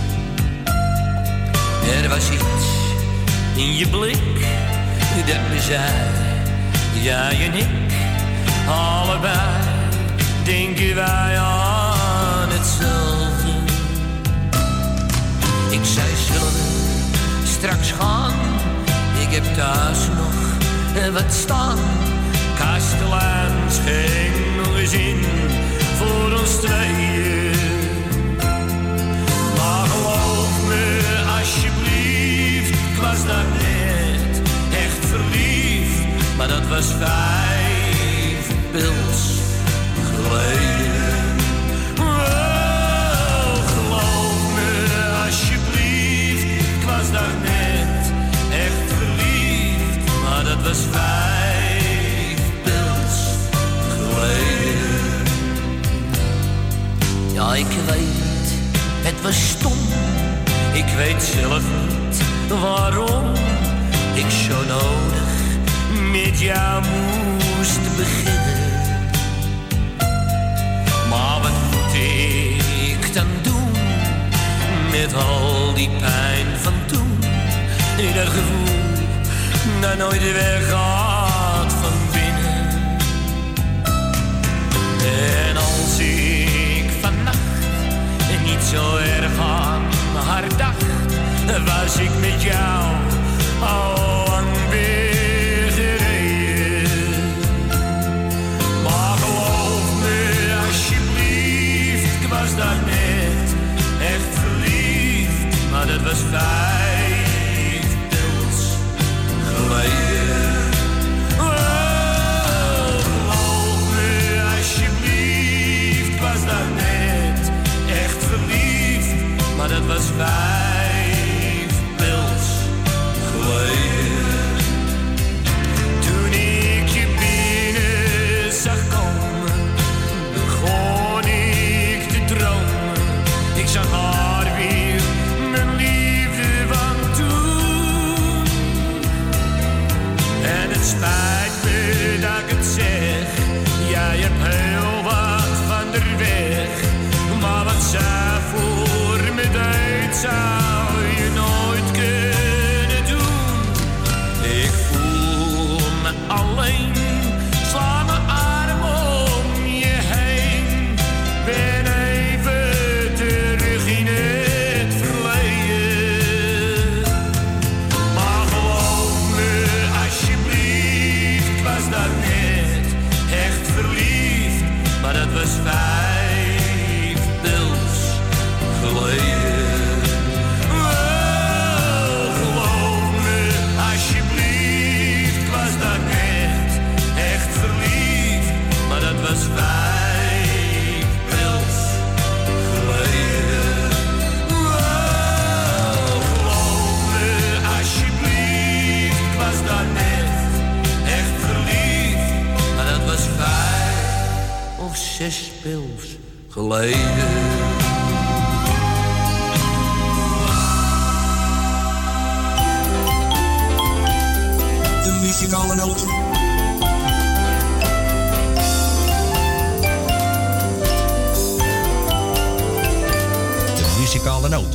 Er was iets in je blik dat me zei, jij en ik, allebei denken wij aan hetzelfde. Ik zei, zullen we straks gaan? Ik heb thuis nog wat staan. Kastelein schenk nog eens in voor ons tweeën. Maar geloof me alsjeblieft, ik was daar net echt verliefd. Maar dat was vijf pils geleden. Oh, geloof me alsjeblieft, ik was daar net echt verliefd. Maar dat was vijf pils geleden. Ja, ik weet, het was stom. Ik weet zelf niet waarom ik zo nodig met jou moest beginnen. Maar wat moet ik dan doen met al die pijn van toen? Dat gevoel dat nooit weggaat van binnen. En als ik vannacht niet zo erg aan haar dacht, was ik met jou al lang weggereden. Maar geloof me alsjeblieft, ik was daar net echt verliefd. Maar dat was vijf pils geleden. Oh, geloof me alsjeblieft, ik was daar net echt verliefd. Maar dat was vijf pils geleden. Toen ik je binnen zag komen, begon ik te dromen. Ik zag haar weer, mijn liefde van toen. En het spijt me dat ik het zeg, jij hebt heel wat van der weg. Maar wat zij voor me deed, zou je nooit kunnen doen. Ik voel me alleen, sla mijn arm om je heen. Ben even terug in het verleden. Maar geloof me alsjeblieft, ik was daar net echt verliefd. Maar dat was vijf pils geleden. Oh, geloof me alsjeblieft, ik was daar net echt verliefd. Maar dat was vijf pils geleden. Oh, geloof me alsjeblieft, ik was daar net echt verliefd. Maar dat was vijf of zes pils geleden. De muzikale noot. De muzikale noot.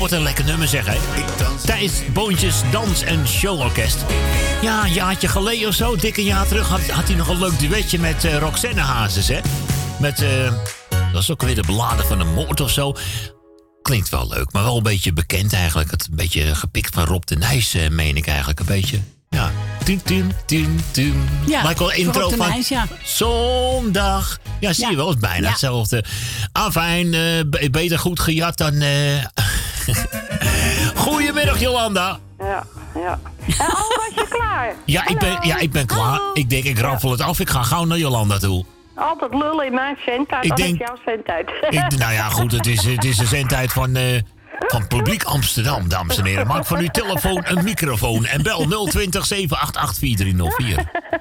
wordt een lekker nummer, zeg, hè? Thijs Boontjes Dans- en Showorkest. Ja, een jaartje geleden of zo, dik een jaar terug... had, had hij nog een leuk duetje met uh, Roxanne Hazes, hè? Met, uh, dat was ook weer de beladen van een moord of zo. Klinkt wel leuk, maar wel een beetje bekend eigenlijk. Het een beetje gepikt van Rob de Nijs, uh, meen ik eigenlijk. Een beetje, ja... Tien, tien, tien, tien. Ja, Michael intro van Nijs, ja. Zondag. Ja, zie Ja. je wel, het is bijna Ja. hetzelfde. Afijn, uh, be- beter goed gejat dan... Uh... Goedemiddag, Jolanda. Ja, ja. En al was je klaar? Ja, ik ben, ja, ik ben klaar. Ik denk, ik raffel het af. Ik ga gauw naar Jolanda toe. Altijd lullen in mijn zendtijd, Ik dan denk- is jouw zendtijd. Ik, nou ja, goed, het is, het is de zendtijd van... Uh, Van Publiek Amsterdam, dames en heren. Maak van uw telefoon een microfoon en bel nul twintig, zeven acht acht, vier drie nul vier.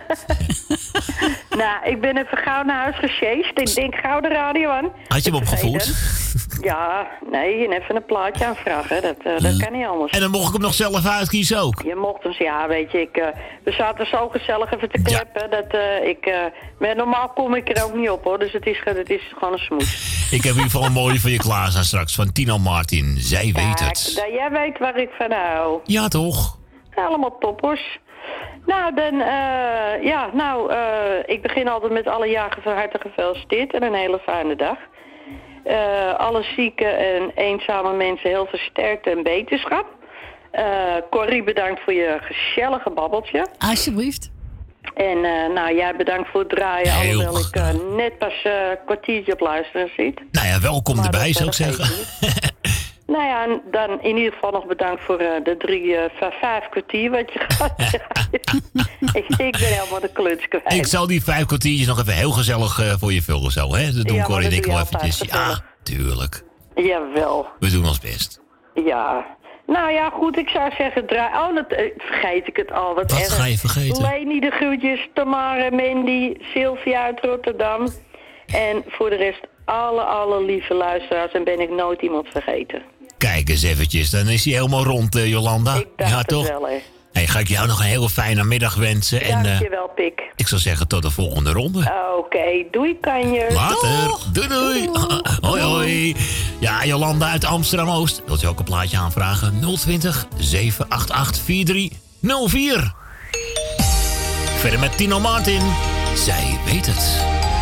Nou, ik ben even gauw naar huis gesjeest. Ik denk gauw de radio aan. Had je hem opgevoerd? Ja, nee, en even een plaatje aanvragen. Dat, uh, dat kan niet anders. En dan mocht ik hem nog zelf uitkiezen ook. Je mocht hem, ja, weet je, ik, uh, we zaten zo gezellig even te kleppen. Dat uh, ik, uh, maar normaal kom ik er ook niet op, hoor. Dus het is, het is gewoon een smoes. Ik heb in ieder geval een mooie voor je klaarstaan straks. Van Tino Martin. Zij weet het. Kijk, dat jij weet waar ik van hou. Ja, toch? Allemaal toppers. Nou, dan, uh, ja, nou, uh, ik begin altijd met alle jagers van harte gefeliciteerd en een hele fijne dag. Uh, alle zieke en eenzame mensen heel versterkt en beterschap. Uh, Corrie, bedankt voor je gezellige babbeltje. Alsjeblieft. En uh, nou, jij bedankt voor het draaien, Heel alhoewel ik uh, net pas een uh, kwartiertje op luisteren zit. Nou ja, welkom Maar erbij, dat, zou ik uh, zeggen. Nou ja, en dan in ieder geval nog bedankt voor uh, de drie, uh, v- vijf kwartier wat je gaat ik, ik ben helemaal de kluts kwijt. Ik zal die vijf kwartiertjes nog even heel gezellig uh, voor je vullen zo, hè? Dat doen Ja, Corrie maar en ik dat wel doe je eventjes. altijd Ja, tuurlijk. Jawel. We doen ons best. Ja. Nou ja, goed, ik zou zeggen, draai... Oh, dat, eh, vergeet ik het al. Wat, Wat erg. ga je vergeten? Leni de groetjes, Tamara, Mandy, Sylvia uit Rotterdam. En voor de rest alle, alle lieve luisteraars. En ben ik nooit iemand vergeten. Kijk eens eventjes, dan is hij helemaal rond, uh, Jolanda. Ik dacht ja, het toch? wel, hè. Hey, ga ik jou nog een hele fijne middag wensen. En, uh, Dankjewel, Pik. ik zou zeggen, tot de volgende ronde. Oké, doei kanjer. Later. Doei, doei. Hoi, hoi. Ja, Jolanda uit Amsterdam-Oost. Wilt u ook een plaatje aanvragen? nul twintig, zeven acht acht, vier drie nul vier. Verder met Tino Martin. Zij weet het.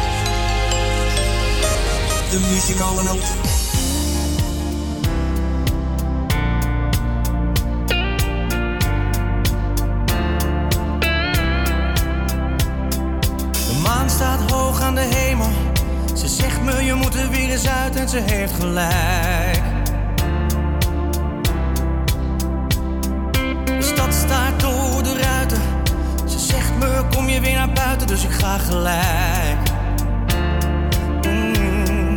De muzikale noot. De maan staat hoog aan de hemel. Ze zegt me je moet er weer eens uit en ze heeft gelijk. De stad staart door de ruiten. Ze zegt me kom je weer naar buiten, dus ik ga gelijk. Mm.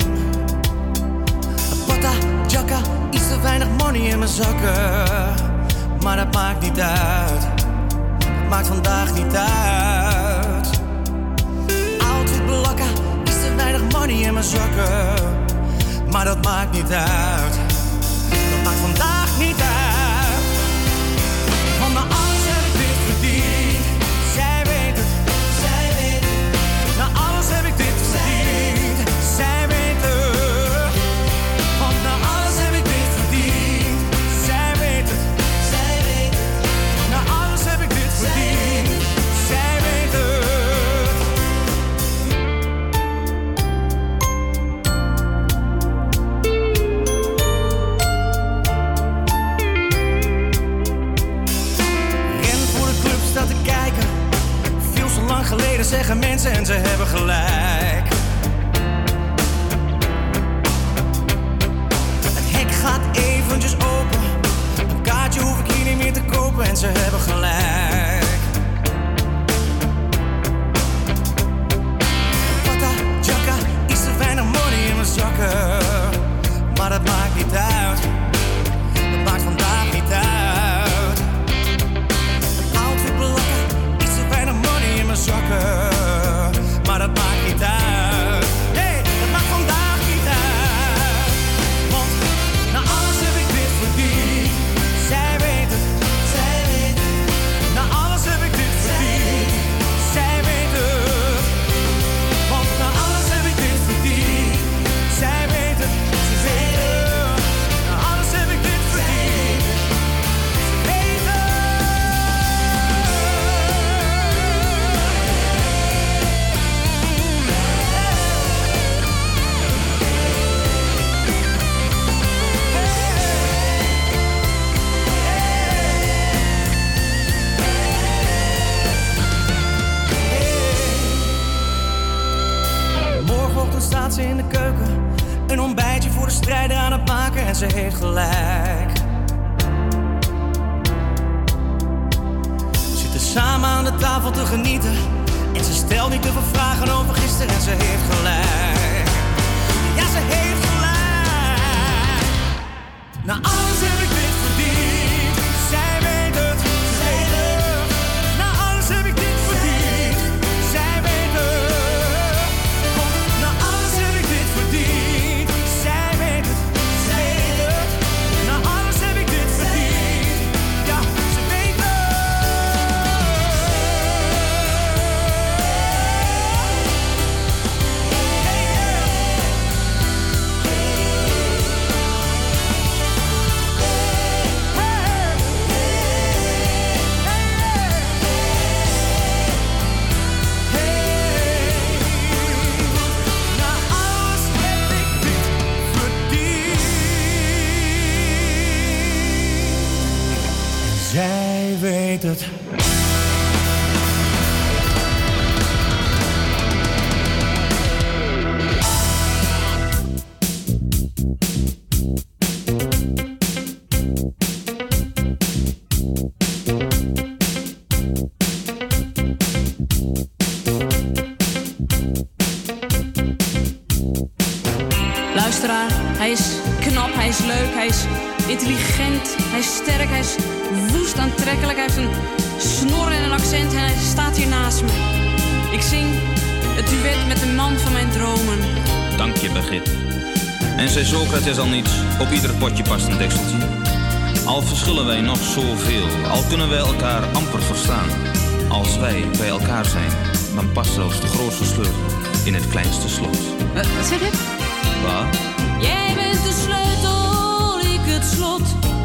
Pata, jacka, iets te weinig money in mijn zakken. Maar dat maakt niet uit. Dat maakt vandaag niet uit. Outfit blakken, iets te weinig money in mijn zakken. Maar dat maakt niet uit. Dat maakt vandaag niet uit. Van mijn alles heb ik dit verdiend. Zij weet het, zij weet het. Na alles heb ik dit verdiend. Zij weet het. Van na alles heb ik dit verdiend. Zij weet het, zij weet het. Na alles heb ik dit verdiend. Zij weet het. Ren voor de club staat te kijken. Veel zo lang geleden zeggen mensen en ze hebben gelijk. Het hek gaat eventjes open. Een kaartje hoef ik hier niet meer te kopen en ze hebben gelijk. Pata, jacka, iets te weinig money in mijn zakken. Maar dat maakt niet uit. Dat maakt vandaag niet uit. Een outfit blakken, iets te weinig money in mijn zakken. Maar dat maakt niet uit. Nee, dat maakt vandaag niet uit. Want na alles heb ik dit verdiend. Zij weet het, zij weet het. Na ze in de keuken. Een ontbijtje voor de strijder aan het maken en ze heeft gelijk. We zitten samen aan de tafel te genieten. En ze stelt niet te veel vragen over gisteren en ze heeft gelijk. Ja, ze heeft gelijk. Na alles heb ik dit verdiend. Zij weet het, ze weet het. Na alles heb ik dit verdiend. Zij weet het. Want na alles heb ik dit verdiend. Zij weet het, ze weet het. Na alles heb ik dit verdiend. Ja, ze weet het. Zij weet het. Luisteraar, hij is knap, hij is leuk, hij is intelligent, hij is sterk, hij is woest aantrekkelijk. Hij heeft een snor en een accent en hij staat hier naast me. Ik zing het duet met de man van mijn dromen. Dank je, Birgit. En zei Socrates al niet, op ieder potje past een dekseltje. Al verschillen wij nog zoveel, al kunnen wij elkaar amper verstaan. Als wij bij elkaar zijn, dan past zelfs de grootste sleutel in het kleinste slot. Uh, wat zeg je? Wat? Jij bent de sleutel, ik het slot.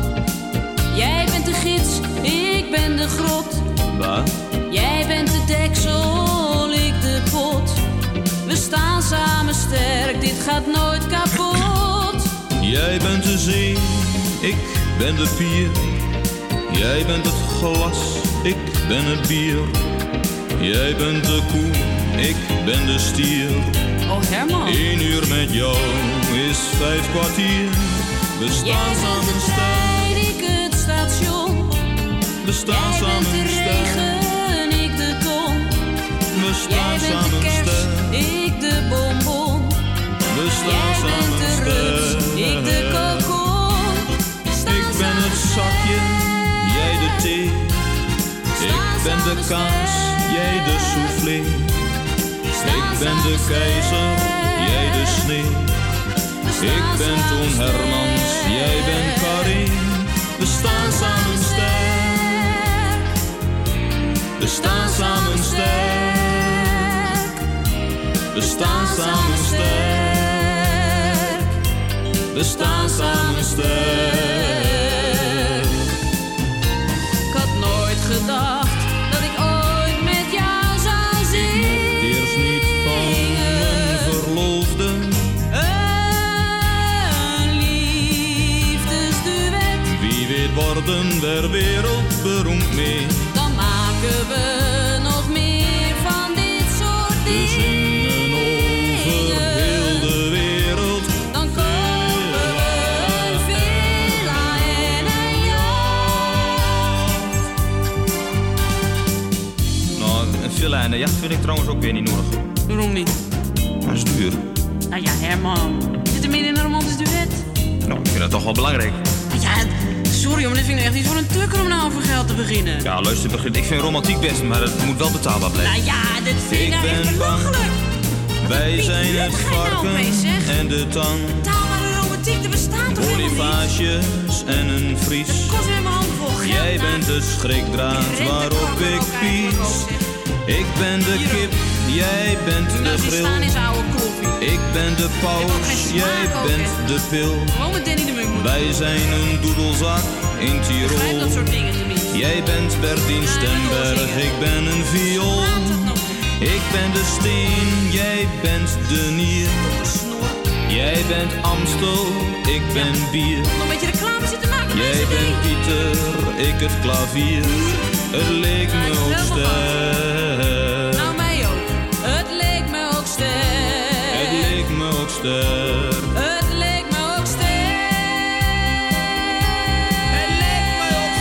Jij bent de gids, ik ben de grot. Wat? Jij bent de deksel, ik de pot. We staan samen sterk, dit gaat nooit kapot. Jij bent de zee, ik ben de pier. Jij bent het glas, ik ben het bier. Jij bent de koe, ik ben de stier. Oh Herman. Eén uur met jou is vijf kwartier. We staan Jij samen bent de sterk. trein, ik het station. We staan Jij samen bent de sterk. regen, ik de ton. We staan Jij bent samen de kerst, sterk. ik de bonbon. We staan Jij samen bent de rups, sterk. ik de kokon. Ik ben het zakje, jij de thee. Ik ben de kaas, jij de soufflé. Ik ben de keizer, jij de sneeuw. Ik ben Toon Hermans, jij bent Karin. We staan samen sterk. We staan samen sterk. We staan samen sterk. We staan samen sterk. Ik had nooit gedacht dat ik ooit met jou zou zingen. Eerst niet van mijn verloofde. Een liefdesduet. Wie weet worden we wereldberoemd mee. Dan maken we nog meer van dit soort We dingen. zingen over heel de wereld. Dan kopen we een villa en een jacht. Nou, een villa en een jacht vind ik trouwens ook weer niet nodig. Waarom niet? Dat is duur. Nou ja, Herman. Zit er midden in een romantisch duet? Nou, ik vind dat toch wel belangrijk. Ja, sorry, maar dit vind ik echt niet voor een tukker om nou over geld te beginnen. Ja, luister, Birgit, ik vind romantiek best, maar het moet wel betaalbaar blijven. Nou ja, dit vind ik Ik nou echt ben bang. belachelijk. Wij zijn het varken en de tang. Betaalbare romantiek, er bestaat toch helemaal niet? Bonifages en een vries. Kost weer mijn hand vol geld. Jij bent de schrikdraad waarop ik pies. Ik ben de kip, jij bent de Die grill. staan is oude koffie. Ik ben de paus, jij bent de pil. Gewoon met Danny de Munk. Wij zijn een doedelzak in Begrijp Tirol. dat soort dingen tenminste. Jij bent Bertien Stemberg, ik ben een viool. Ik ben de steen, jij bent de nier. Jij bent Amstel, ik ben bier. Nog een beetje reclame zitten maken. Jij mensen, bent nee. Pieter, ik het klavier. Het leek me ook sterk. Nou, mij ook. Het leek me ook sterk. Het leek me ook ster. Het leek me ook ster. Het leek me ook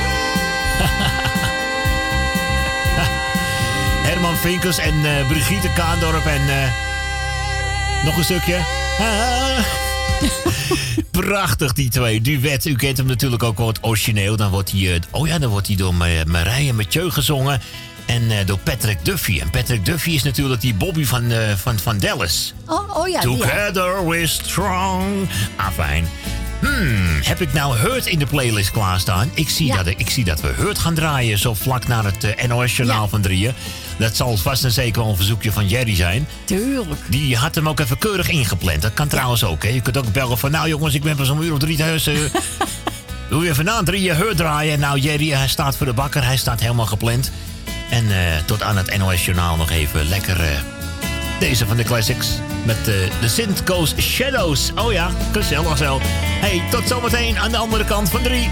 Herman Vinkers en uh, Brigitte Kaandorp en uh, nog een stukje. Ah. Prachtig die twee. Duet, u kent hem natuurlijk ook wel het origineel. Dan wordt hij, uh, oh ja, dan wordt hij door Marije Mathieu gezongen. En uh, door Patrick Duffy. En Patrick Duffy is natuurlijk die Bobby van, uh, van, van Dallas. Oh, oh ja. Together ja. we're strong. Ah, fijn. Hmm, heb ik nou Hurt in de playlist klaarstaan? Ik zie, Ja. dat, ik zie dat we Hurt gaan draaien zo vlak na het uh, N O S-journaal Ja. van drieën. Dat zal vast en zeker wel een verzoekje van Jerry zijn. Tuurlijk. Die had hem ook even keurig ingepland. Dat kan trouwens ook, hè. Je kunt ook bellen van, nou jongens, ik ben pas om een uur of drie thuis. Uh, Doe je even na drieën Hurt draaien. Nou, Jerry, hij staat voor de bakker. Hij staat helemaal gepland. En uh, tot aan het N O S-journaal nog even lekker uh, deze van de classics. Met uh, de Synth Coast Shadows. Oh ja, gezellig zo. Hey, tot zometeen aan de andere kant van drie.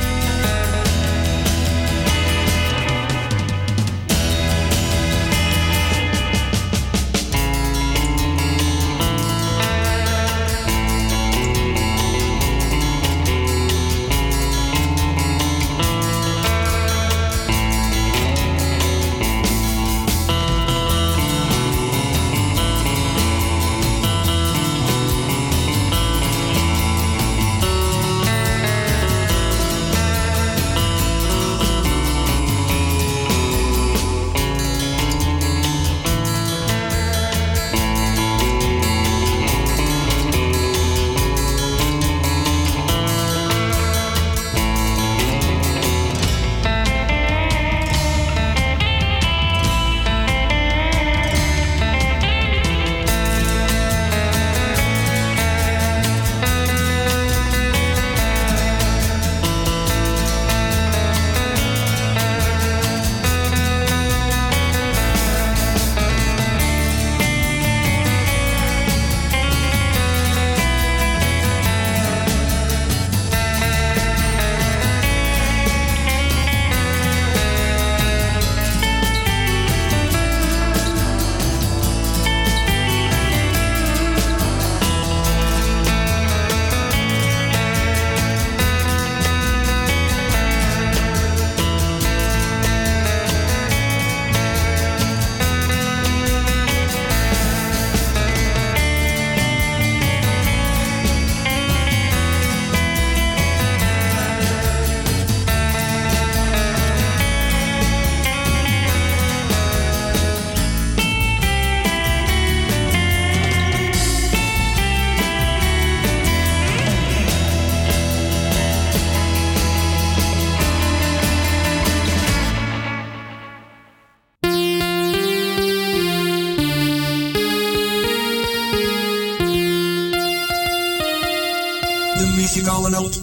muzikale noot.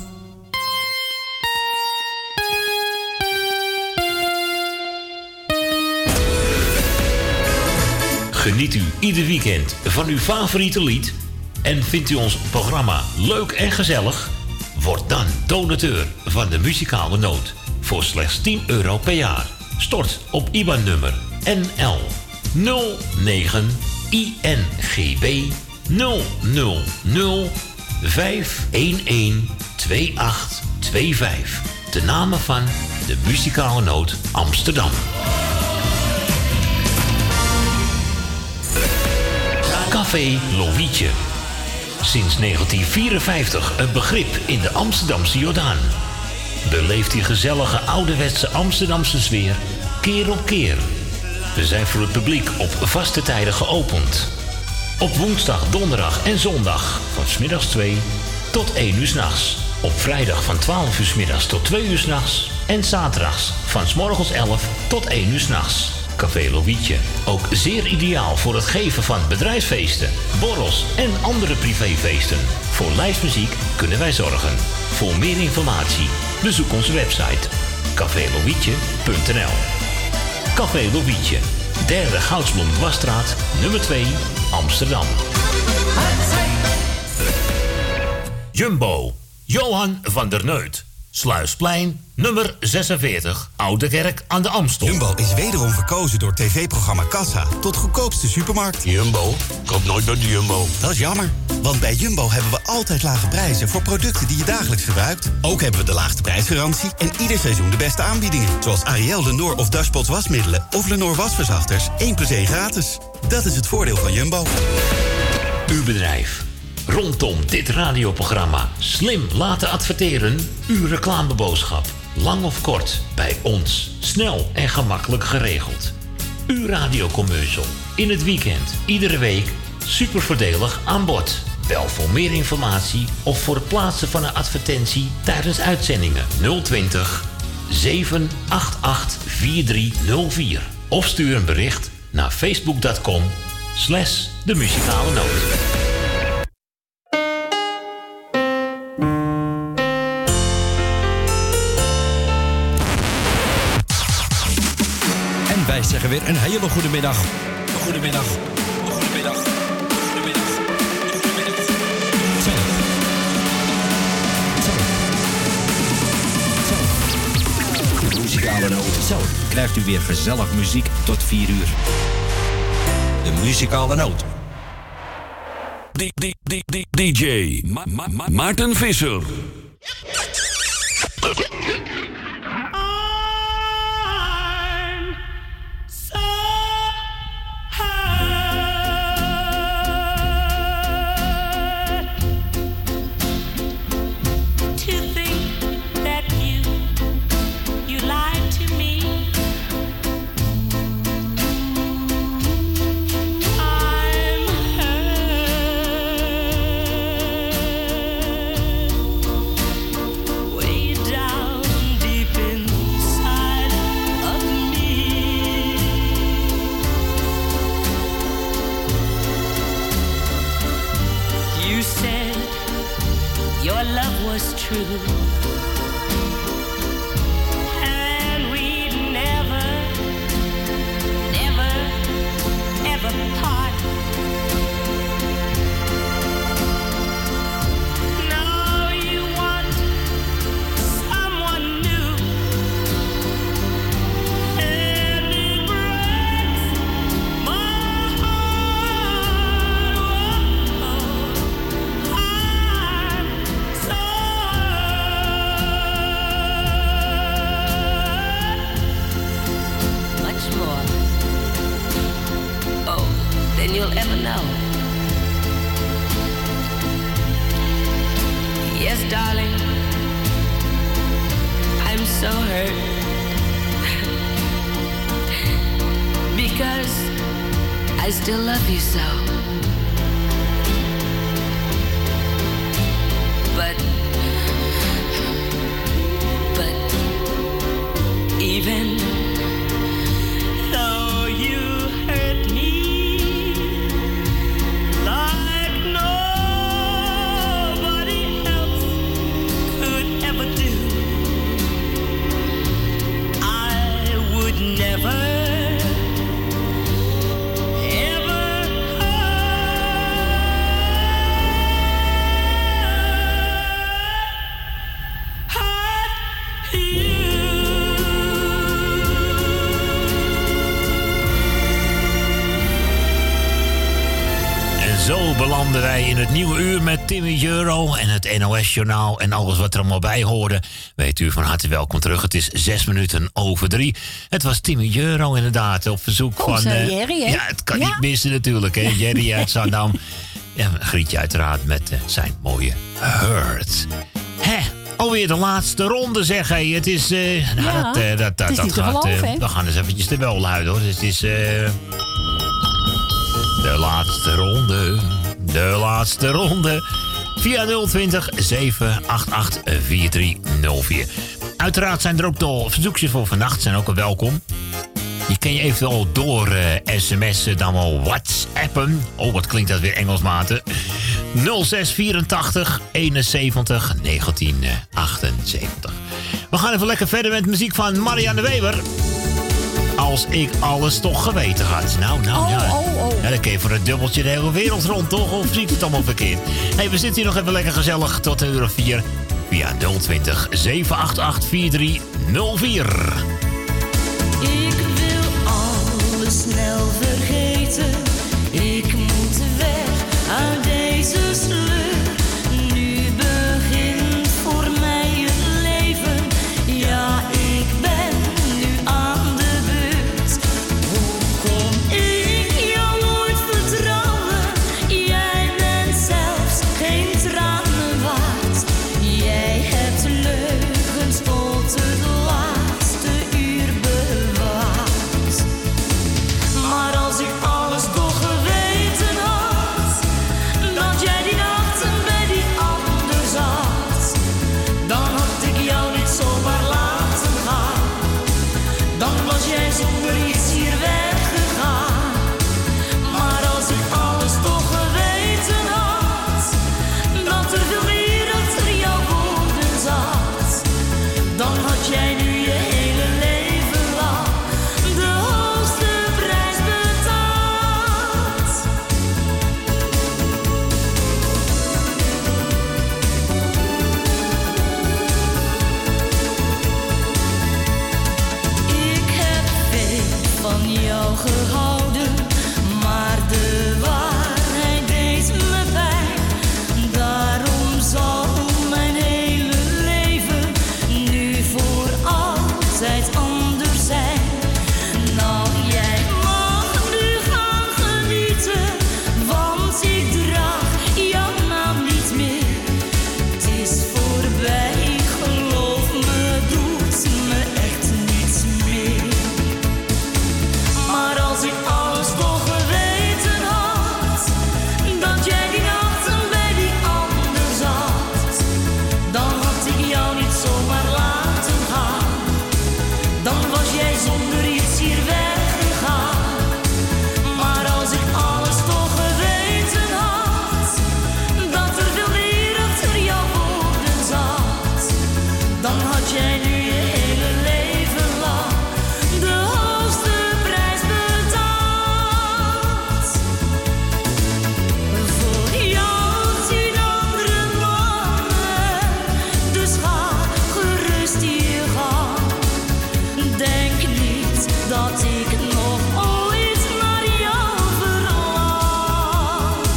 Geniet u ieder weekend van uw favoriete lied en vindt u ons programma leuk en gezellig? Word dan donateur van de muzikale noot voor slechts tien euro per jaar. Stort op I B A N-nummer N L nul negen I N G B nul nul nul vijf een een twee acht twee vijf. De namen van de muzikale noot Amsterdam. Café Lovietje. Sinds negentien vierenvijftig een begrip in de Amsterdamse Jordaan. Beleeft die gezellige ouderwetse Amsterdamse sfeer keer op keer. We zijn voor het publiek op vaste tijden geopend. Op woensdag, donderdag en zondag van 's middags twee tot één uur 's nachts. Op vrijdag van twaalf uur 's middags tot twee uur 's nachts. En zaterdags van 's morgens elf tot één uur 's nachts. Café Lovietje. Ook zeer ideaal voor het geven van bedrijfsfeesten, borrels en andere privéfeesten. Voor lijstmuziek kunnen wij zorgen. Voor meer informatie bezoek onze website café lovietje punt n l. Café Lovietje, derde Goudsblom Dwarsstraat, nummer twee, Amsterdam. Jumbo, Johan van der Neut. Sluisplein, nummer zesenveertig, Oude Kerk aan de Amstel. Jumbo is wederom verkozen door tv-programma Kassa tot goedkoopste supermarkt. Jumbo? Koop nooit bij de Jumbo. Dat is jammer, want bij Jumbo hebben we altijd lage prijzen voor producten die je dagelijks gebruikt. Ook hebben we de laagste prijsgarantie en ieder seizoen de beste aanbiedingen. Zoals Ariel, Lenor of Dashpots wasmiddelen of Lenor wasverzachters. één plus één gratis. Dat is het voordeel van Jumbo. Uw bedrijf. Rondom dit radioprogramma slim laten adverteren. Uw reclameboodschap. Lang of kort, bij ons. Snel en gemakkelijk geregeld. Uw radiocommercial. In het weekend, iedere week. Super voordelig aan bod. Bel voor meer informatie of voor het plaatsen van een advertentie tijdens uitzendingen nul twintig, zeven acht acht, vier drie nul vier. Of stuur een bericht naar facebook punt com slash de muzikale noot. Wij zeggen weer een hele goede middag. Goedemiddag. Goedemiddag. Goedemiddag. Goedemiddag. Zo. Zo. De muzikale noot. Zo. Krijgt u weer gezellig muziek tot vier uur. De muzikale noot. D J Ma Ma Ma Maarten Visser. Belanden wij in het nieuwe uur met Timmy Euro en het N O S-journaal en alles wat er allemaal bij hoorde. Weet u van harte welkom terug. Het is zes minuten over drie. Het was Timmy Euro inderdaad op verzoek Onze van... Uh, Jerry, hè? Ja, het kan ja. niet missen natuurlijk, hè. Jerry uit Zandam. Ja, Grietje uiteraard met uh, zijn mooie Hurt. Hè, alweer de laatste ronde zeg, hé. Het is... Uh, nou, ja, dat, uh, dat, dat, het is dat niet te gaat... geloven, Uh, hè? we gaan eens eventjes de wel luiden, hoor. Dus het is... Uh, de laatste ronde... De laatste ronde. Via nul twintig, zeven acht acht, vier drie nul vier. Uiteraard zijn er ook de verzoekjes voor vannacht. Zijn ook al welkom. Je kan je eventueel door uh, sms'en dan wel whatsappen. Oh, wat klinkt dat weer Engelsmaten. nul zes vierentachtig eenenzeventig negentien achtenzeventig. We gaan even lekker verder met muziek van Marianne Weber. Als ik alles toch geweten had. Nou, nou, oh, nou. Oh, oh. Ja, dan kun je voor een dubbeltje de hele wereld rond, toch? Of ziet het allemaal verkeerd? Hey, we zitten hier nog even lekker gezellig tot een uur of vier. Via via nul twintig, zeven acht acht, vier drie nul vier. Ik wil alles snel vergeten. Ik moet weg uit deze sleur. Nu begint voor mij het leven. Ja, ik ben nu aan de beurt. Hoe kon ik jou nooit vertrouwen? Jij bent zelfs geen tranen waard. Jij hebt leugens tot het laatste uur bewaard. Maar als ik alles toch geweten had, dat jij die nachten bij die ander zat, dan had ik jou niet zomaar laten gaan. Dan was jij zonder iets hier weggegaan. Maar als ik alles toch geweten had, dat er veel meer achter jouw woorden zat, dan had jij nu je hele leven lang de hoogste prijs betaald. Ik heb veel van jou gehouden, maar de waarheid deed me pijn. Daarom zal mijn hele leven nu voor altijd anders zijn. Nou, jij mag nu gaan genieten, want ik draag jouw naam niet meer. Het is voorbij, geloof me, doet me echt niets meer. Maar als ik alles toch geweten had, dat jij die nachten bij die ander zat, dan had ik jou niet zomaar laten gaan. Dan was jij zonder iets hier weggegaan. Maar als ik alles toch geweten had, dat er veel meer achter jouw woorden zat, dan had jij nu je hele leven lang de hoogste prijs betaald. Voor jou zien andere mannen, dus ga gerust je gang. Denk niet dat ik nog ooit naar jou verlang.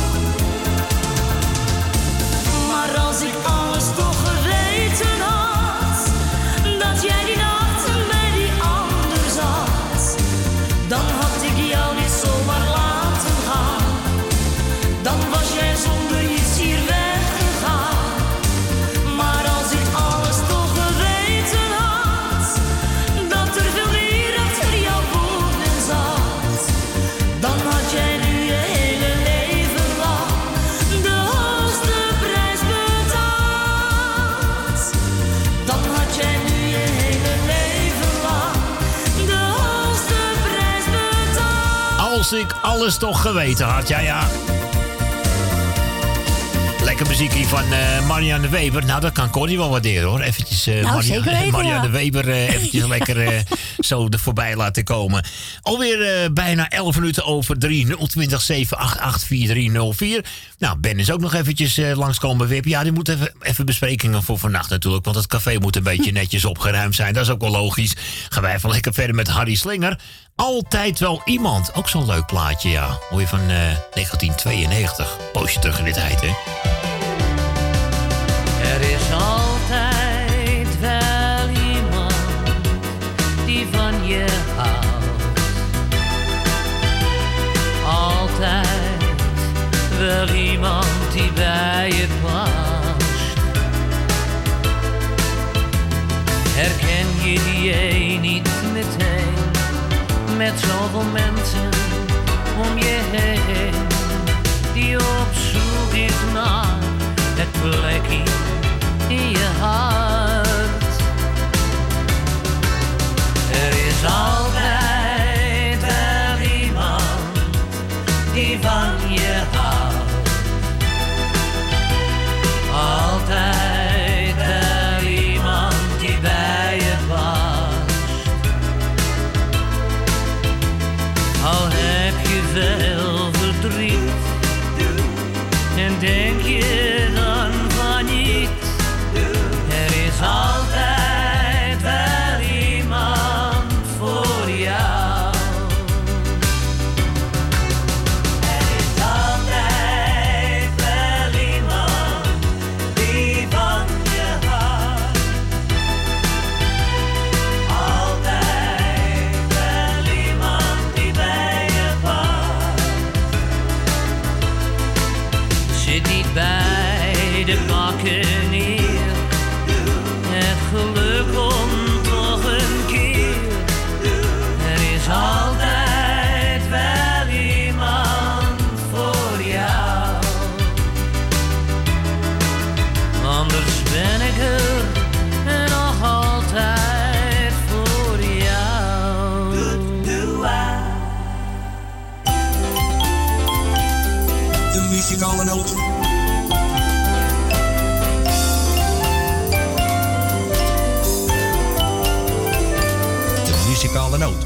Maar als ik alles toch geweten had, dat jij die nachten bij die ander zat, dan had ik jou niet zomaar laten gaan. Dan was jij zonder iets hier weggegaan. Maar als ik alles toch geweten had, dat er veel meer achter jouw woorden zat, dan had jij nu je hele leven lang de hoogste prijs betaald. Dan had jij nu je hele leven lang de hoogste prijs betaald. Als ik alles toch geweten had, ja ja. Lekker muziekje van uh, Marianne Weber. Nou, dat kan Corrie wel waarderen hoor. Eventjes uh, Nou, Maria- zeker weten, Marianne ja. Weber uh, eventjes lekker uh, zo er voorbij laten komen. Alweer uh, bijna elf minuten over drie. nul twintig, zeven acht acht, vier drie nul vier. Nou, Ben is ook nog eventjes uh, langskomen wippen. Ja, die moet even, even besprekingen voor vannacht natuurlijk. Want het café moet een beetje netjes opgeruimd zijn. Dat is ook wel logisch. Gaan wij even lekker verder met Harry Slinger. Altijd wel iemand. Ook zo'n leuk plaatje, ja. Hoor je van uh, negentien tweeënnegentig. Poosje terug in de tijd, hè. Er is altijd wel iemand die van je houdt. Altijd wel iemand die bij je past. Herken je die een niet meteen, met zoveel mensen om je heen, die op zoek is naar het plekje in je hart. Er is altijd wel iemand die van je houdt. Altijd wel iemand die bij je past. Al heb je veel verdriet en denk je dan van niet, bij de bakken neer. Het geluk komt toch een keer. Er is altijd wel iemand voor jou. Anders ben ik er nog altijd voor jou. De muzikale noot. De muzikale noot.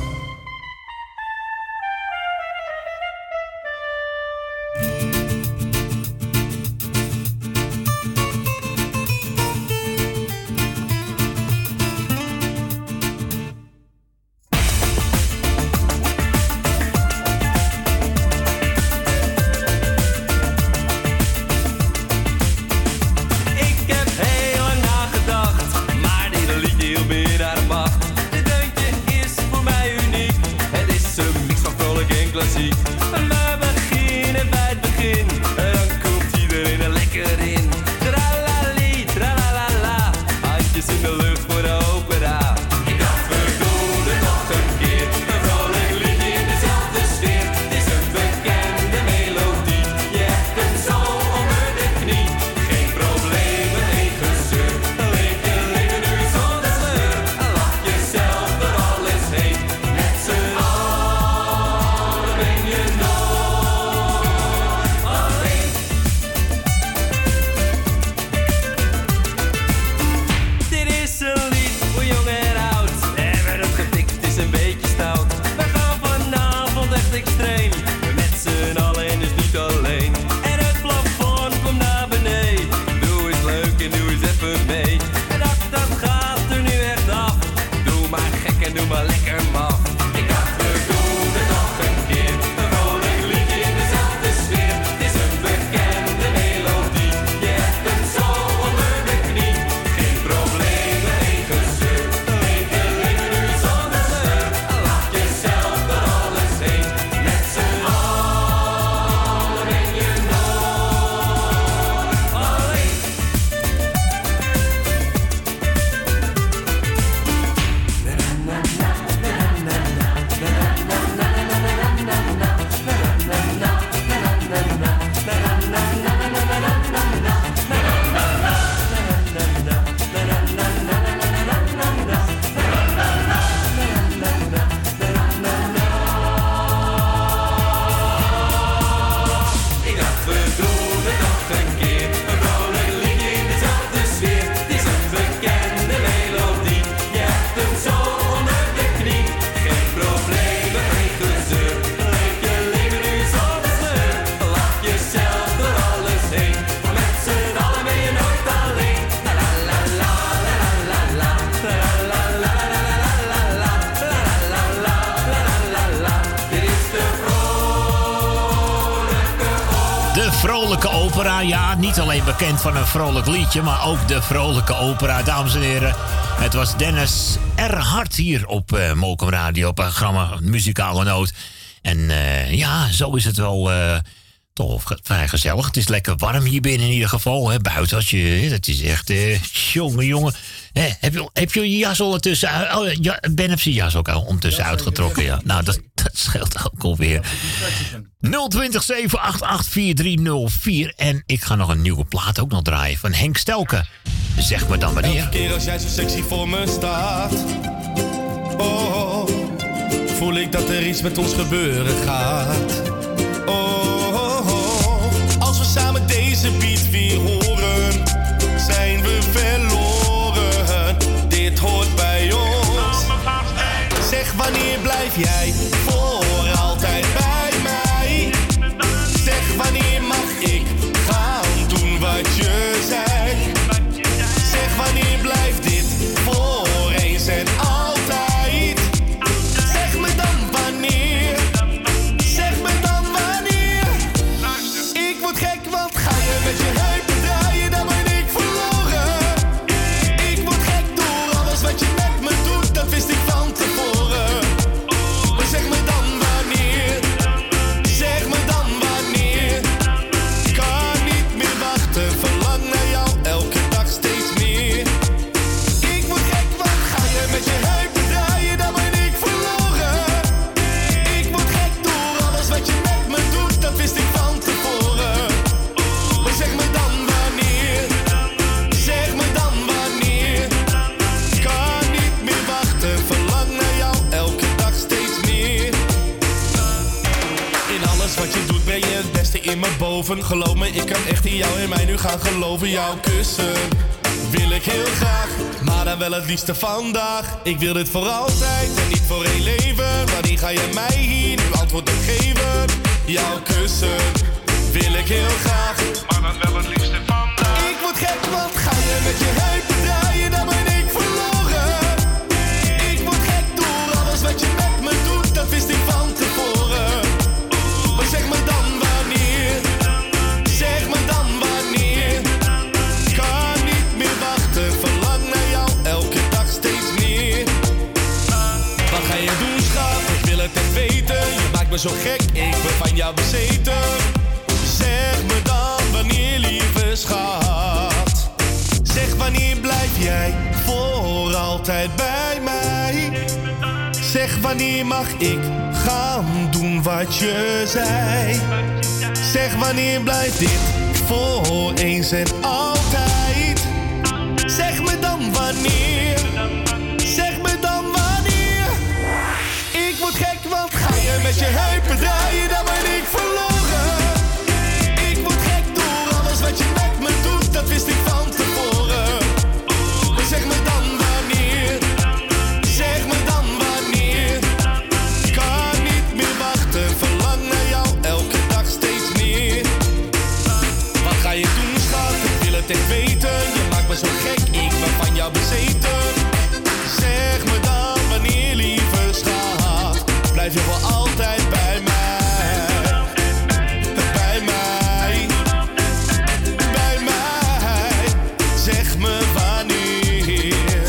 Ja, niet alleen bekend van een vrolijk liedje, maar ook de vrolijke opera, dames en heren. Het was Dennis R. Hart hier op uh, Mokum Radio, programma Muzikale Noot. En uh, ja, zo is het wel uh, toch vrij gezellig. Het is lekker warm hier binnen in ieder geval. Hè. Buiten als je, het is echt, uh, jongen, jongen. Hè, heb, je, heb je je jas ondertussen, oh, ja, Ben heeft zijn jas ook al ondertussen uitgetrokken. Ja. Nou, dat, dat scheelt ook alweer. nul twintig zeven acht acht vier drie nul vier. En ik ga nog een nieuwe plaat ook nog draaien van Henk Stelke. Zeg me dan wanneer. Elke keer als jij zo sexy voor me staat, oh, voel ik dat er iets met ons gebeuren gaat. Oh, oh, oh. Als we samen deze beat weer horen, zijn we verloren. Dit hoort bij ons. Zeg, wanneer blijf jij voor altijd bij mij? Zeg, wanneer mag ik gaan doen wat je zei? Zeg, wanneer blijft dit voor eens en altijd? Zeg me dan wanneer? Zeg me dan wanneer? Ik word gek, want ga je met je heupen draaien, dan ben ik verloren. Ik word gek door alles wat je met me doet, dat wist ik van tevoren. Maar zeg me wat je doet breng je het beste in me boven. Geloof me, ik kan echt in jou en mij nu gaan geloven. Jouw kussen wil ik heel graag, maar dan wel het liefste vandaag. Ik wil dit voor altijd en niet voor één leven. Wanneer ga je mij hier nu antwoord op geven? Jouw kussen wil ik heel graag, maar dan wel het liefste vandaag. Ik word gek, want ga je met je heupen draaien, dan ben ik verloren. Ik word gek door alles wat je met me doet, dat wist ik van tevoren. Maar zeg me dan wanneer, zeg me dan wanneer. Kan niet meer wachten, verlang naar jou elke dag steeds meer. Wat ga je doen, schat? Ik wil het echt weten. Je maakt me zo gek, ik ben van jou bezeten. Zeg me dan wanneer, lieve schat. Zeg wanneer blijf jij voor altijd bij mij. Zeg wanneer mag ik gaan doen wat je zei. Zeg wanneer blijft dit voor eens en altijd. Zeg me dan wanneer, zeg me dan wanneer. Ik word gek, want ga je met je heupen draaien, dan ben ik verloren. Ik word gek door alles wat je met me doet, dat wist ik van tevoren. Maar zeg me dan wanneer, zeg me dan wanneer. Kan niet meer wachten, verlang naar jou elke dag steeds meer. Wat ga je doen, schat? Ik wil het echt weten. Je maakt me zo gek, ik ben van jou bezeten. Zeg me dan wanneer, lieve schat. Blijf je voor altijd bij mij. Bij mij. Bij mij. Zeg me wanneer.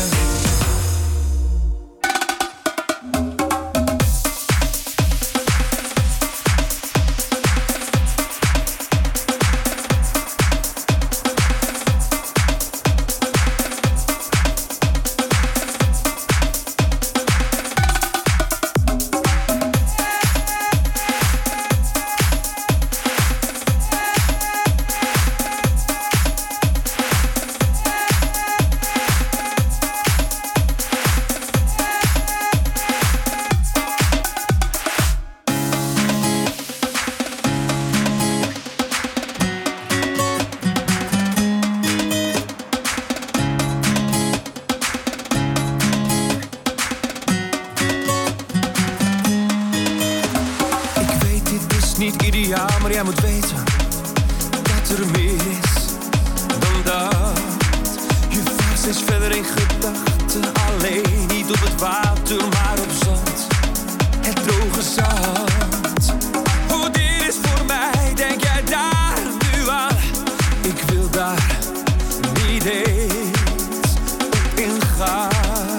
Niet ideaal, maar jij moet weten dat er meer is dan dat. Je vaart steeds verder in gedachten, alleen niet op het water, maar op zand. Het droge zand. Hoe dit is voor mij, denk jij daar nu aan? Ik wil daar niet eens op ingaan.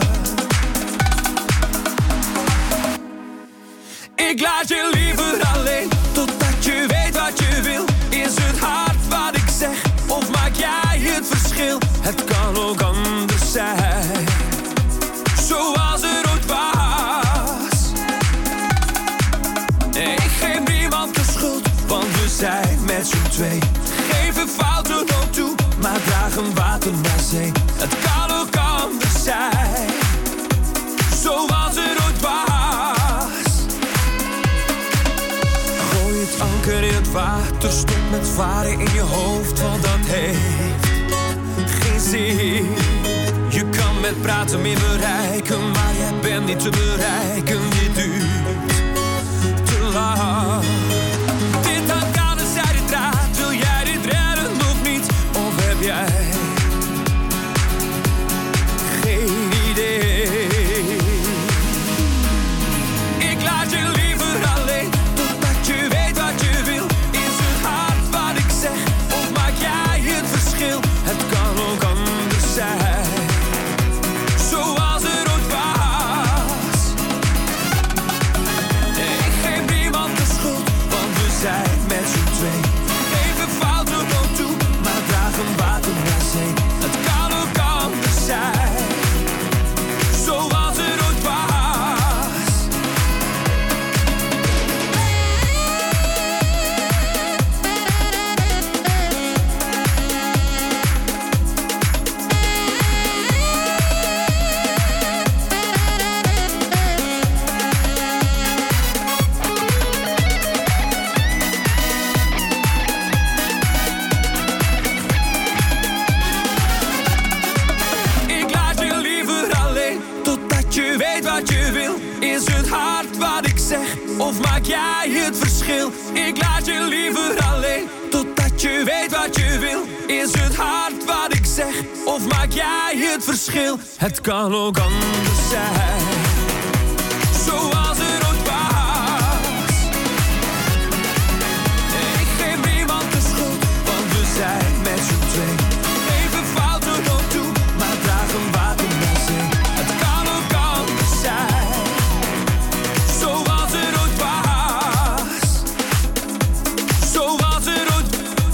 Ik laat je liever alleen, totdat je weet wat je wil. Is het hard wat ik zeg, of maak jij het verschil? Het kan ook anders zijn, zoals het ooit was. Ik geef niemand de schuld, want we zijn met z'n twee. Geven fouten ook toe, maar dragen water naar zee. Het kan ook anders zijn, zoals het ooit was. Het anker in het water, stop met varen in je hoofd, want dat heeft geen zin. Je kan met praten meer bereiken, maar jij bent niet te bereiken. Dit duurt te lang. Dit hangt aan de zijde draad, wil jij dit redden of niet? Of heb jij geen idee? Ik laat je liever alleen, je weet wat je wil. Is het hard wat ik zeg, of maak jij het verschil? Het kan ook anders zijn, zoals het ooit was. Ik geef niemand de schuld, want we zijn met z'n twee. Even fouten ook toe, maar dragen water naar zee. Het kan ook anders zijn, zoals het ooit was. verschil. Ik laat je liever alleen, totdat je weet wat je wil. Is het hard wat ik zeg, of maak jij het verschil? Het kan ook anders zijn, zoals het ooit was. Ik geef niemand de schuld, want we zijn met z'n twee. Even fouten nog toe, maar dragen water naar zee. Het kan ook anders zijn, zoals het ooit was. Zoals het ooit,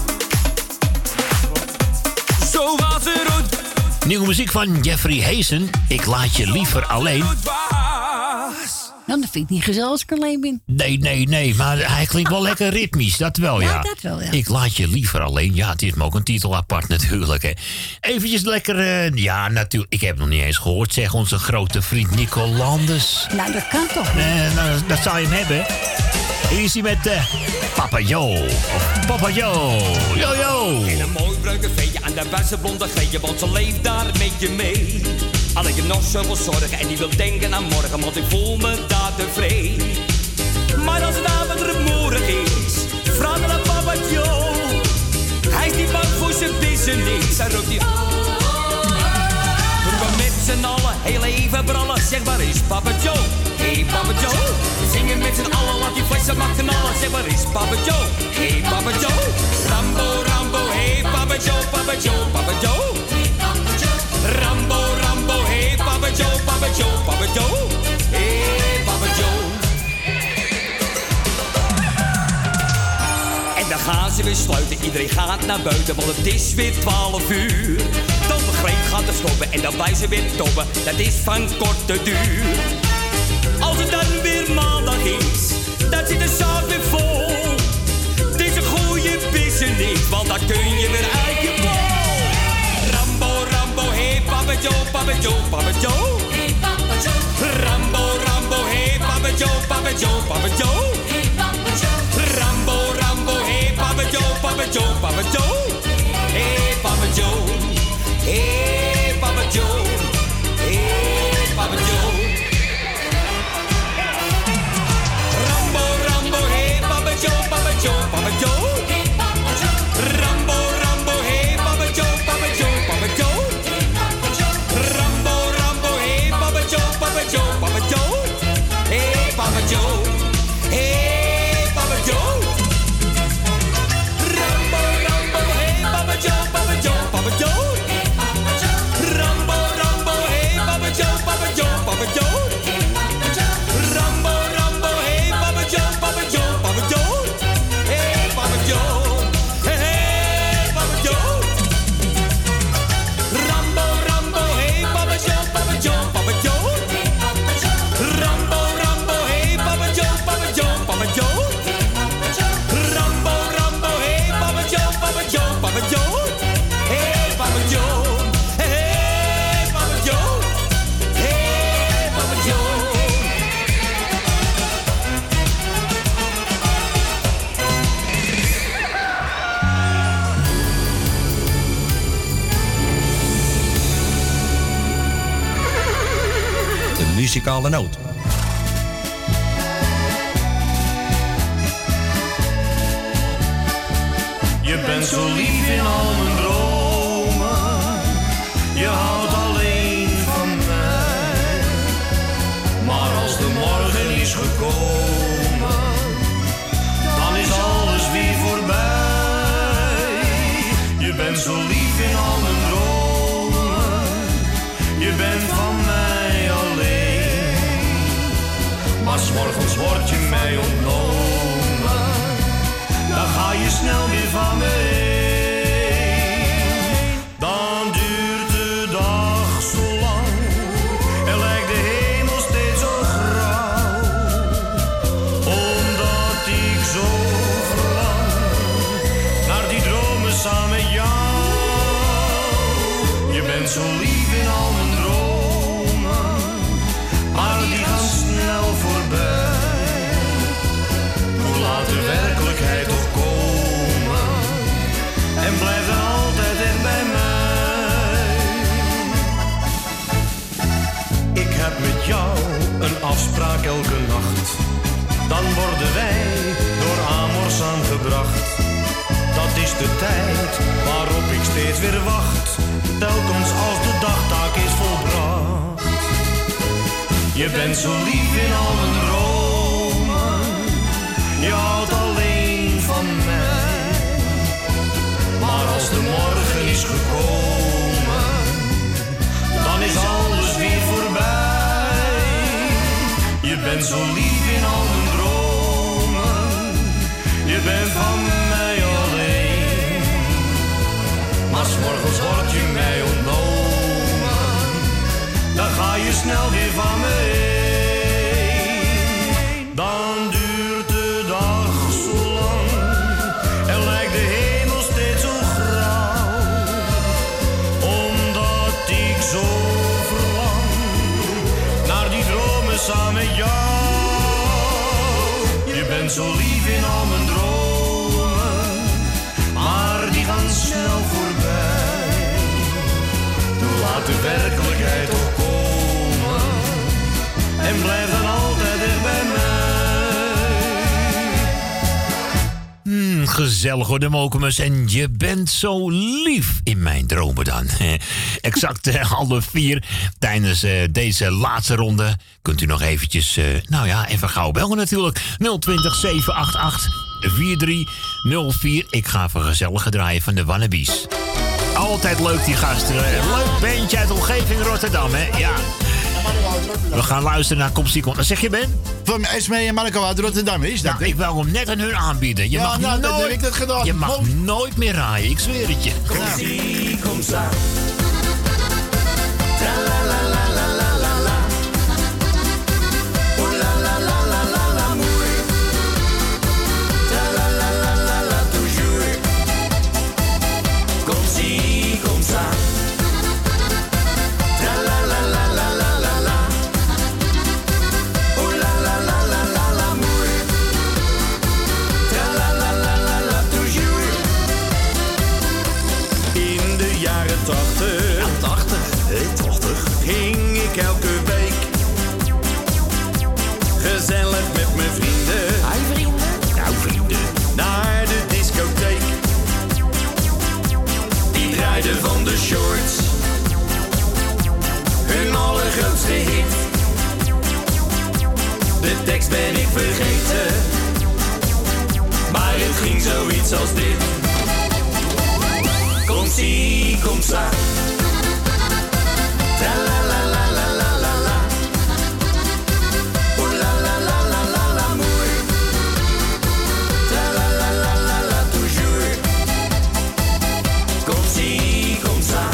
zoals het ooit. Nieuwe muziek van Jeffrey Hazen. Ik laat je liever alleen. Nou, dat vind ik niet gezellig als ik alleen ben. Nee, nee, nee, maar hij klinkt wel lekker ritmisch, dat wel, ja. Ja, dat wel, ja. Ik laat je liever alleen. Ja, het is me ook een titel apart natuurlijk, hè. Eventjes lekker, uh, ja, natuurlijk. Ik heb het nog niet eens gehoord, zeg onze grote vriend Nico Landers. Nou, dat kan toch niet? Uh, nou, dat zou je hem hebben. Hier is hij met uh, Papa Jo. Of Papa Jo. Yo, yo. In een mooi bruin cafeetje aan de beste blonde geetje, want ze leeft daar met je mee. Al ik je nog zoveel zorgen en die wil denken aan morgen, want ik voel me daar tevreden. Maar als het avond rumoerig is, vraag dan aan Papa Jo. Hij is niet bang voor zijn business, hij roept die... We met z'n allen heel even brallen, zeg waar is Papa Jo? Hey Papa Jo, we zingen met z'n allen, laat die flessen maar knallen, zeg waar is Papa Jo? Hey Papa Jo, Rambo, Rambo, hey Papa Jo, Papa Jo, Papa Jo. Rambo, Rambo, hey Papa Jo, Papa Jo, Papa Jo, hey Papa Jo. En dan gaan ze weer sluiten, iedereen gaat naar buiten, want het is weer twaalf uur. Dan de greep gaat er stoppen en dan blijven ze weer toppen, dat is van korte duur. Als het dan weer maandag is, dan zit de zaak weer vol. Het is een goede business, want dan kun je weer uit je bol. Rambo, Rambo, hey Papa Jo, Papa Jo, Papa Jo. Hey Papa Jo. Rambo, Rambo, hey Papa Jo, Papa Jo, Papa Jo. Hey Papa Jo. Rambo, Rambo, hey Papa Jo, Papa Jo, Papa Jo. Hey Papa Jo. Hey Papa Jo. Hey Papa Jo. Rambo, Rambo, hey Papa Jo, Papa Jo, Papa Jo. Hey Papa Jo. Rambo, Rambo, hey Papa Jo, Papa Jo, Papa Jo. Hey Papa Jo. Rambo, Rambo, hey Papa Jo, Papa Jo, Papa Jo. Hey Papa Jo. Hey Papa Jo. Rambo, Rambo, hey Papa Jo, Papa Jo, Papa Jo. Hey Papa Jo. Rambo, Rambo, hey Papa Jo, Papa Jo, Papa Jo. Hey Papa Jo. Rambo, Rambo, hey Papa Jo, Papa Jo, Papa Jo. Hey Papa Jo. Hey Papa Jo. Rambo, Rambo, hey Papa Jo, Papa Jo, Papa Jo. Hey Papa Jo. Rambo, Rambo, hey Papa Jo, Papa Jo, Papa Jo. Hey Papa Jo. Rambo, Rambo, hey Papa Jo, Papa Jo, Papa Jo. Hey Papa Jo. Hey Papa Jo. Hey Papa Jo. De muzikale noot. Je bent zo lief in al mijn dromen, je houdt alleen van mij. Maar als de morgen is gekomen, dan is alles weer voorbij. Je bent zo lief in al mijn dromen, je bent van mij alleen. Maar 's morgens word je mij ontnomen, dan ga je snel weer van me heen. Dan duurt de dag zo lang en lijkt de hemel steeds zo grauw. Omdat ik zo verlang naar die dromen samen met jou. Je bent zo lief in al mijn dromen, maar die gaan snel voorbij. Hoe laat de werkelijkheid toch komen en blijf dan altijd echt bij mij. Ik heb met jou een afspraak elke nacht, dan worden wij door nacht. Dat is de tijd waarop ik steeds weer wacht. Telkens als de dagtaak is volbracht. Je bent zo lief in al mijn dromen. Je houdt alleen van mij. Maar als de morgen is gekomen, dan is alles weer voorbij. Je bent zo lief in al mijn dromen. Je bent van mij alleen. Maar 's morgens word je mij ontnomen, dan ga je snel weer van me heen. Dan duurt de dag zo lang en lijkt de hemel steeds zo grauw, omdat ik zo verlang naar die dromen samen met jou. Je bent zo lief in al mijn dromen, maar die gaan snel voorbij. Laat de werkelijkheid ook komen en blijf dan altijd dicht bij mij. Hmm, gezellig hoor, de Mokumus. En je bent zo lief in mijn dromen dan. Exact uh, half vier tijdens uh, deze laatste ronde. Kunt u nog eventjes, uh, nou ja, even gauw bellen natuurlijk. nul twintig, zeven acht acht, vier drie nul vier. Ik ga even gezellig draaien van de Wannabies. Altijd leuk die gasten. Leuk bandje uit de omgeving Rotterdam, hè? Ja. We gaan luisteren naar Kopstiekon. Wat zeg je, Ben? Van Esmee en Marco uit Rotterdam, is dat? Nou, ik wou hem net aan hun aanbieden. Je ja, mag, nou, nooit, heb ik dat gedaan. Je mag nooit meer raaien, ik zweer het je. Kom zie, kom sa. Tra la la la la la la la. Oh la la la la la la mooi. Tra la la la la la toujours. Kom zie, kom sa. Tra la la la la la la la. Oh la la la la la la mooi. Tra la la la la la toujours. In de jaren tachtig, ja, tachtig, hey, tachtig, ging ik elke week gezellig met mijn vrienden. Hi vrienden? Nou vrienden. Naar de discotheek. Die draaiden van de Shorts hun allergrootste hit. De tekst ben ik vergeten, maar het ging zoiets als dit. Kom zie, kom sa. Tra la la la la la la la. Oh la la la la la la mooi. Tra la la la la la toujours. Kom zie, kom sa.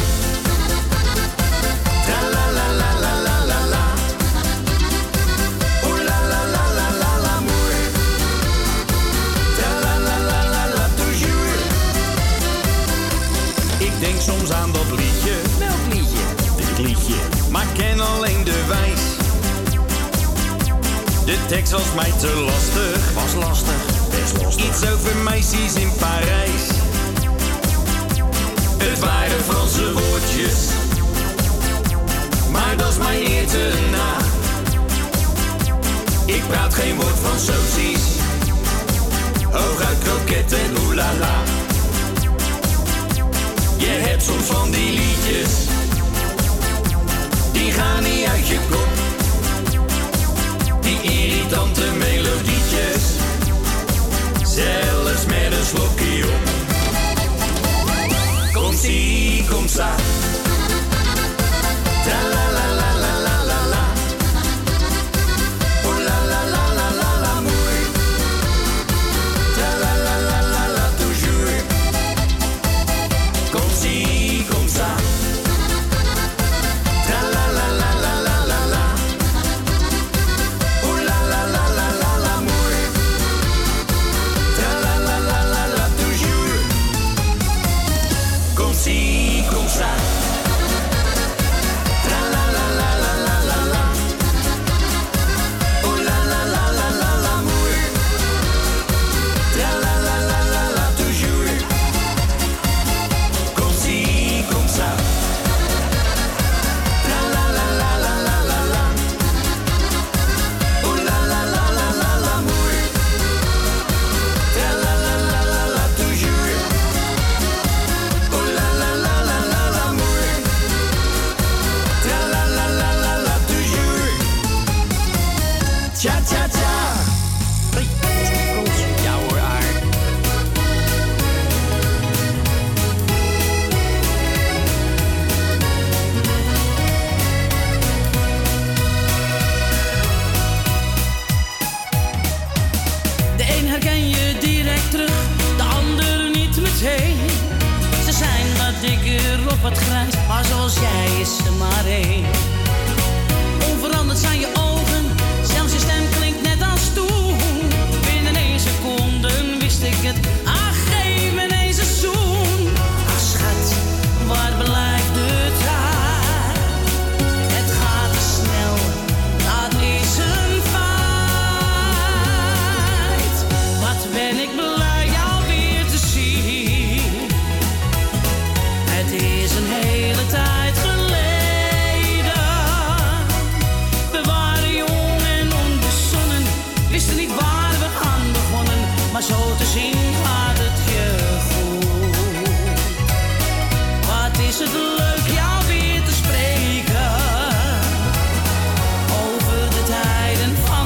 Tra la la la la la la la. Oh la la la la la la mooi. Tra la la la la la toujours. Ik denk soms aan dat liedje. Welk liedje? Dit liedje. Maar ken alleen de wijs. De tekst was mij te lastig. Was lastig, best lastig. Iets over meisjes in Parijs. Het waren Franse woordjes, maar dat is mijn eer te na. Ik praat geen woord van soties, hooguit kroket en oelala. Je hebt soms van die liedjes, die gaan niet uit je kop. Die irritante melodietjes, zelfs met een slokje op. Kom zie, kom sa. Tra la la la la la la la. Oh la la la la la la mooi. Tra la la la la la toujours. Kom zie, kom sa. Tra la la la la la la la. Oh la la la la la la mooi. Tra la la la la la toujours. Kom zie, kom sa. nog wat grijs, maar zoals jij is er maar één. Onveranderd zijn je ogen, zelfs je stem klinkt net als toen. Binnen één seconde wist ik het, ach geef me eens een zoen. Ach schat, waar blijft de tijd? Het gaat te snel, dat is een feit. Wat ben ik blij jou weer te zien. Het is een hele tijd geleden. We waren jong en onbezonnen, wisten niet waar we aan begonnen, maar zo te zien gaat het je goed. Wat is het leuk jou weer te spreken over de tijden van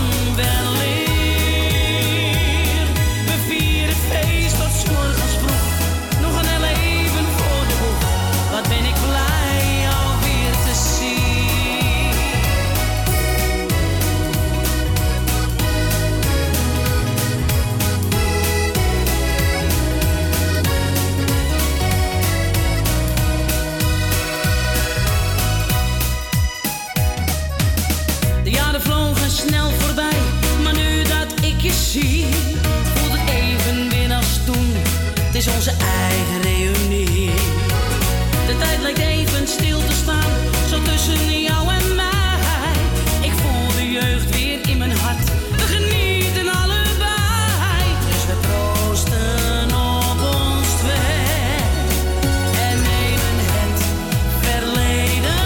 weleer. We vieren feest tot 's morgens vroeg, nog een heel even voor de boeg. Wat ben ik blij jou weer te zien. De jaren vlogen snel voorbij, maar nu dat ik je zie, voelt het even weer als toen. Het is onze eigen reunie. De tijd lijkt even stil te staan, zo tussen jou en mij. Ik voel de jeugd weer in mijn hart, we genieten allebei. Dus we proosten op ons twee en nemen het verleden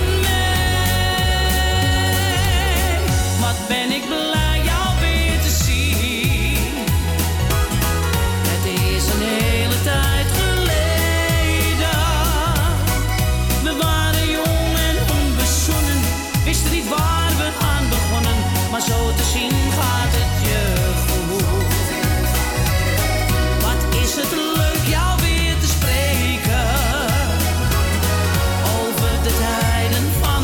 mee. Wat ben ik blij jou weer te zien. Het is een hele tijd geleden. We waren jong en onbezonnen, wisten niet waar we aan begonnen, maar zo te zien gaat het je goed. Wat is het leuk jou weer te spreken over de tijden van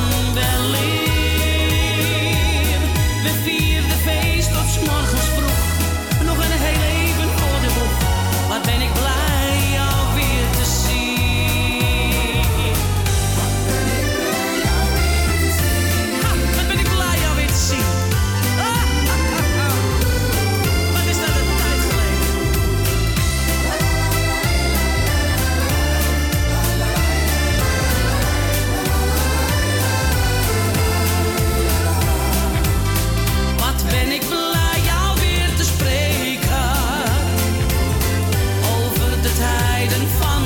weleer. We vierden feest tot 's morgens vroeg, nog een heel even voor de boeg. Wat ben ik blij jou weer te zien. Ha, wat ben ik blij jou weer te zien. Ah, ah, ah, ah. Wat is dat een tijd geleden. Wat ben ik blij jou weer te spreken over de tijden van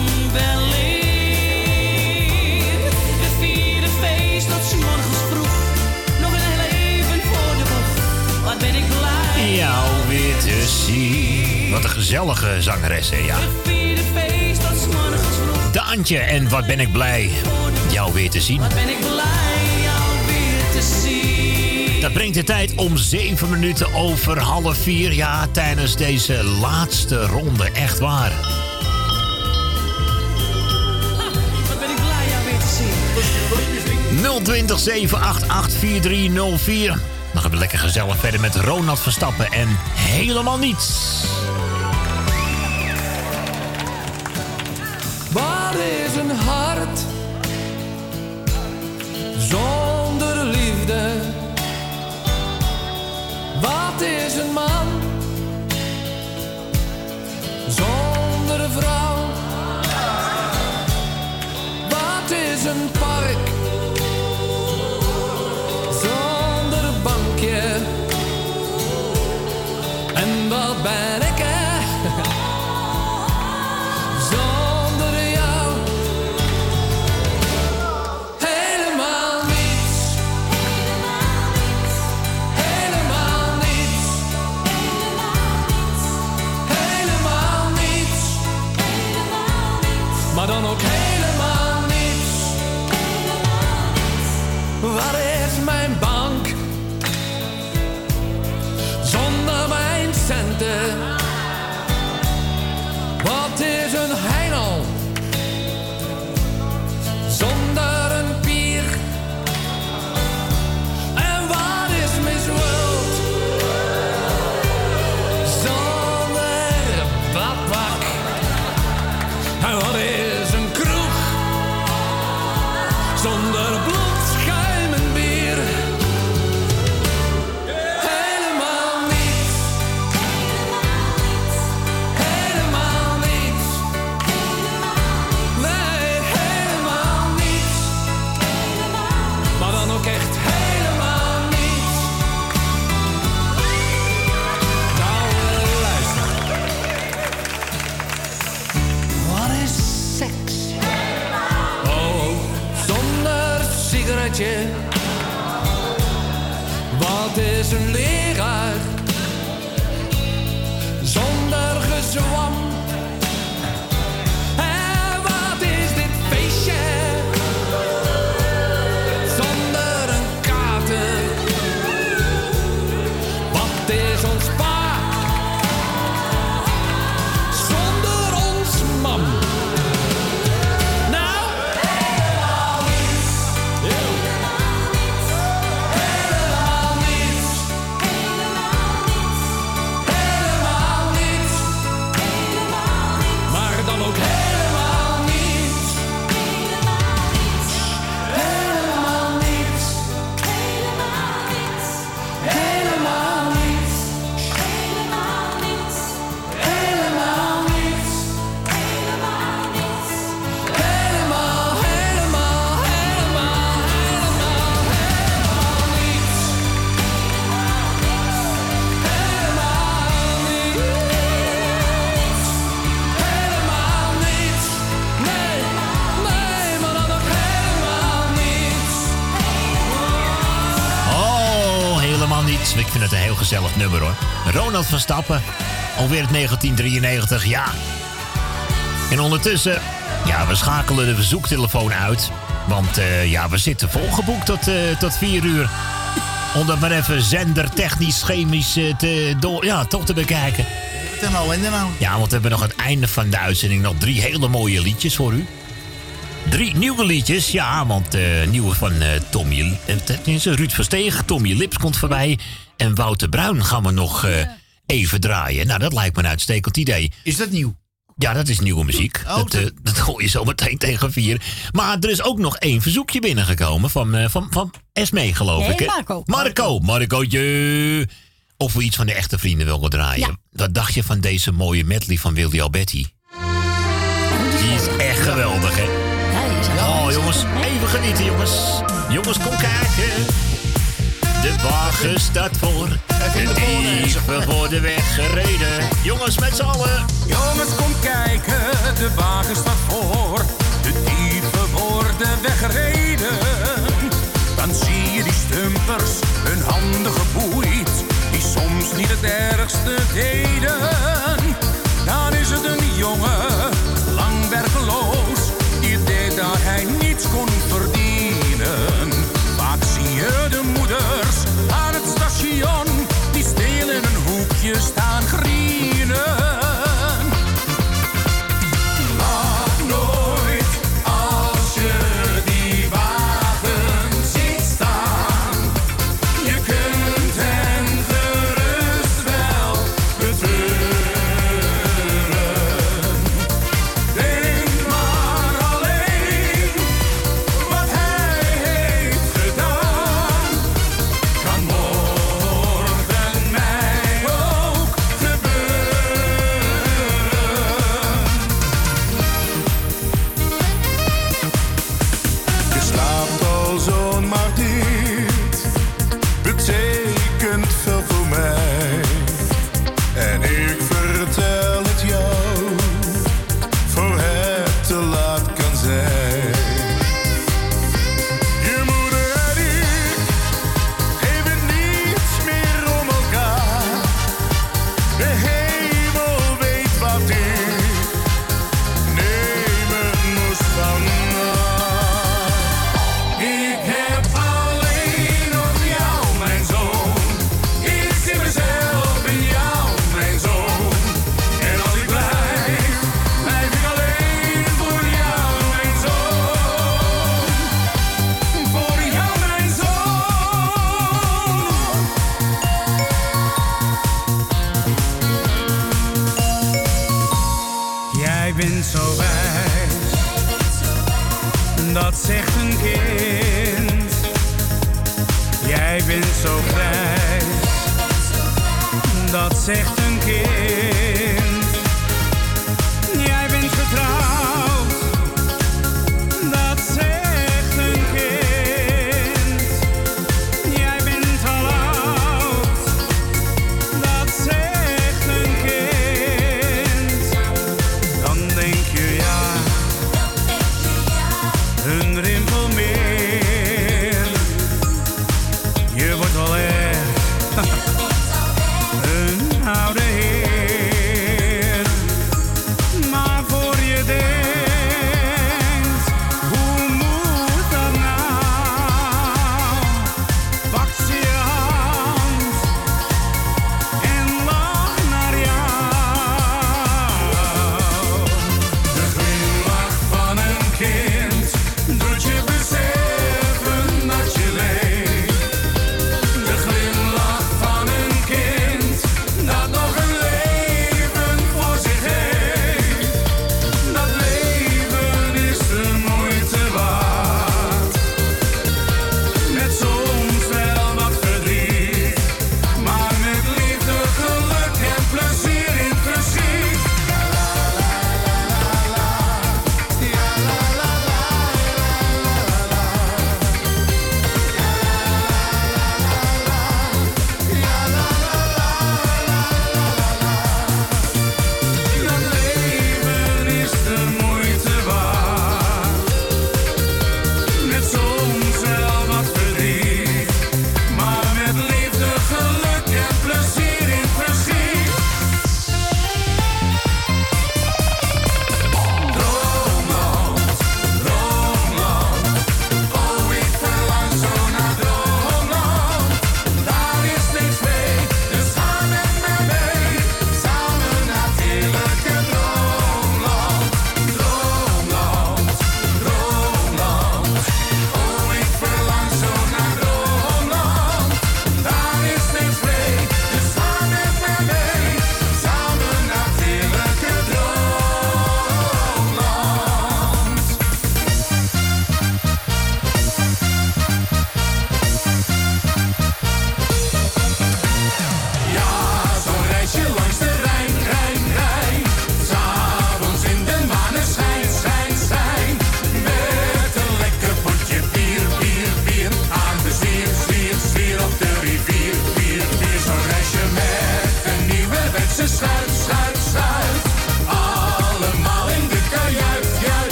weleer. We vieren feest tot 's morgens vroeg, nog een heel even voor de boeg. Wat ben ik blij Jou weer te zien. Wat een gezellige zangeres, hè, ja. We vieren feest tot 's morgens vroeg. Daantje, en wat ben ik blij jou weer te zien. Wat ben ik blij jou weer te zien. Dat brengt de tijd om zeven minuten over half vier. Ja, tijdens deze laatste ronde. Echt waar. Wat ben ik blij jou weer te zien. nul twintig, zeven acht acht, vier drie nul vier. Dan gaan we lekker gezellig verder met Ronald Verstappen en Helemaal Niets. Wat is een hart zonder liefde? Wat is een man zonder een vrouw? Wat is een park zonder een bankje? En wat ben ik er zonder jou? Helemaal niets. Helemaal niets. Helemaal niets. lerartje. Wat is een leraar zonder gezwam? En wat is dit feestje zonder een kater? Wat is ons pa zonder ons mam? Nou, helemaal niets. Helemaal niets. Helemaal niets. Helemaal niets. Helemaal niets. Maar dan ook helemaal niets. Helemaal niets. Helemaal niets. Helemaal niets. Helemaal niets. Helemaal niets. Helemaal niets. Helemaal, helemaal, helemaal, helemaal, helemaal niets. Helemaal niets. Helemaal niets. Nee, nee, maar dan ook helemaal niets. Oh, helemaal niets. Ik vind het een heel gezellig nummer, hoor. Ronald Verstappen, alweer het negentien drieënnegentig, ja. En ondertussen, ja, we schakelen de verzoektelefoon uit. Want eh, ja, we zitten volgeboekt tot, eh, tot vier uur. Om dat maar even zendertechnisch, chemisch eh, te, door, ja, toch te bekijken. En nou, en nou. Ja, want we hebben nog aan het einde van de uitzending nog drie hele mooie liedjes voor u. Drie nieuwe liedjes, ja, want eh nieuwe van eh, Tommy, eh, tenminste, Ruud Versteeg, Tommy Lips komt voorbij. En Wouter Bruin gaan we nog eh, even draaien. Nou, dat lijkt me een uitstekend idee. Is dat nieuw? Ja, dat is nieuwe muziek. Oh, dat, eh, dat gooi je zo meteen tegen vier. Maar er is ook nog één verzoekje binnengekomen van, eh, van, van Esmee, geloof Nee, ik. Hè? Marco. Marco, Marcootje. Of we iets van de echte vrienden willen draaien. Ja. Wat dacht je van deze mooie medley van Willy Alberti? Die is echt geweldig, hè? Oh, jongens, even genieten, jongens. Jongens, kom kijken. De wagen staat voor. De dieven worden weggereden. Jongens, met z'n allen. Jongens, kom kijken. De wagen staat voor. De dieven worden weggereden. Dan zie je die stumpers, hun handen geboeid, die soms niet het ergste deden. Dan is het een jongen, lang werkeloos, die deed dat hij niets kon verdienen. Vaak zie je de moeders aan het station, die stil in een hoekje staan grienen. Lach nooit als je die wagen ziet staan. Je kunt hen gerust wel betreuren. Denk maar alleen wat hij heeft gedaan. Kan morgen mij ook gebeuren. Je slaapt al zo, maar dit betekent veel voor mij. En ik vertel het jou, voor het te laat kan zijn. Je moeder en ik geven niets meer om elkaar. De hemel weet wat ik nemen moest vandaag. Ik heb alleen nog jou, mijn zoon. Ik zie mezelf in jou, mijn zoon. En als ik blijf, blijf ik alleen voor jou, mijn zoon. Voor jou, mijn zoon. Jij bent zo wijs, dat zegt een kind. Jij bent zo grijs, dat zegt een kind. Jij bent getrouwd, dat zegt een kind. Jij bent al oud, dat zegt een kind. Dan denk je ja, een rimpel meer.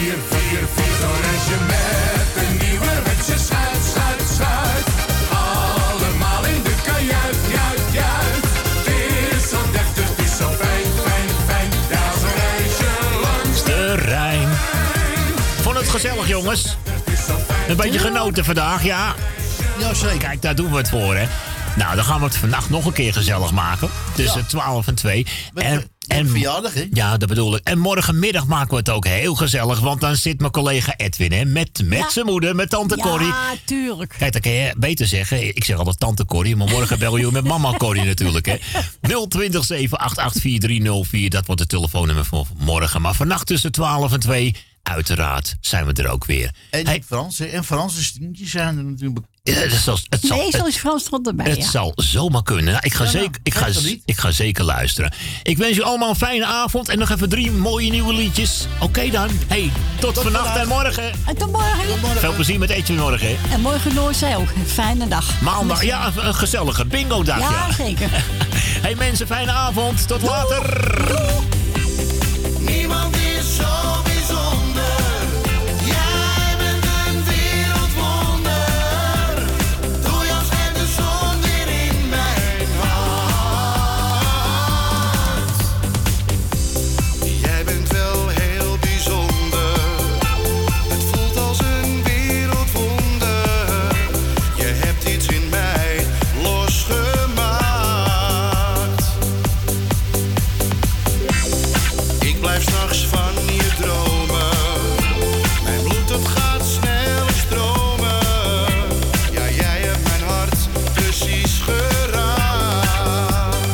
vier, vier, vier. Zo'n reisje met een nieuwerwetse schuit, schuit, schuit. Allemaal in de kajuit, juit, juit. Het is zo deftig, het is zo fijn, fijn, fijn. Ja, zo'n reisje langs de Rijn. Vond het gezellig, jongens? Een beetje genoten vandaag, ja? Ja, zeker. Kijk, daar doen we het voor, hè? Nou, dan gaan we het vannacht nog een keer gezellig maken. Tussen Ja. twaalf en twee. En, en verjaardag, hè? Ja, dat bedoel ik. En morgenmiddag maken we het ook heel gezellig. Want dan zit mijn collega Edwin, hè? Met, met Ja. zijn moeder, met tante Corrie. Ja, tuurlijk. Kijk, dan kan je beter zeggen. Ik zeg altijd tante Corrie, maar morgen bel je met mama Corrie natuurlijk, hè? nul twintig, zeven acht acht, vier drie nul vier, dat wordt het telefoonnummer voor morgen. Maar vannacht tussen twaalf en twee, uiteraard, zijn we er ook weer. En Hey, Franse, en Franse stientjes zijn er natuurlijk. ja, het zal, het zal, Nee, zo het- is Frans toch erbij, Het ja. zal zomaar kunnen. Nou, ik, ga Ja, nou, zeker, ik, ga, echt dan niet? ik ga zeker luisteren. Ik wens je allemaal een fijne avond. En nog even drie mooie nieuwe liedjes. Oké dan. Hey, tot, Tot vannacht vandaag. en morgen. En tot morgen. Veel plezier met eten morgen. Hè. En morgen Noordzee ook. Een fijne dag. Maandag, ja, een gezellige bingo dag. Ja, Ja, zeker. Hey mensen, fijne avond. Tot later. Niemand is zo bijzonder. Jij bent een wereldwonder. Door jou schijnt de zon weer in mijn hart. Jij bent wel heel bijzonder. Het voelt als een wereldwonder. Je hebt iets in mij losgemaakt. Ik blijf 's nachts van je dromen. Mijn bloed dat gaat sneller stromen. Ja, jij hebt mijn hart precies geraakt.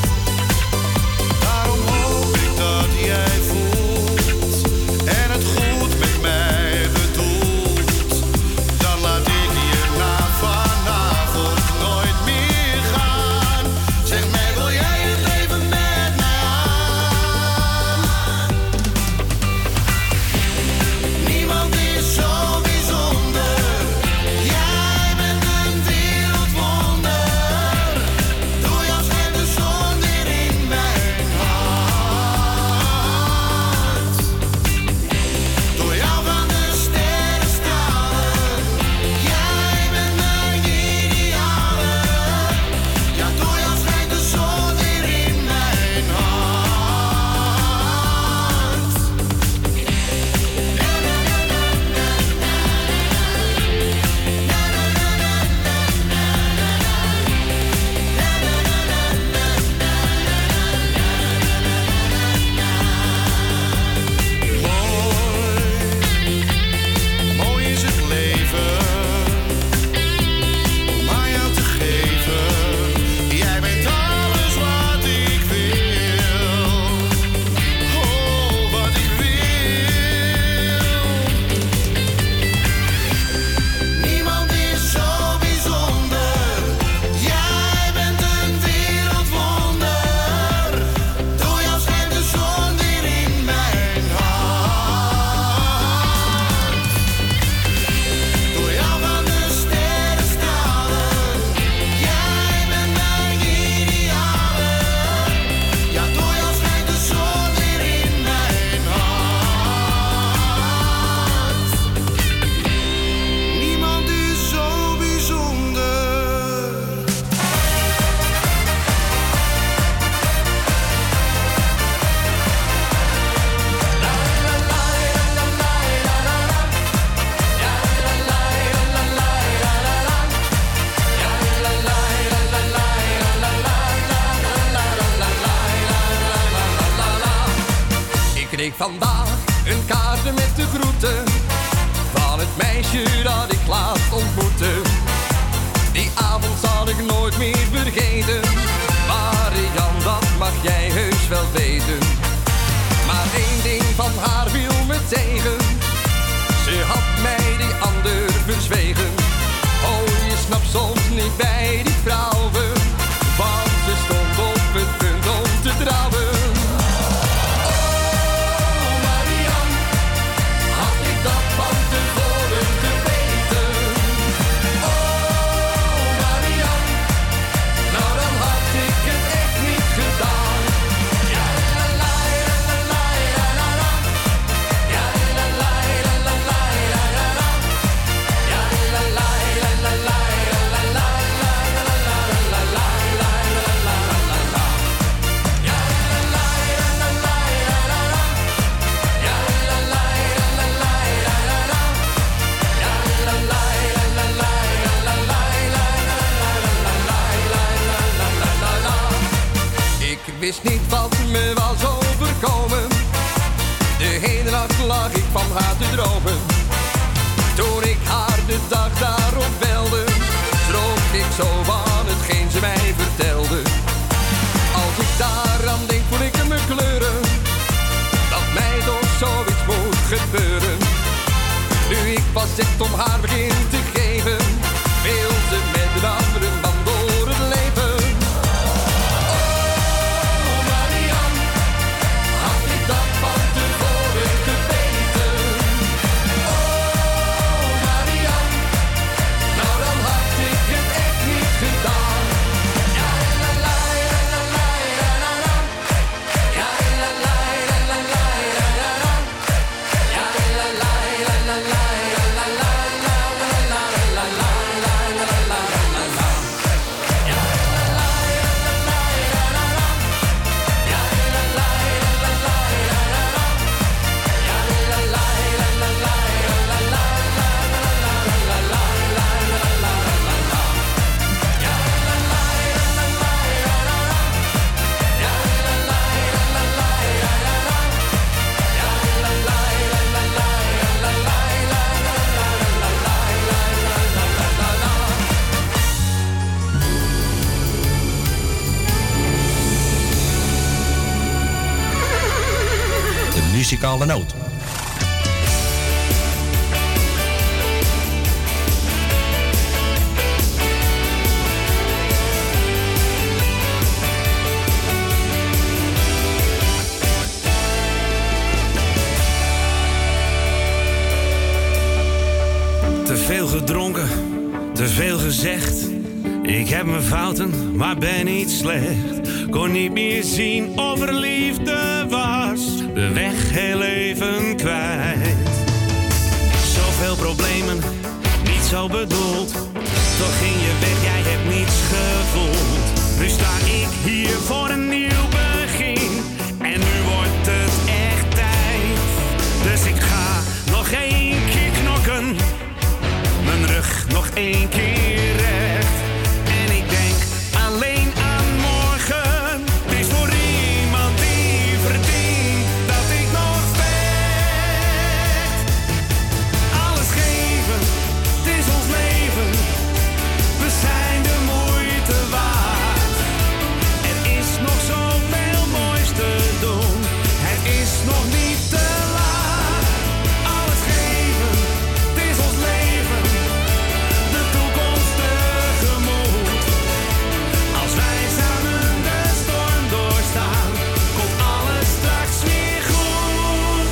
Daarom hoop ik dat jij voelt en het goed met mij bedoelt. Dan laat ik je na vanavond nooit meer gaan. Zeg mij, wil jij het leven met mij aan? Niemand is zo bijzonder. Jij bent een wereldwonder. Door jou schijnt de zon weer in mijn hart. Door jou gaan de sterren stralen. Jij bent mijn ideale. Ja, door jou schijnt de zon weer in mijn hart. Mooi is het leven om aan jou te geven. Jij bent alles wat ik wil. Oh, wat ik wil. Niemand is zo bijzonder. Jij bent een wereldwonder. Door jou schijnt de zon weer in mijn hart. Door jou gaan de sterren stralen. Jij bent mijn ideale. Ja, door jou schijnt de zon weer in mijn hart. Niemand is zo bijzonder. Ik kreeg vandaag een kaartje met de groeten van het meisje dat ik laatst ontmoette. Die avond zal ik nooit meer vergeten. Marian, dat mag jij heus wel weten. Maar één ding van haar viel me tegen. Ze had mij die ander verzwegen. Oh, je snapt soms niet bij die vrouwen, want ze stond op het punt om te trouwen. Nou, dan had ik het echt niet gedaan. Ja, la, la, wist niet wat me was overkomen. De hele nacht lag ik van haar te dromen. Toen ik haar de dag daarop belde, schrok ik zo van hetgeen ze mij vertelde. Als ik daaraan denk, voel ik me kleuren, dat mij toch zoiets moet gebeuren. Nu ik pas echt om haar begin te geven, wil ze met een andere man door het leven. Oh, Marianne, had ik dat van tevoren geweten. Oh, Marianne, nou dan had ik het echt niet gedaan. Ja, la la la la la la la. Ja, la la la la la la la. Ja, la la la la la la. Muzikale noot. Te veel gedronken, te veel gezegd. Ik heb mijn fouten, maar ben niet slecht. Kon niet meer zien of er liefde was. De weg heel even kwijt. Zoveel problemen, niet zo bedoeld. Toch ging je weg, jij hebt niets gevoeld. Nu sta ik hier voor een nieuw begin. En nu wordt het echt tijd. Dus ik ga nog één keer knokken. Mijn rug nog één keer recht. En ik denk alleen aan morgen. Het is voor iemand die verdient dat ik nog vecht. Alles geven, het is ons leven. We zijn de moeite waard. Er is nog zoveel moois te doen. Het is nog niet te laat. Alles geven, het is ons leven. De toekomst tegemoet. Als wij samen de storm doorstaan, komt alles straks weer goed.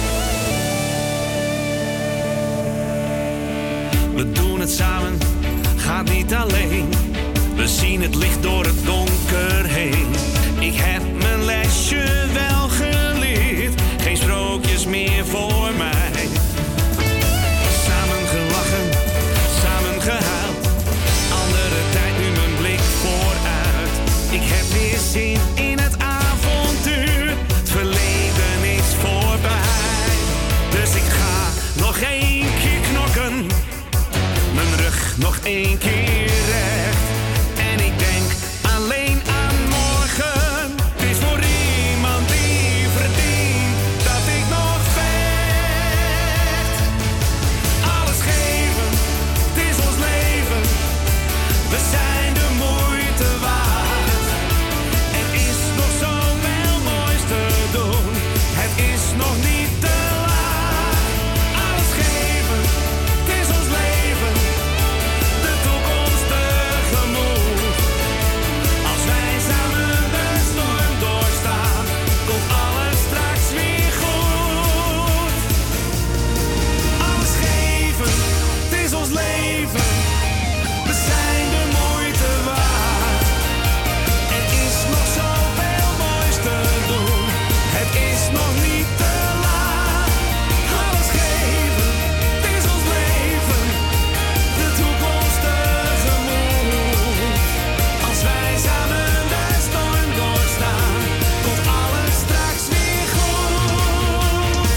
We doen het samen, gaat niet alleen. We zien het licht door het donker heen. Ik heb mijn lesje wel geleerd. Geen sprookjes meer voor mij. Samen gelachen, samen gehuild. Andere tijd, nu mijn blik vooruit. Ik heb weer zin in het avontuur. Het verleden is voorbij. Dus ik ga nog één keer knokken. Mijn rug nog één keer recht. En ik denk alleen aan morgen. Het is voor iemand die verdient dat ik nog vecht. Alles geven, het is ons leven. We zijn de moeite waard. Er is nog zoveel moois te doen. Het is nog niet te laat. Alles geven, het is ons leven. De toekomst tegemoet. Als wij samen de storm doorstaan, komt alles straks weer goed. Alles geven, het is ons leven. We zijn de moeite waard. Er is nog zoveel moois te doen. Het is nog niet te laat. Alles geven, het is ons leven. De toekomst tegemoet. Als wij samen de storm doorstaan, komt alles straks weer goed.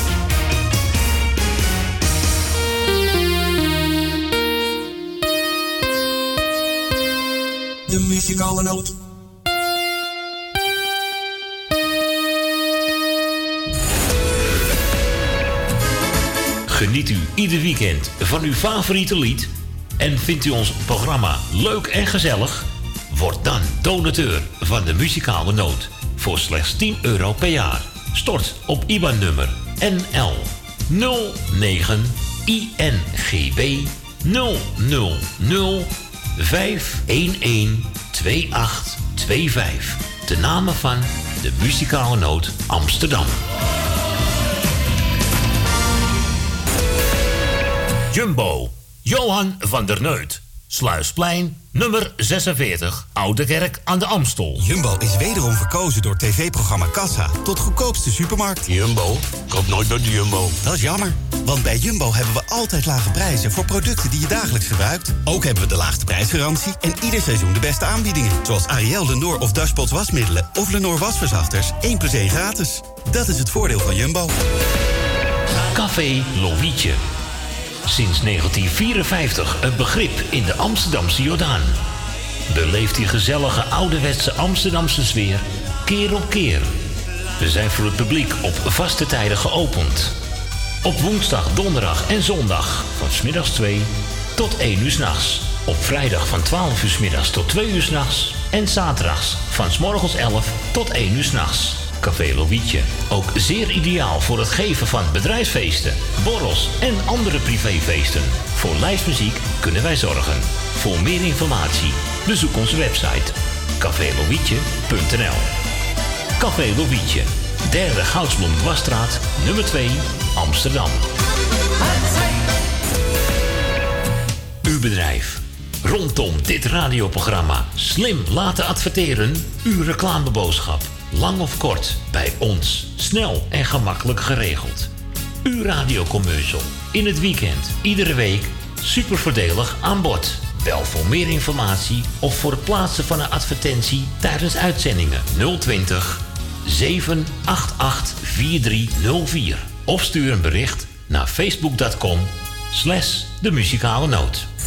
De muzikale noot. Geniet u ieder weekend van uw favoriete lied? En vindt u ons programma leuk en gezellig? Word dan donateur van de Muzikale Noot voor slechts tien euro per jaar. Stort op I B A N-nummer N L nul negen I N G B nul nul nul vijf een een twee acht twee vijf. De namen van de Muzikale Noot Amsterdam. Jumbo, Johan van der Neut. Sluisplein, nummer zesenveertig, Oude Kerk aan de Amstel. Jumbo is wederom verkozen door tv-programma Kassa tot goedkoopste supermarkt. Jumbo? Koop nooit bij de Jumbo. Dat is jammer, want bij Jumbo hebben we altijd lage prijzen voor producten die je dagelijks gebruikt. Ook hebben we de laagste prijsgarantie en ieder seizoen de beste aanbiedingen. Zoals Ariel, Lenor of Dashpots wasmiddelen of Lenor wasverzachters. één plus één gratis. Dat is het voordeel van Jumbo. Café Lovietje. Sinds negentien vierenvijftig een begrip in de Amsterdamse Jordaan. Beleeft die gezellige ouderwetse Amsterdamse sfeer keer op keer. We zijn voor het publiek op vaste tijden geopend. Op woensdag, donderdag en zondag van 's middags twee tot één uur 's nachts. Op vrijdag van twaalf uur 's middags tot twee uur 's nachts. En zaterdags van 's morgens elf tot één uur 's nachts. Café Lovietje. Ook zeer ideaal voor het geven van bedrijfsfeesten, borrels en andere privéfeesten. Voor lijstmuziek kunnen wij zorgen. Voor meer informatie bezoek onze website café lovietje punt n l. Café Lovietje, derde Goudsblom-Dwarsstraat, nummer twee, Amsterdam. Uw bedrijf rondom dit radioprogramma slim laten adverteren? Uw reclameboodschap, lang of kort, bij ons. Snel en gemakkelijk geregeld. Uw radiocommercial. In het weekend. Iedere week. Super voordelig aan bod. Bel voor meer informatie of voor het plaatsen van een advertentie tijdens uitzendingen nul twintig zeven acht acht vier drie nul vier. Of stuur een bericht naar facebook punt com slash de muzikale noot.